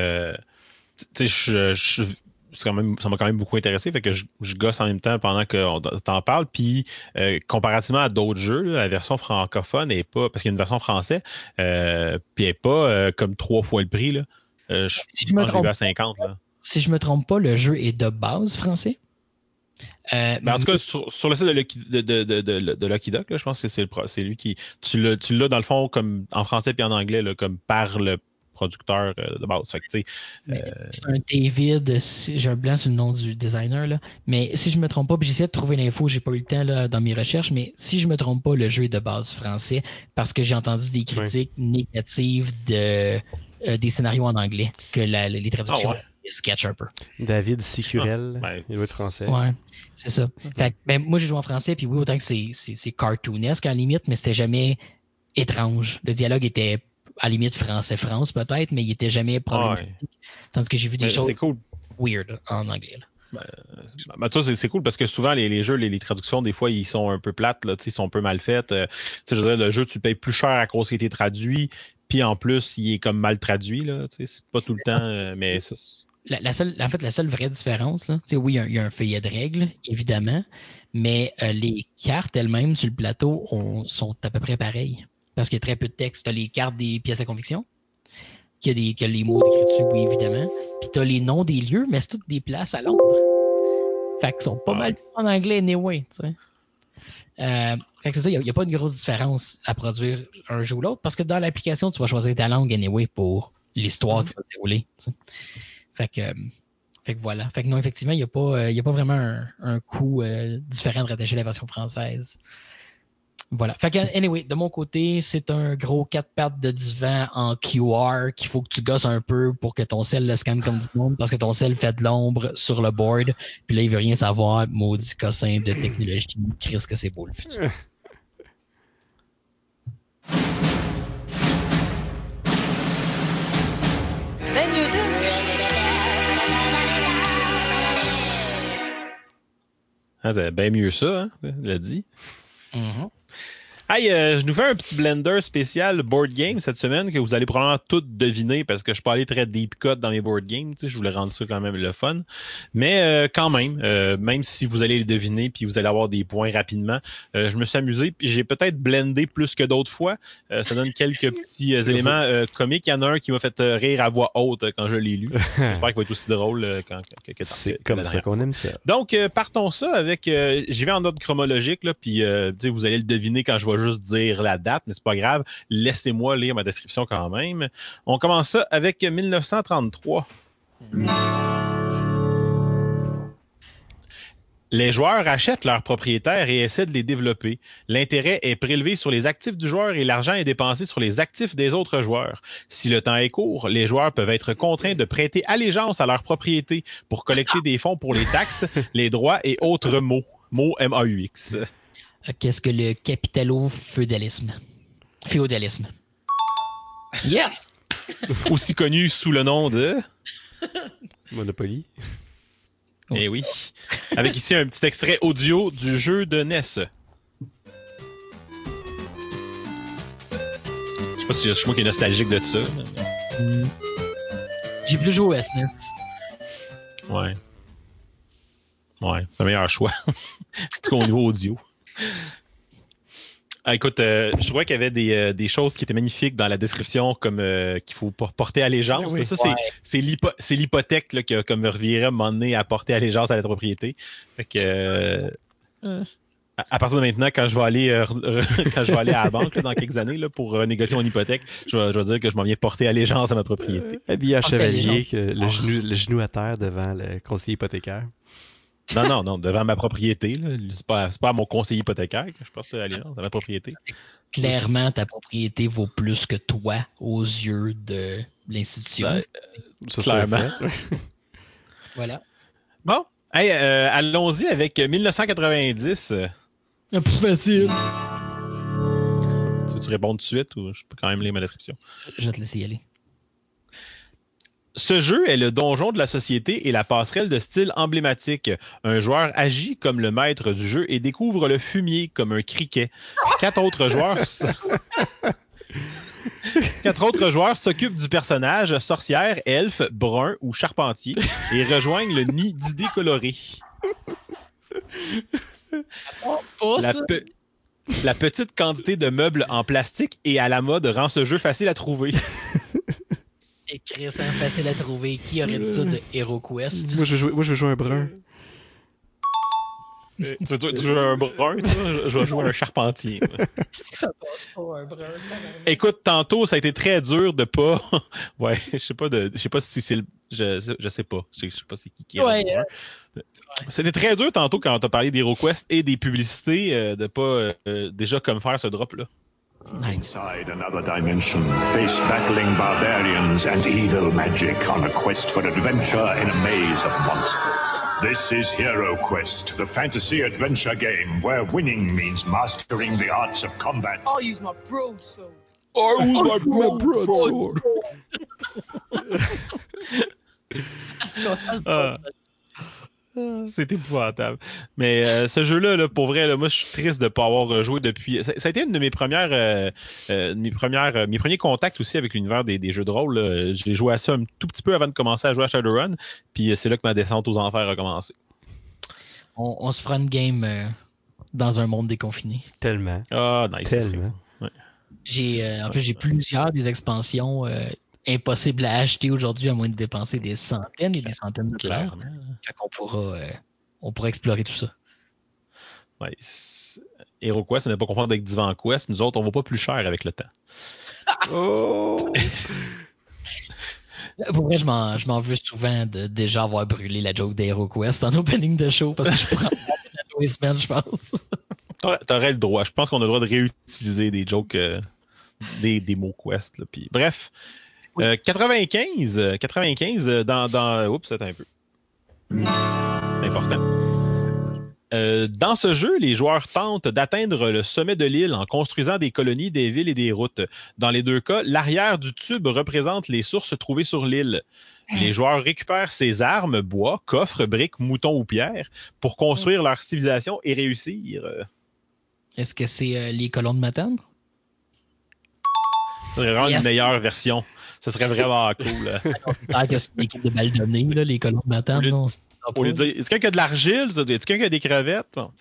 tu sais, ça m'a quand même beaucoup intéressé, fait que je gosse en même temps pendant qu'on t'en parle. Puis, comparativement à d'autres jeux, là, la version francophone n'est pas, parce qu'il y a une version française, puis elle n'est pas comme 3 fois le prix. Là. Si je me trompe, à 50. Là. Si je me trompe pas, le jeu est de base français. Ben en tout cas, sur le site de Lucky Duck, là, je pense que c'est lui qui. Tu l'as dans le fond comme en français puis en anglais, là, comme par le producteur de base. Fait que, c'est un David, j'ai un blanc sur le nom du designer, là, mais si je me trompe pas, puis j'essaie de trouver l'info, j'ai pas eu le temps là, dans mes recherches, mais si je me trompe pas, le jeu est de base français parce que j'ai entendu des critiques négatives des scénarios en anglais, que les traductions sketch un peu. David Sicurel, il doit être français. Ouais, c'est ça. Fait, ben, moi, j'ai joué en français, puis oui, autant que c'est cartoonesque à la limite, mais c'était jamais étrange. Le dialogue était à la limite français-France peut-être, mais il était jamais problématique. Tandis que j'ai vu des choses weird en anglais. C'est cool parce que souvent les jeux, les traductions, des fois, ils sont un peu plates, là, ils sont un peu mal faites. Je veux dire, le jeu, tu le payes plus cher à cause qu'il a été traduit, puis en plus, il est comme mal traduit. Là, c'est pas tout le temps, mais ça. La seule vraie différence, là, oui, il y a un feuillet de règles, évidemment, mais les cartes elles-mêmes sur le plateau sont à peu près pareilles. Parce qu'il y a très peu de texte. Tu as les cartes des pièces à conviction, qu'il y a les mots décrits dessus, oui, évidemment. Puis tu as les noms des lieux, mais c'est toutes des places à Londres. Fait qu'ils sont pas mal en anglais anyway. Tu sais. Fait que c'est ça, il n'y a pas une grosse différence à produire un jeu ou l'autre, parce que dans l'application, tu vas choisir ta langue anyway pour l'histoire qui va se dérouler. Tu sais. Fait que voilà. Fait que non, effectivement, il n'y a pas vraiment un coût différent de rattacher la version française. Voilà. Fait que, anyway, de mon côté, c'est un gros 4 pattes de divan en QR qu'il faut que tu gosses un peu pour que ton sel le scanne comme du monde, parce que ton sel fait de l'ombre sur le board. Puis là, il veut rien savoir. Maudit cossin de technologie. Christ que c'est beau le futur. C'est bien mieux ça, hein? L'a dit. Mm-hmm. Hey, je nous fais un petit blender spécial board game cette semaine que vous allez probablement tout deviner parce que je suis pas allé très deep cut dans mes board games. Je voulais rendre ça quand même le fun. Mais quand même si vous allez les deviner puis vous allez avoir des points rapidement, je me suis amusé puis j'ai peut-être blendé plus que d'autres fois. Ça donne quelques petits éléments comiques. Il y en a un qui m'a fait rire à voix haute quand je l'ai lu. J'espère qu'il va être aussi drôle que c'est comme ça qu'on aime ça. Donc, partons ça avec... j'y vais en ordre chronologique, là, puis vous allez le deviner quand je vais juste dire la date, mais c'est pas grave. Laissez-moi lire ma description quand même. On commence ça avec 1933. Les joueurs achètent leurs propriétaires et essaient de les développer. L'intérêt est prélevé sur les actifs du joueur et l'argent est dépensé sur les actifs des autres joueurs. Si le temps est court, les joueurs peuvent être contraints de prêter allégeance à leur propriété pour collecter des fonds pour les taxes, les droits et autres mots. Mots M-A-U-X. Qu'est-ce que le capitalo-féodalisme? Féodalisme. Yes! Aussi connu sous le nom de... Monopoly. Eh oui. Avec ici un petit extrait audio du jeu de NES. Je sais pas si je suis moi qui est nostalgique de ça. J'ai plus joué au SNES. Ouais. Ouais, c'est un meilleur choix. En tout cas, au niveau audio. Écoute, je trouvais qu'il y avait des choses qui étaient magnifiques dans la description, comme qu'il faut porter allégeance. Oui, ça, c'est l'hypothèque là, qui a comme reviré à un moment donné à porter allégeance à la propriété. Fait que, À partir de maintenant, quand je vais aller, à la banque là, dans quelques années là, pour négocier mon hypothèque, je vais dire que je m'en viens porter allégeance à ma propriété. Habillé en chevalier, le genou à terre devant le conseiller hypothécaire. Non, devant ma propriété. Là. C'est pas à mon conseiller hypothécaire que je porte allégeance à ma propriété. Clairement, ta propriété vaut plus que toi aux yeux de l'institution. Ça, clairement. Voilà. Bon, hey, allons-y avec 1990. Plus facile. Tu veux-tu répondre tout de suite ou je peux quand même lire ma description? Je vais te laisser y aller. Ce jeu est le donjon de la société et la passerelle de style emblématique. Un joueur agit comme le maître du jeu et découvre le fumier comme un criquet. Quatre autres joueurs s'occupent du personnage, sorcière, elfe, brun ou charpentier, et rejoignent le nid d'idées colorées. La petite quantité de meubles en plastique et à la mode rend ce jeu facile à trouver. Et Chris, facile à trouver. Qui aurait dit ça de HeroQuest? Moi, je veux jouer un brun. Tu veux jouer un brun? Je vais jouer un charpentier. C'est que ça passe pas, un brun. Écoute, tantôt, ça a été très dur de pas... Ouais, je sais pas si c'est le... Je sais pas. Je sais pas c'est qui est ouais, C'était très dur tantôt quand t'as parlé d'HeroQuest et des publicités de pas déjà comme faire ce drop-là. Inside another dimension, face battling barbarians and evil magic on a quest for adventure in a maze of monsters. This is HeroQuest, the fantasy adventure game where winning means mastering the arts of combat. I'll use my broadsword. C'est épouvantable. Mais ce jeu-là, là, pour vrai, là, moi, je suis triste de ne pas avoir joué depuis... Ça a été une de mes premières... mes premiers contacts aussi avec l'univers des jeux de rôle. Là. J'ai joué à ça un tout petit peu avant de commencer à jouer à Shadowrun. Puis c'est là que ma descente aux enfers a commencé. On se fera une game dans un monde déconfiné. Tellement. Ah, nice. Tellement. Ouais. En fait, j'ai plusieurs des expansions... impossible à acheter aujourd'hui à moins de dépenser des centaines et des centaines de dollars. Fait qu'on pourra explorer tout ça. Ouais, HeroQuest, ça n'est pas confondre avec DivanQuest. Nous autres, on ne va pas plus cher avec le temps. Oh! Pour vrai, je m'en veux souvent de déjà avoir brûlé la joke d'HeroQuest en opening de show parce que je prends tous les semaines, je pense. T'aurais le droit. Je pense qu'on a le droit de réutiliser des jokes, des mots Quest. Là. Puis, bref. 95 dans... Oups, attends un peu. C'est important. Dans ce jeu, les joueurs tentent d'atteindre le sommet de l'île en construisant des colonies, des villes et des routes. Dans les deux cas, l'arrière du tube représente les sources trouvées sur l'île. Les joueurs récupèrent ces armes, bois, coffres, briques, moutons ou pierres pour construire leur civilisation et réussir. Est-ce que c'est les colons de Matane? Ça serait vraiment une meilleure version. Ça serait vraiment cool. C'est une équipe de balles données, là, les colons de Matane. Au lieu de dire, est-ce quelqu'un qui a de l'argile? Est-ce quelqu'un qui a des crevettes? Bon.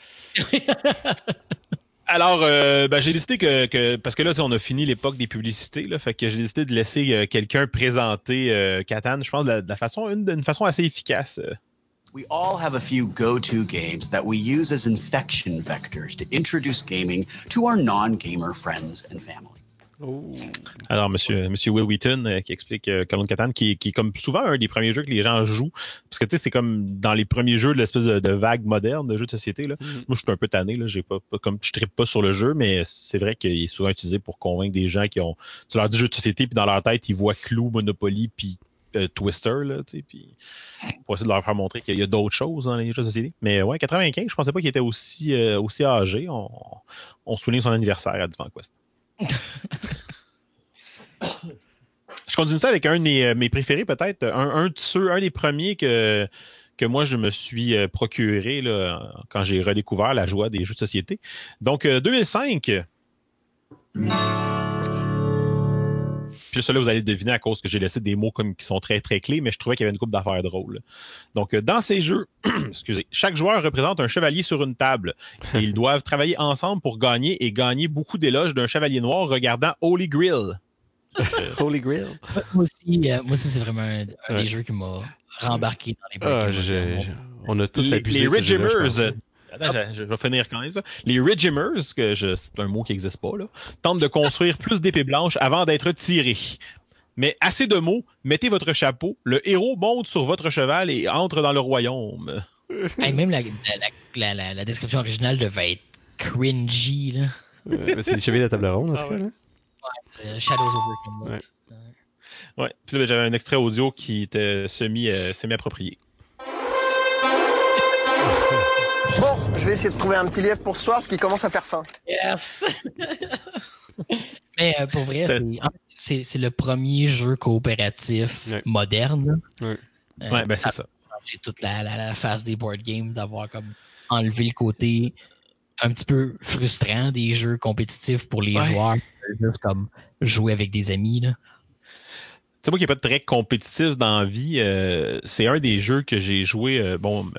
Alors, j'ai décidé que parce que là, on a fini l'époque des publicités, là, fait que j'ai décidé de laisser quelqu'un présenter Catan, je pense, d'une façon assez efficace. We all have a few go-to games that we use as infection vectors to introduce gaming to our non-gamer friends and family. Oh. Alors, monsieur Will Wheaton qui explique Colon de Catan, qui est comme souvent un des premiers jeux que les gens jouent. Parce que tu sais, c'est comme dans les premiers jeux de l'espèce de vague moderne de jeux de société. Là. Moi, je suis un peu tanné. Là, je trippe pas sur le jeu, mais c'est vrai qu'il est souvent utilisé pour convaincre des gens qui ont. Tu leur dis jeu de société, puis dans leur tête, ils voient Clou, Monopoly, puis Twister, là, tu sais, puis pour essayer de leur faire montrer qu'il y a d'autres choses dans les jeux de société. Mais ouais, 95, je pensais pas qu'il était aussi âgé. On souligne son anniversaire à DivanQuest. Je continue ça avec un de mes préférés, peut-être. Un des premiers que moi, je me suis procuré là, quand j'ai redécouvert la joie des jeux de société. Donc, 2005. Puis ça, là, vous allez deviner à cause que j'ai laissé des mots qui sont très, très clés, mais je trouvais qu'il y avait une couple d'affaires drôles. Donc, dans ces jeux, excusez, chaque joueur représente un chevalier sur une table. Et ils doivent travailler ensemble pour gagner et gagner beaucoup d'éloges d'un chevalier noir regardant Holy Grail. Holy Grail? Moi aussi, c'est vraiment un des jeux qui m'a rembarqué dans les on a tous abusé les de ce jeu-là, Attends, je vais finir quand même ça. Les Regimers, c'est un mot qui n'existe pas, là, tentent de construire plus d'épées blanches avant d'être tirés. Mais assez de mots, mettez votre chapeau, le héros monte sur votre cheval et entre dans le royaume. Hey, même la description originale devait être cringy. Là. C'est les chevaliers de la table ronde, dans ce cas-là. Ouais, c'est Shadows over Camelot. Ouais. Puis là, j'avais un extrait audio qui était semi-approprié. Bon, je vais essayer de trouver un petit lièvre pour ce soir parce qu'il commence à faire faim. Yes! Mais pour vrai, c'est le premier jeu coopératif moderne. Ouais, c'est ça. J'ai toute la phase des board games d'avoir comme enlevé le côté un petit peu frustrant des jeux compétitifs pour les joueurs, juste comme jouer avec des amis. Là. Tu sais, moi qui n'ai pas très compétitif dans la vie, c'est un des jeux que j'ai joué.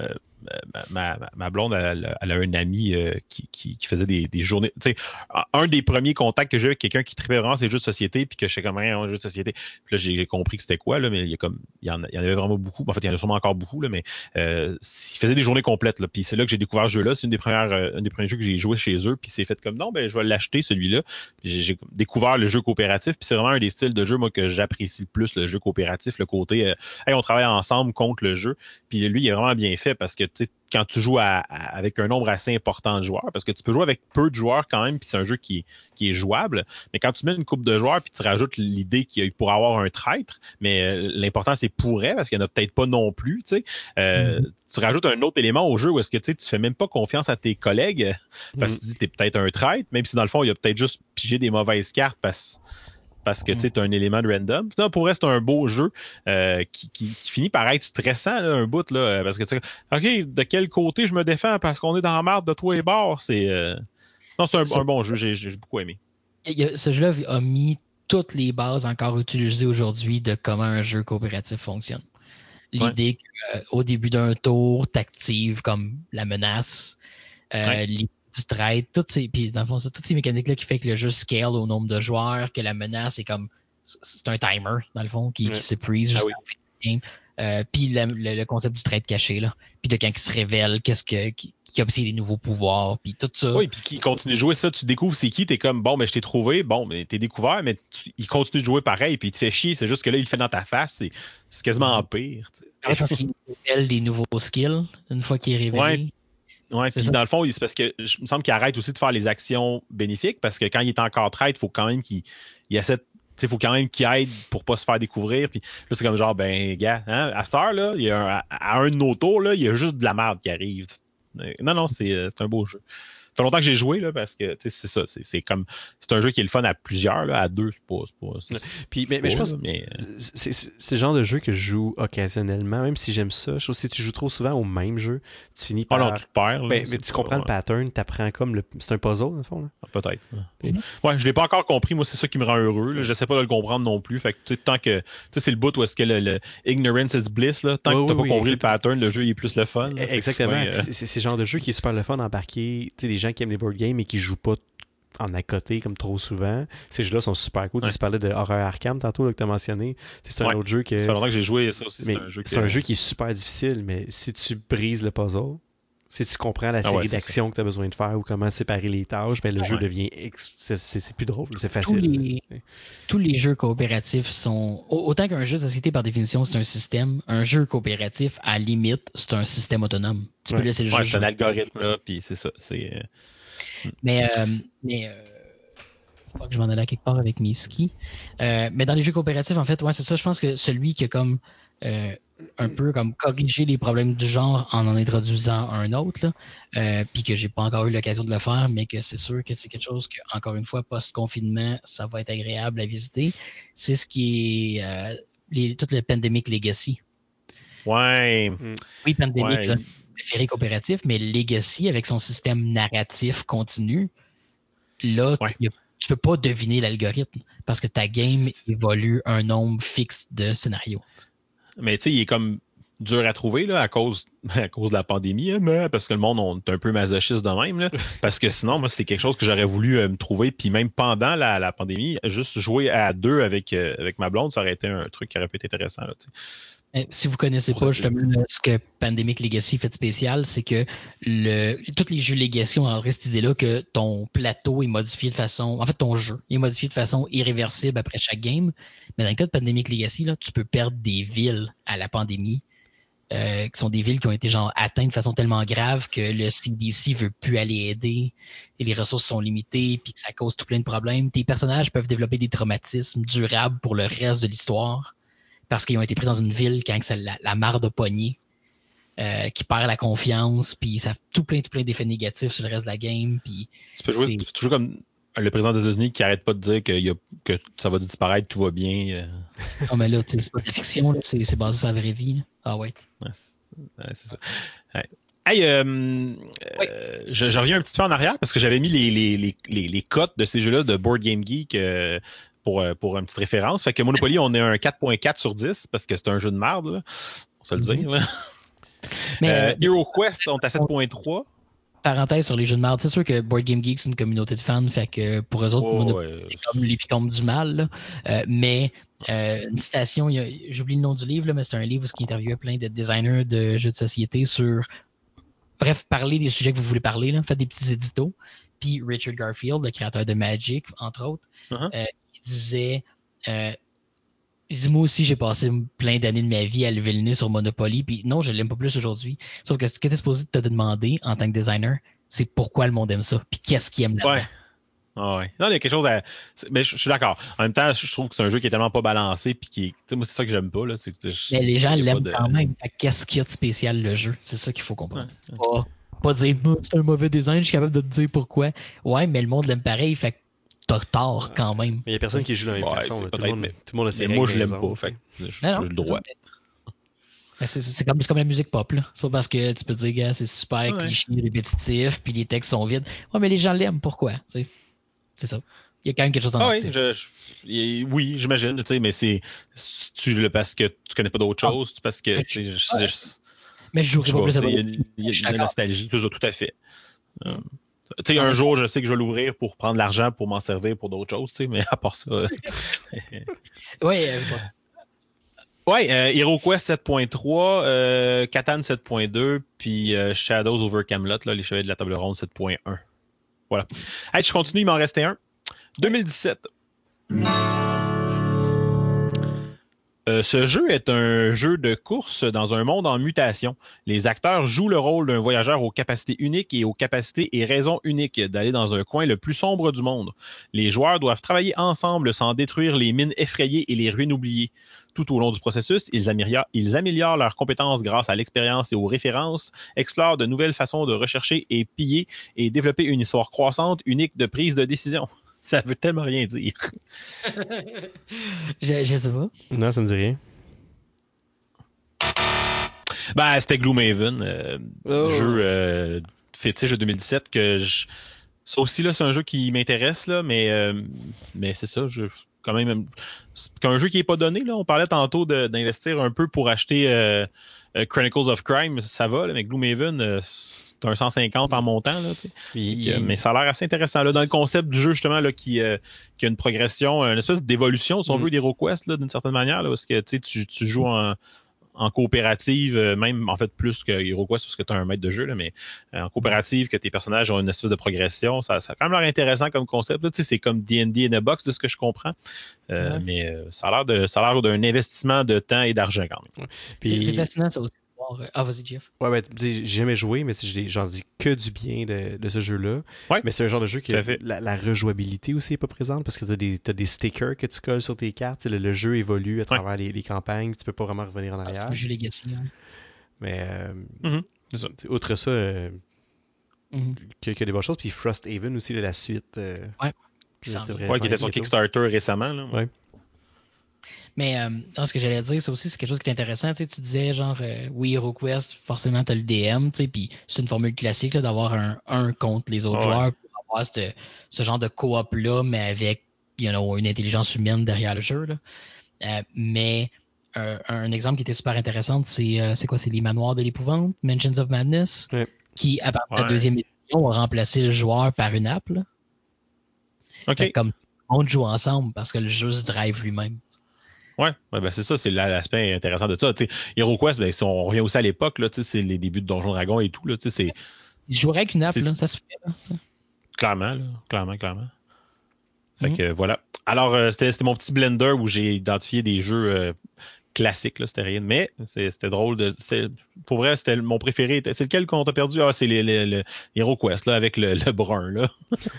Ma blonde, elle a un ami qui faisait des journées. Tu sais, un des premiers contacts que j'ai avec quelqu'un qui tripait vraiment ces jeux de société, puis que je sais comment un jeu de société. Puis là, j'ai compris que c'était quoi, là, mais il y en avait vraiment beaucoup. En fait, il y en a sûrement encore beaucoup, là, mais il faisait des journées complètes. Là, puis c'est là que j'ai découvert ce jeu-là. C'est un des premiers jeux que j'ai joué chez eux, puis c'est fait comme non, je vais l'acheter, celui-là. J'ai découvert le jeu coopératif, puis c'est vraiment un des styles de jeu, moi, que j'apprécie le plus, le jeu coopératif, le côté on travaille ensemble contre le jeu. Puis lui, il est vraiment bien fait parce que quand tu joues avec un nombre assez important de joueurs, parce que tu peux jouer avec peu de joueurs quand même, puis c'est un jeu qui est jouable, mais quand tu mets une couple de joueurs, puis tu rajoutes l'idée qu'il pourrait avoir un traître, mais l'important c'est pourrait, parce qu'il n'y en a peut-être pas non plus, tu rajoutes un autre élément au jeu où est-ce que tu fais même pas confiance à tes collègues, parce que tu dis t'es peut-être un traître, même si dans le fond, il a peut-être juste pigé des mauvaises cartes parce que tu as un élément de random. Ça, pour rester un beau jeu qui finit par être stressant, là, un bout, là, parce que tu sais, OK, de quel côté je me défends parce qu'on est dans la merde de tous les bords. Non, c'est un bon jeu, j'ai beaucoup aimé. Ce jeu-là a mis toutes les bases encore utilisées aujourd'hui de comment un jeu coopératif fonctionne. L'idée qu'au début d'un tour, t'actives comme la menace, du trade, puis dans le fond, c'est toutes ces mécaniques-là qui fait que le jeu scale au nombre de joueurs, que la menace est comme c'est un timer, dans le fond, qui s'épuise jusqu'à la fin du game. Puis le concept du trade caché, là. Puis de quand il se révèle, qui obtient des nouveaux pouvoirs, puis tout ça. Oui, puis qui continue de jouer ça, tu découvres c'est qui, t'es comme bon, je t'ai trouvé, mais t'es découvert, mais il continue de jouer pareil, puis il te fait chier, c'est juste que là, il le fait dans ta face, c'est quasiment pire. Je pense qu'il révèle des nouveaux skills une fois qu'il est révélé. Oui, puis dans le fond, c'est parce que je me semble qu'il arrête aussi de faire les actions bénéfiques parce que quand il est encore traître, il faut quand même qu'il essaie de. Il faut quand même qu'il aide pour pas se faire découvrir. Puis là, c'est comme genre, gars, à cette heure, là, à un de nos tours, là, il y a juste de la merde qui arrive. Non, c'est un beau jle Ça fait longtemps que j'ai joué, là, parce que c'est ça. C'est un jeu qui est le fun à plusieurs, là, à deux, c'est pas. Puis, mais je pense que c'est le genre de jeu que je joue occasionnellement, même si j'aime ça. Je trouve que si tu joues trop souvent au même jeu, tu finis par. Alors, tu te perds. Mais tu comprends le pattern, tu apprends comme c'est un puzzle, dans le fond. Là. Peut-être. Ouais, je l'ai pas encore compris. Moi, c'est ça qui me rend heureux. Là. J'essaie pas de le comprendre non plus. Fait que tant que. Tu sais, c'est le bout où est-ce que le ignorance is bliss, là. Tant que t'as pas compris le pattern, le jeu il est plus le fun. Là. Exactement. C'est le genre de jeu qui est super le fun d'embarquer. Tu sais, des gens qui aiment les board games et qui jouent pas en à côté comme trop souvent. Ces jeux-là sont super cool. Tu parlais de Horror Arkham tantôt là, que tu as mentionné. C'est un autre jeu que. Ça fait longtemps que j'ai joué ça aussi. C'est un jeu qui est super difficile, mais si tu brises le puzzle, si tu comprends la série d'actions que tu as besoin de faire ou comment séparer les tâches, le jeu devient. C'est plus drôle, c'est facile. Tous les jeux coopératifs sont. Autant qu'un jeu de société, par définition, c'est un système, un jeu coopératif, à la limite, c'est un système autonome. Tu peux laisser le jeu. C'est un algorithme, là, puis c'est ça. Mais faut que je m'en allais quelque part avec mes skis. Mais dans les jeux coopératifs, en fait, c'est ça. Je pense que celui qui a comme un peu comme corriger les problèmes du genre en introduisant un autre, puis que j'ai pas encore eu l'occasion de le faire, mais que c'est sûr que c'est quelque chose que, encore une fois, post-confinement, ça va être agréable à visiter. C'est ce qui est tout le Pandemic Legacy. Ouais. Oui, Pandemic, là, préféré coopératif, mais Legacy, avec son système narratif continu, là, tu peux pas deviner l'algorithme parce que ta game évolue un nombre fixe de scénarios. Mais tu sais, il est comme dur à trouver là, à cause de la pandémie, hein, parce que le monde est un peu masochiste de même. Là, parce que sinon, moi, c'est quelque chose que j'aurais voulu me trouver. Puis même pendant la pandémie, juste jouer à deux avec ma blonde, ça aurait été un truc qui aurait pu être intéressant. Là, Si vous ne connaissez pas justement ce que Pandemic Legacy fait de spécial, c'est que tous les jeux Legacy ont rentré cette idée-là que ton plateau est modifié de façon... En fait, ton jeu est modifié de façon irréversible après chaque game. Mais dans le cas de Pandemic Legacy, là, tu peux perdre des villes à la pandémie, qui sont des villes qui ont été genre atteintes de façon tellement grave que le CDC veut plus aller aider et les ressources sont limitées puis que ça cause tout plein de problèmes. Tes personnages peuvent développer des traumatismes durables pour le reste de l'histoire. Parce qu'ils ont été pris dans une ville quand la marde a pogné, qui perd la confiance, puis ça a tout plein d'effets négatifs sur le reste de la game. Puis tu peux jouer toujours comme le président des États-Unis qui arrête pas de dire que ça va disparaître, tout va bien. Non, mais là, c'est pas de la fiction, là, c'est basé sur la vraie vie. Là. Ah ouais. C'est ça. Ouais. Hey, je reviens un petit peu en arrière parce que j'avais mis les cotes de ces jeux-là de Board Game Geek. Pour une petite référence. Fait que Monopoly, on est un 4.4 sur 10 parce que c'est un jeu de merde, là. On se le dit. Mais HeroQuest, on est à 7.3. Parenthèse sur les jeux de merde. C'est sûr que Board Game Geek, c'est une communauté de fans. Fait que pour eux autres, Monopoly, c'est comme l'épitome du mal. Mais une citation, j'oublie le nom du livre, là, mais c'est un livre qui interviewait plein de designers de jeux de société sur... Bref, parler des sujets que vous voulez parler. Là. Faites des petits éditos. Puis Richard Garfield, le créateur de Magic, entre autres, disait moi aussi j'ai passé plein d'années de ma vie à lever le nez sur Monopoly, puis non, je l'aime pas plus aujourd'hui. Sauf que ce que tu es supposé te demander en tant que designer, c'est pourquoi le monde aime ça, puis qu'est-ce qu'il aime là-dedans. Ouais. Ah ouais. Non, il y a quelque chose à... Mais je suis d'accord. En même temps, je trouve que c'est un jeu qui est tellement pas balancé, puis qui est... moi, c'est ça que j'aime pas. Là. Mais les gens l'aiment quand même. Qu'est-ce qu'il y a de spécial le jeu? C'est ça qu'il faut comprendre. Pas dire c'est un mauvais design, je suis capable de te dire pourquoi. Ouais, mais le monde l'aime pareil, fait que t'as tort quand même. Mais il n'y a personne qui joue de la même façon. Tout le monde a ses règles. Moi, je l'aime pas. Fait j'ai le droit. C'est comme la musique pop. Là. C'est pas parce que tu peux dire que c'est super cliché, répétitif, puis les textes sont vides. Ouais, mais les gens l'aiment. Pourquoi? C'est ça. Il y a quand même quelque chose en oui, j'imagine. Mais c'est parce que tu connais pas d'autre chose. Parce que... Mais je jouerai pas plus à Il y a de la nostalgie, tout à fait. Tu sais, un jour, je sais que je vais l'ouvrir pour prendre l'argent pour m'en servir pour d'autres choses, mais à part ça... HeroQuest 7.3, Catan 7.2, puis Shadows over Camelot, là, les Chevaliers de la Table Ronde 7.1. Voilà. Hey, je continue, il m'en restait un. 2017. Ce jeu est un jeu de course dans un monde en mutation. Les acteurs jouent le rôle d'un voyageur aux capacités uniques et aux capacités et raisons uniques d'aller dans un coin le plus sombre du monde. Les joueurs doivent travailler ensemble sans détruire les mines effrayées et les ruines oubliées. Tout au long du processus, ils améliorent leurs compétences grâce à l'expérience et aux références, explorent de nouvelles façons de rechercher et piller et développer une histoire croissante, unique de prise de décision. Ça veut tellement rien dire. Je sais pas. Non, ça me dit rien. Ben, c'était Gloomhaven, jeu fétiche de 2017 ça aussi, là, c'est un jeu qui m'intéresse, là, mais c'est ça, quand même, c'est un jeu qui n'est pas donné, là. On parlait tantôt d'investir un peu pour acheter Chronicles of Crime, ça va, là, mais Gloomhaven, c'est un 150 en montant, là, mais ça a l'air assez intéressant. Là, dans le concept du jeu, justement, là, qui a une progression, une espèce d'évolution, si on veut, d'HeroQuest, là, d'une certaine manière, là, parce que tu joues en coopérative, même en fait plus que HeroQuest parce que tu as un maître de jeu, là, mais en coopérative, que tes personnages ont une espèce de progression, ça a quand même l'air intéressant comme concept. Là, c'est comme D&D in a box de ce que je comprends. Mais ça a l'air d'un investissement de temps et d'argent quand même. Puis... C'est fascinant ça aussi. Ah, vas-y, Jeff. Ouais, ben, j'ai jamais joué, mais j'en dis que du bien de ce jeu-là. Ouais. Mais c'est un genre de jeu qui la rejouabilité aussi n'est pas présente parce que t'as des stickers que tu colles sur tes cartes. Le jeu évolue à travers les campagnes. Tu peux pas vraiment revenir en arrière. C'est un jeu Legacy. Hein. Mais outre ça, qu'il y a des bonnes choses. Puis Frosthaven aussi, la suite. Qui était sur Kickstarter récemment. Là. Ouais. Mais ce que j'allais dire, ça aussi, c'est quelque chose qui est intéressant. Tu disais, genre, oui, HeroQuest, forcément, tu as le DM, puis c'est une formule classique là, d'avoir un contre les autres joueurs pour avoir ce genre de coop-là, mais avec une intelligence humaine derrière le jeu. Là. Mais un exemple qui était super intéressant, c'est quoi? C'est les Manoirs de l'Épouvante, Mansions of Madness, qui, à partir de la deuxième édition, a remplacé le joueur par une app. Là. OK. Comme tout le monde joue ensemble parce que le jeu se drive lui-même. Ouais, ben c'est ça, c'est l'aspect intéressant de ça. HeroQuest, ben, si on revient aussi à l'époque, là, c'est les débuts de Donjons Dragons et tout. Là, c'est... Ils joueraient avec une app, là, ça se fait. Là, clairement. Fait que voilà. Alors, c'était mon petit blender où j'ai identifié des jeux classiques, là, c'était rien. Mais c'était drôle. Pour vrai, c'était mon préféré. C'est lequel qu'on t'a perdu? Ah, c'est le HeroQuest, là, avec le brun, là.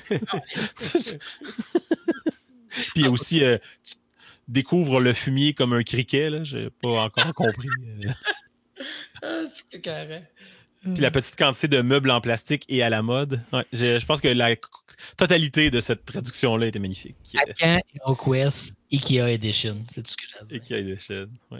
Puis aussi, tu découvres le fumier comme un criquet, là. J'ai pas encore compris. C'est carré. Puis la petite quantité de meubles en plastique et à la mode. Ouais, je pense que la totalité de cette traduction-là était magnifique. Quand HeroQuest Ikea Edition, c'est tout ce que j'ai à dire. Ikea Edition, ouais.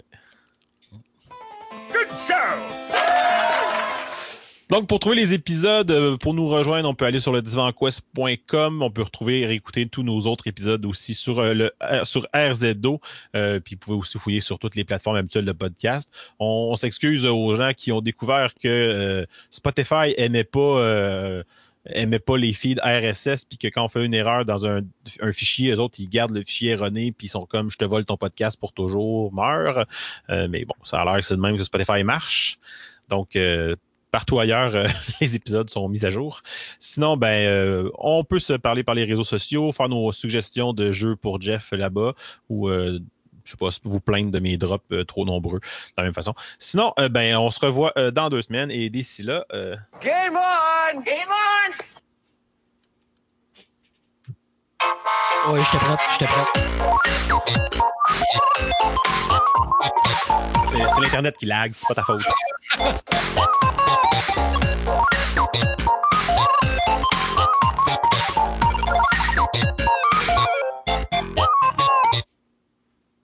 Good show! Donc, pour trouver les épisodes, pour nous rejoindre, on peut aller sur le divanquest.com. On peut retrouver et réécouter tous nos autres épisodes aussi sur RZO. Puis, vous pouvez aussi fouiller sur toutes les plateformes habituelles de podcast. On s'excuse aux gens qui ont découvert que Spotify aimait pas les feeds RSS, puis que quand on fait une erreur dans un fichier, eux autres, ils gardent le fichier erroné, puis ils sont comme « je te vole ton podcast pour toujours, meurs ». Mais bon, ça a l'air que c'est de même que Spotify marche. Donc, partout ailleurs, les épisodes sont mis à jour. Sinon, on peut se parler par les réseaux sociaux, faire nos suggestions de jeux pour Jeff là-bas, ou je sais pas, vous plaindre de mes drops trop nombreux de la même façon. Sinon, on se revoit dans 2 semaines, et d'ici là... Game on! Game on! Oui, j'étais prête. C'est l'Internet qui lag, c'est pas ta faute.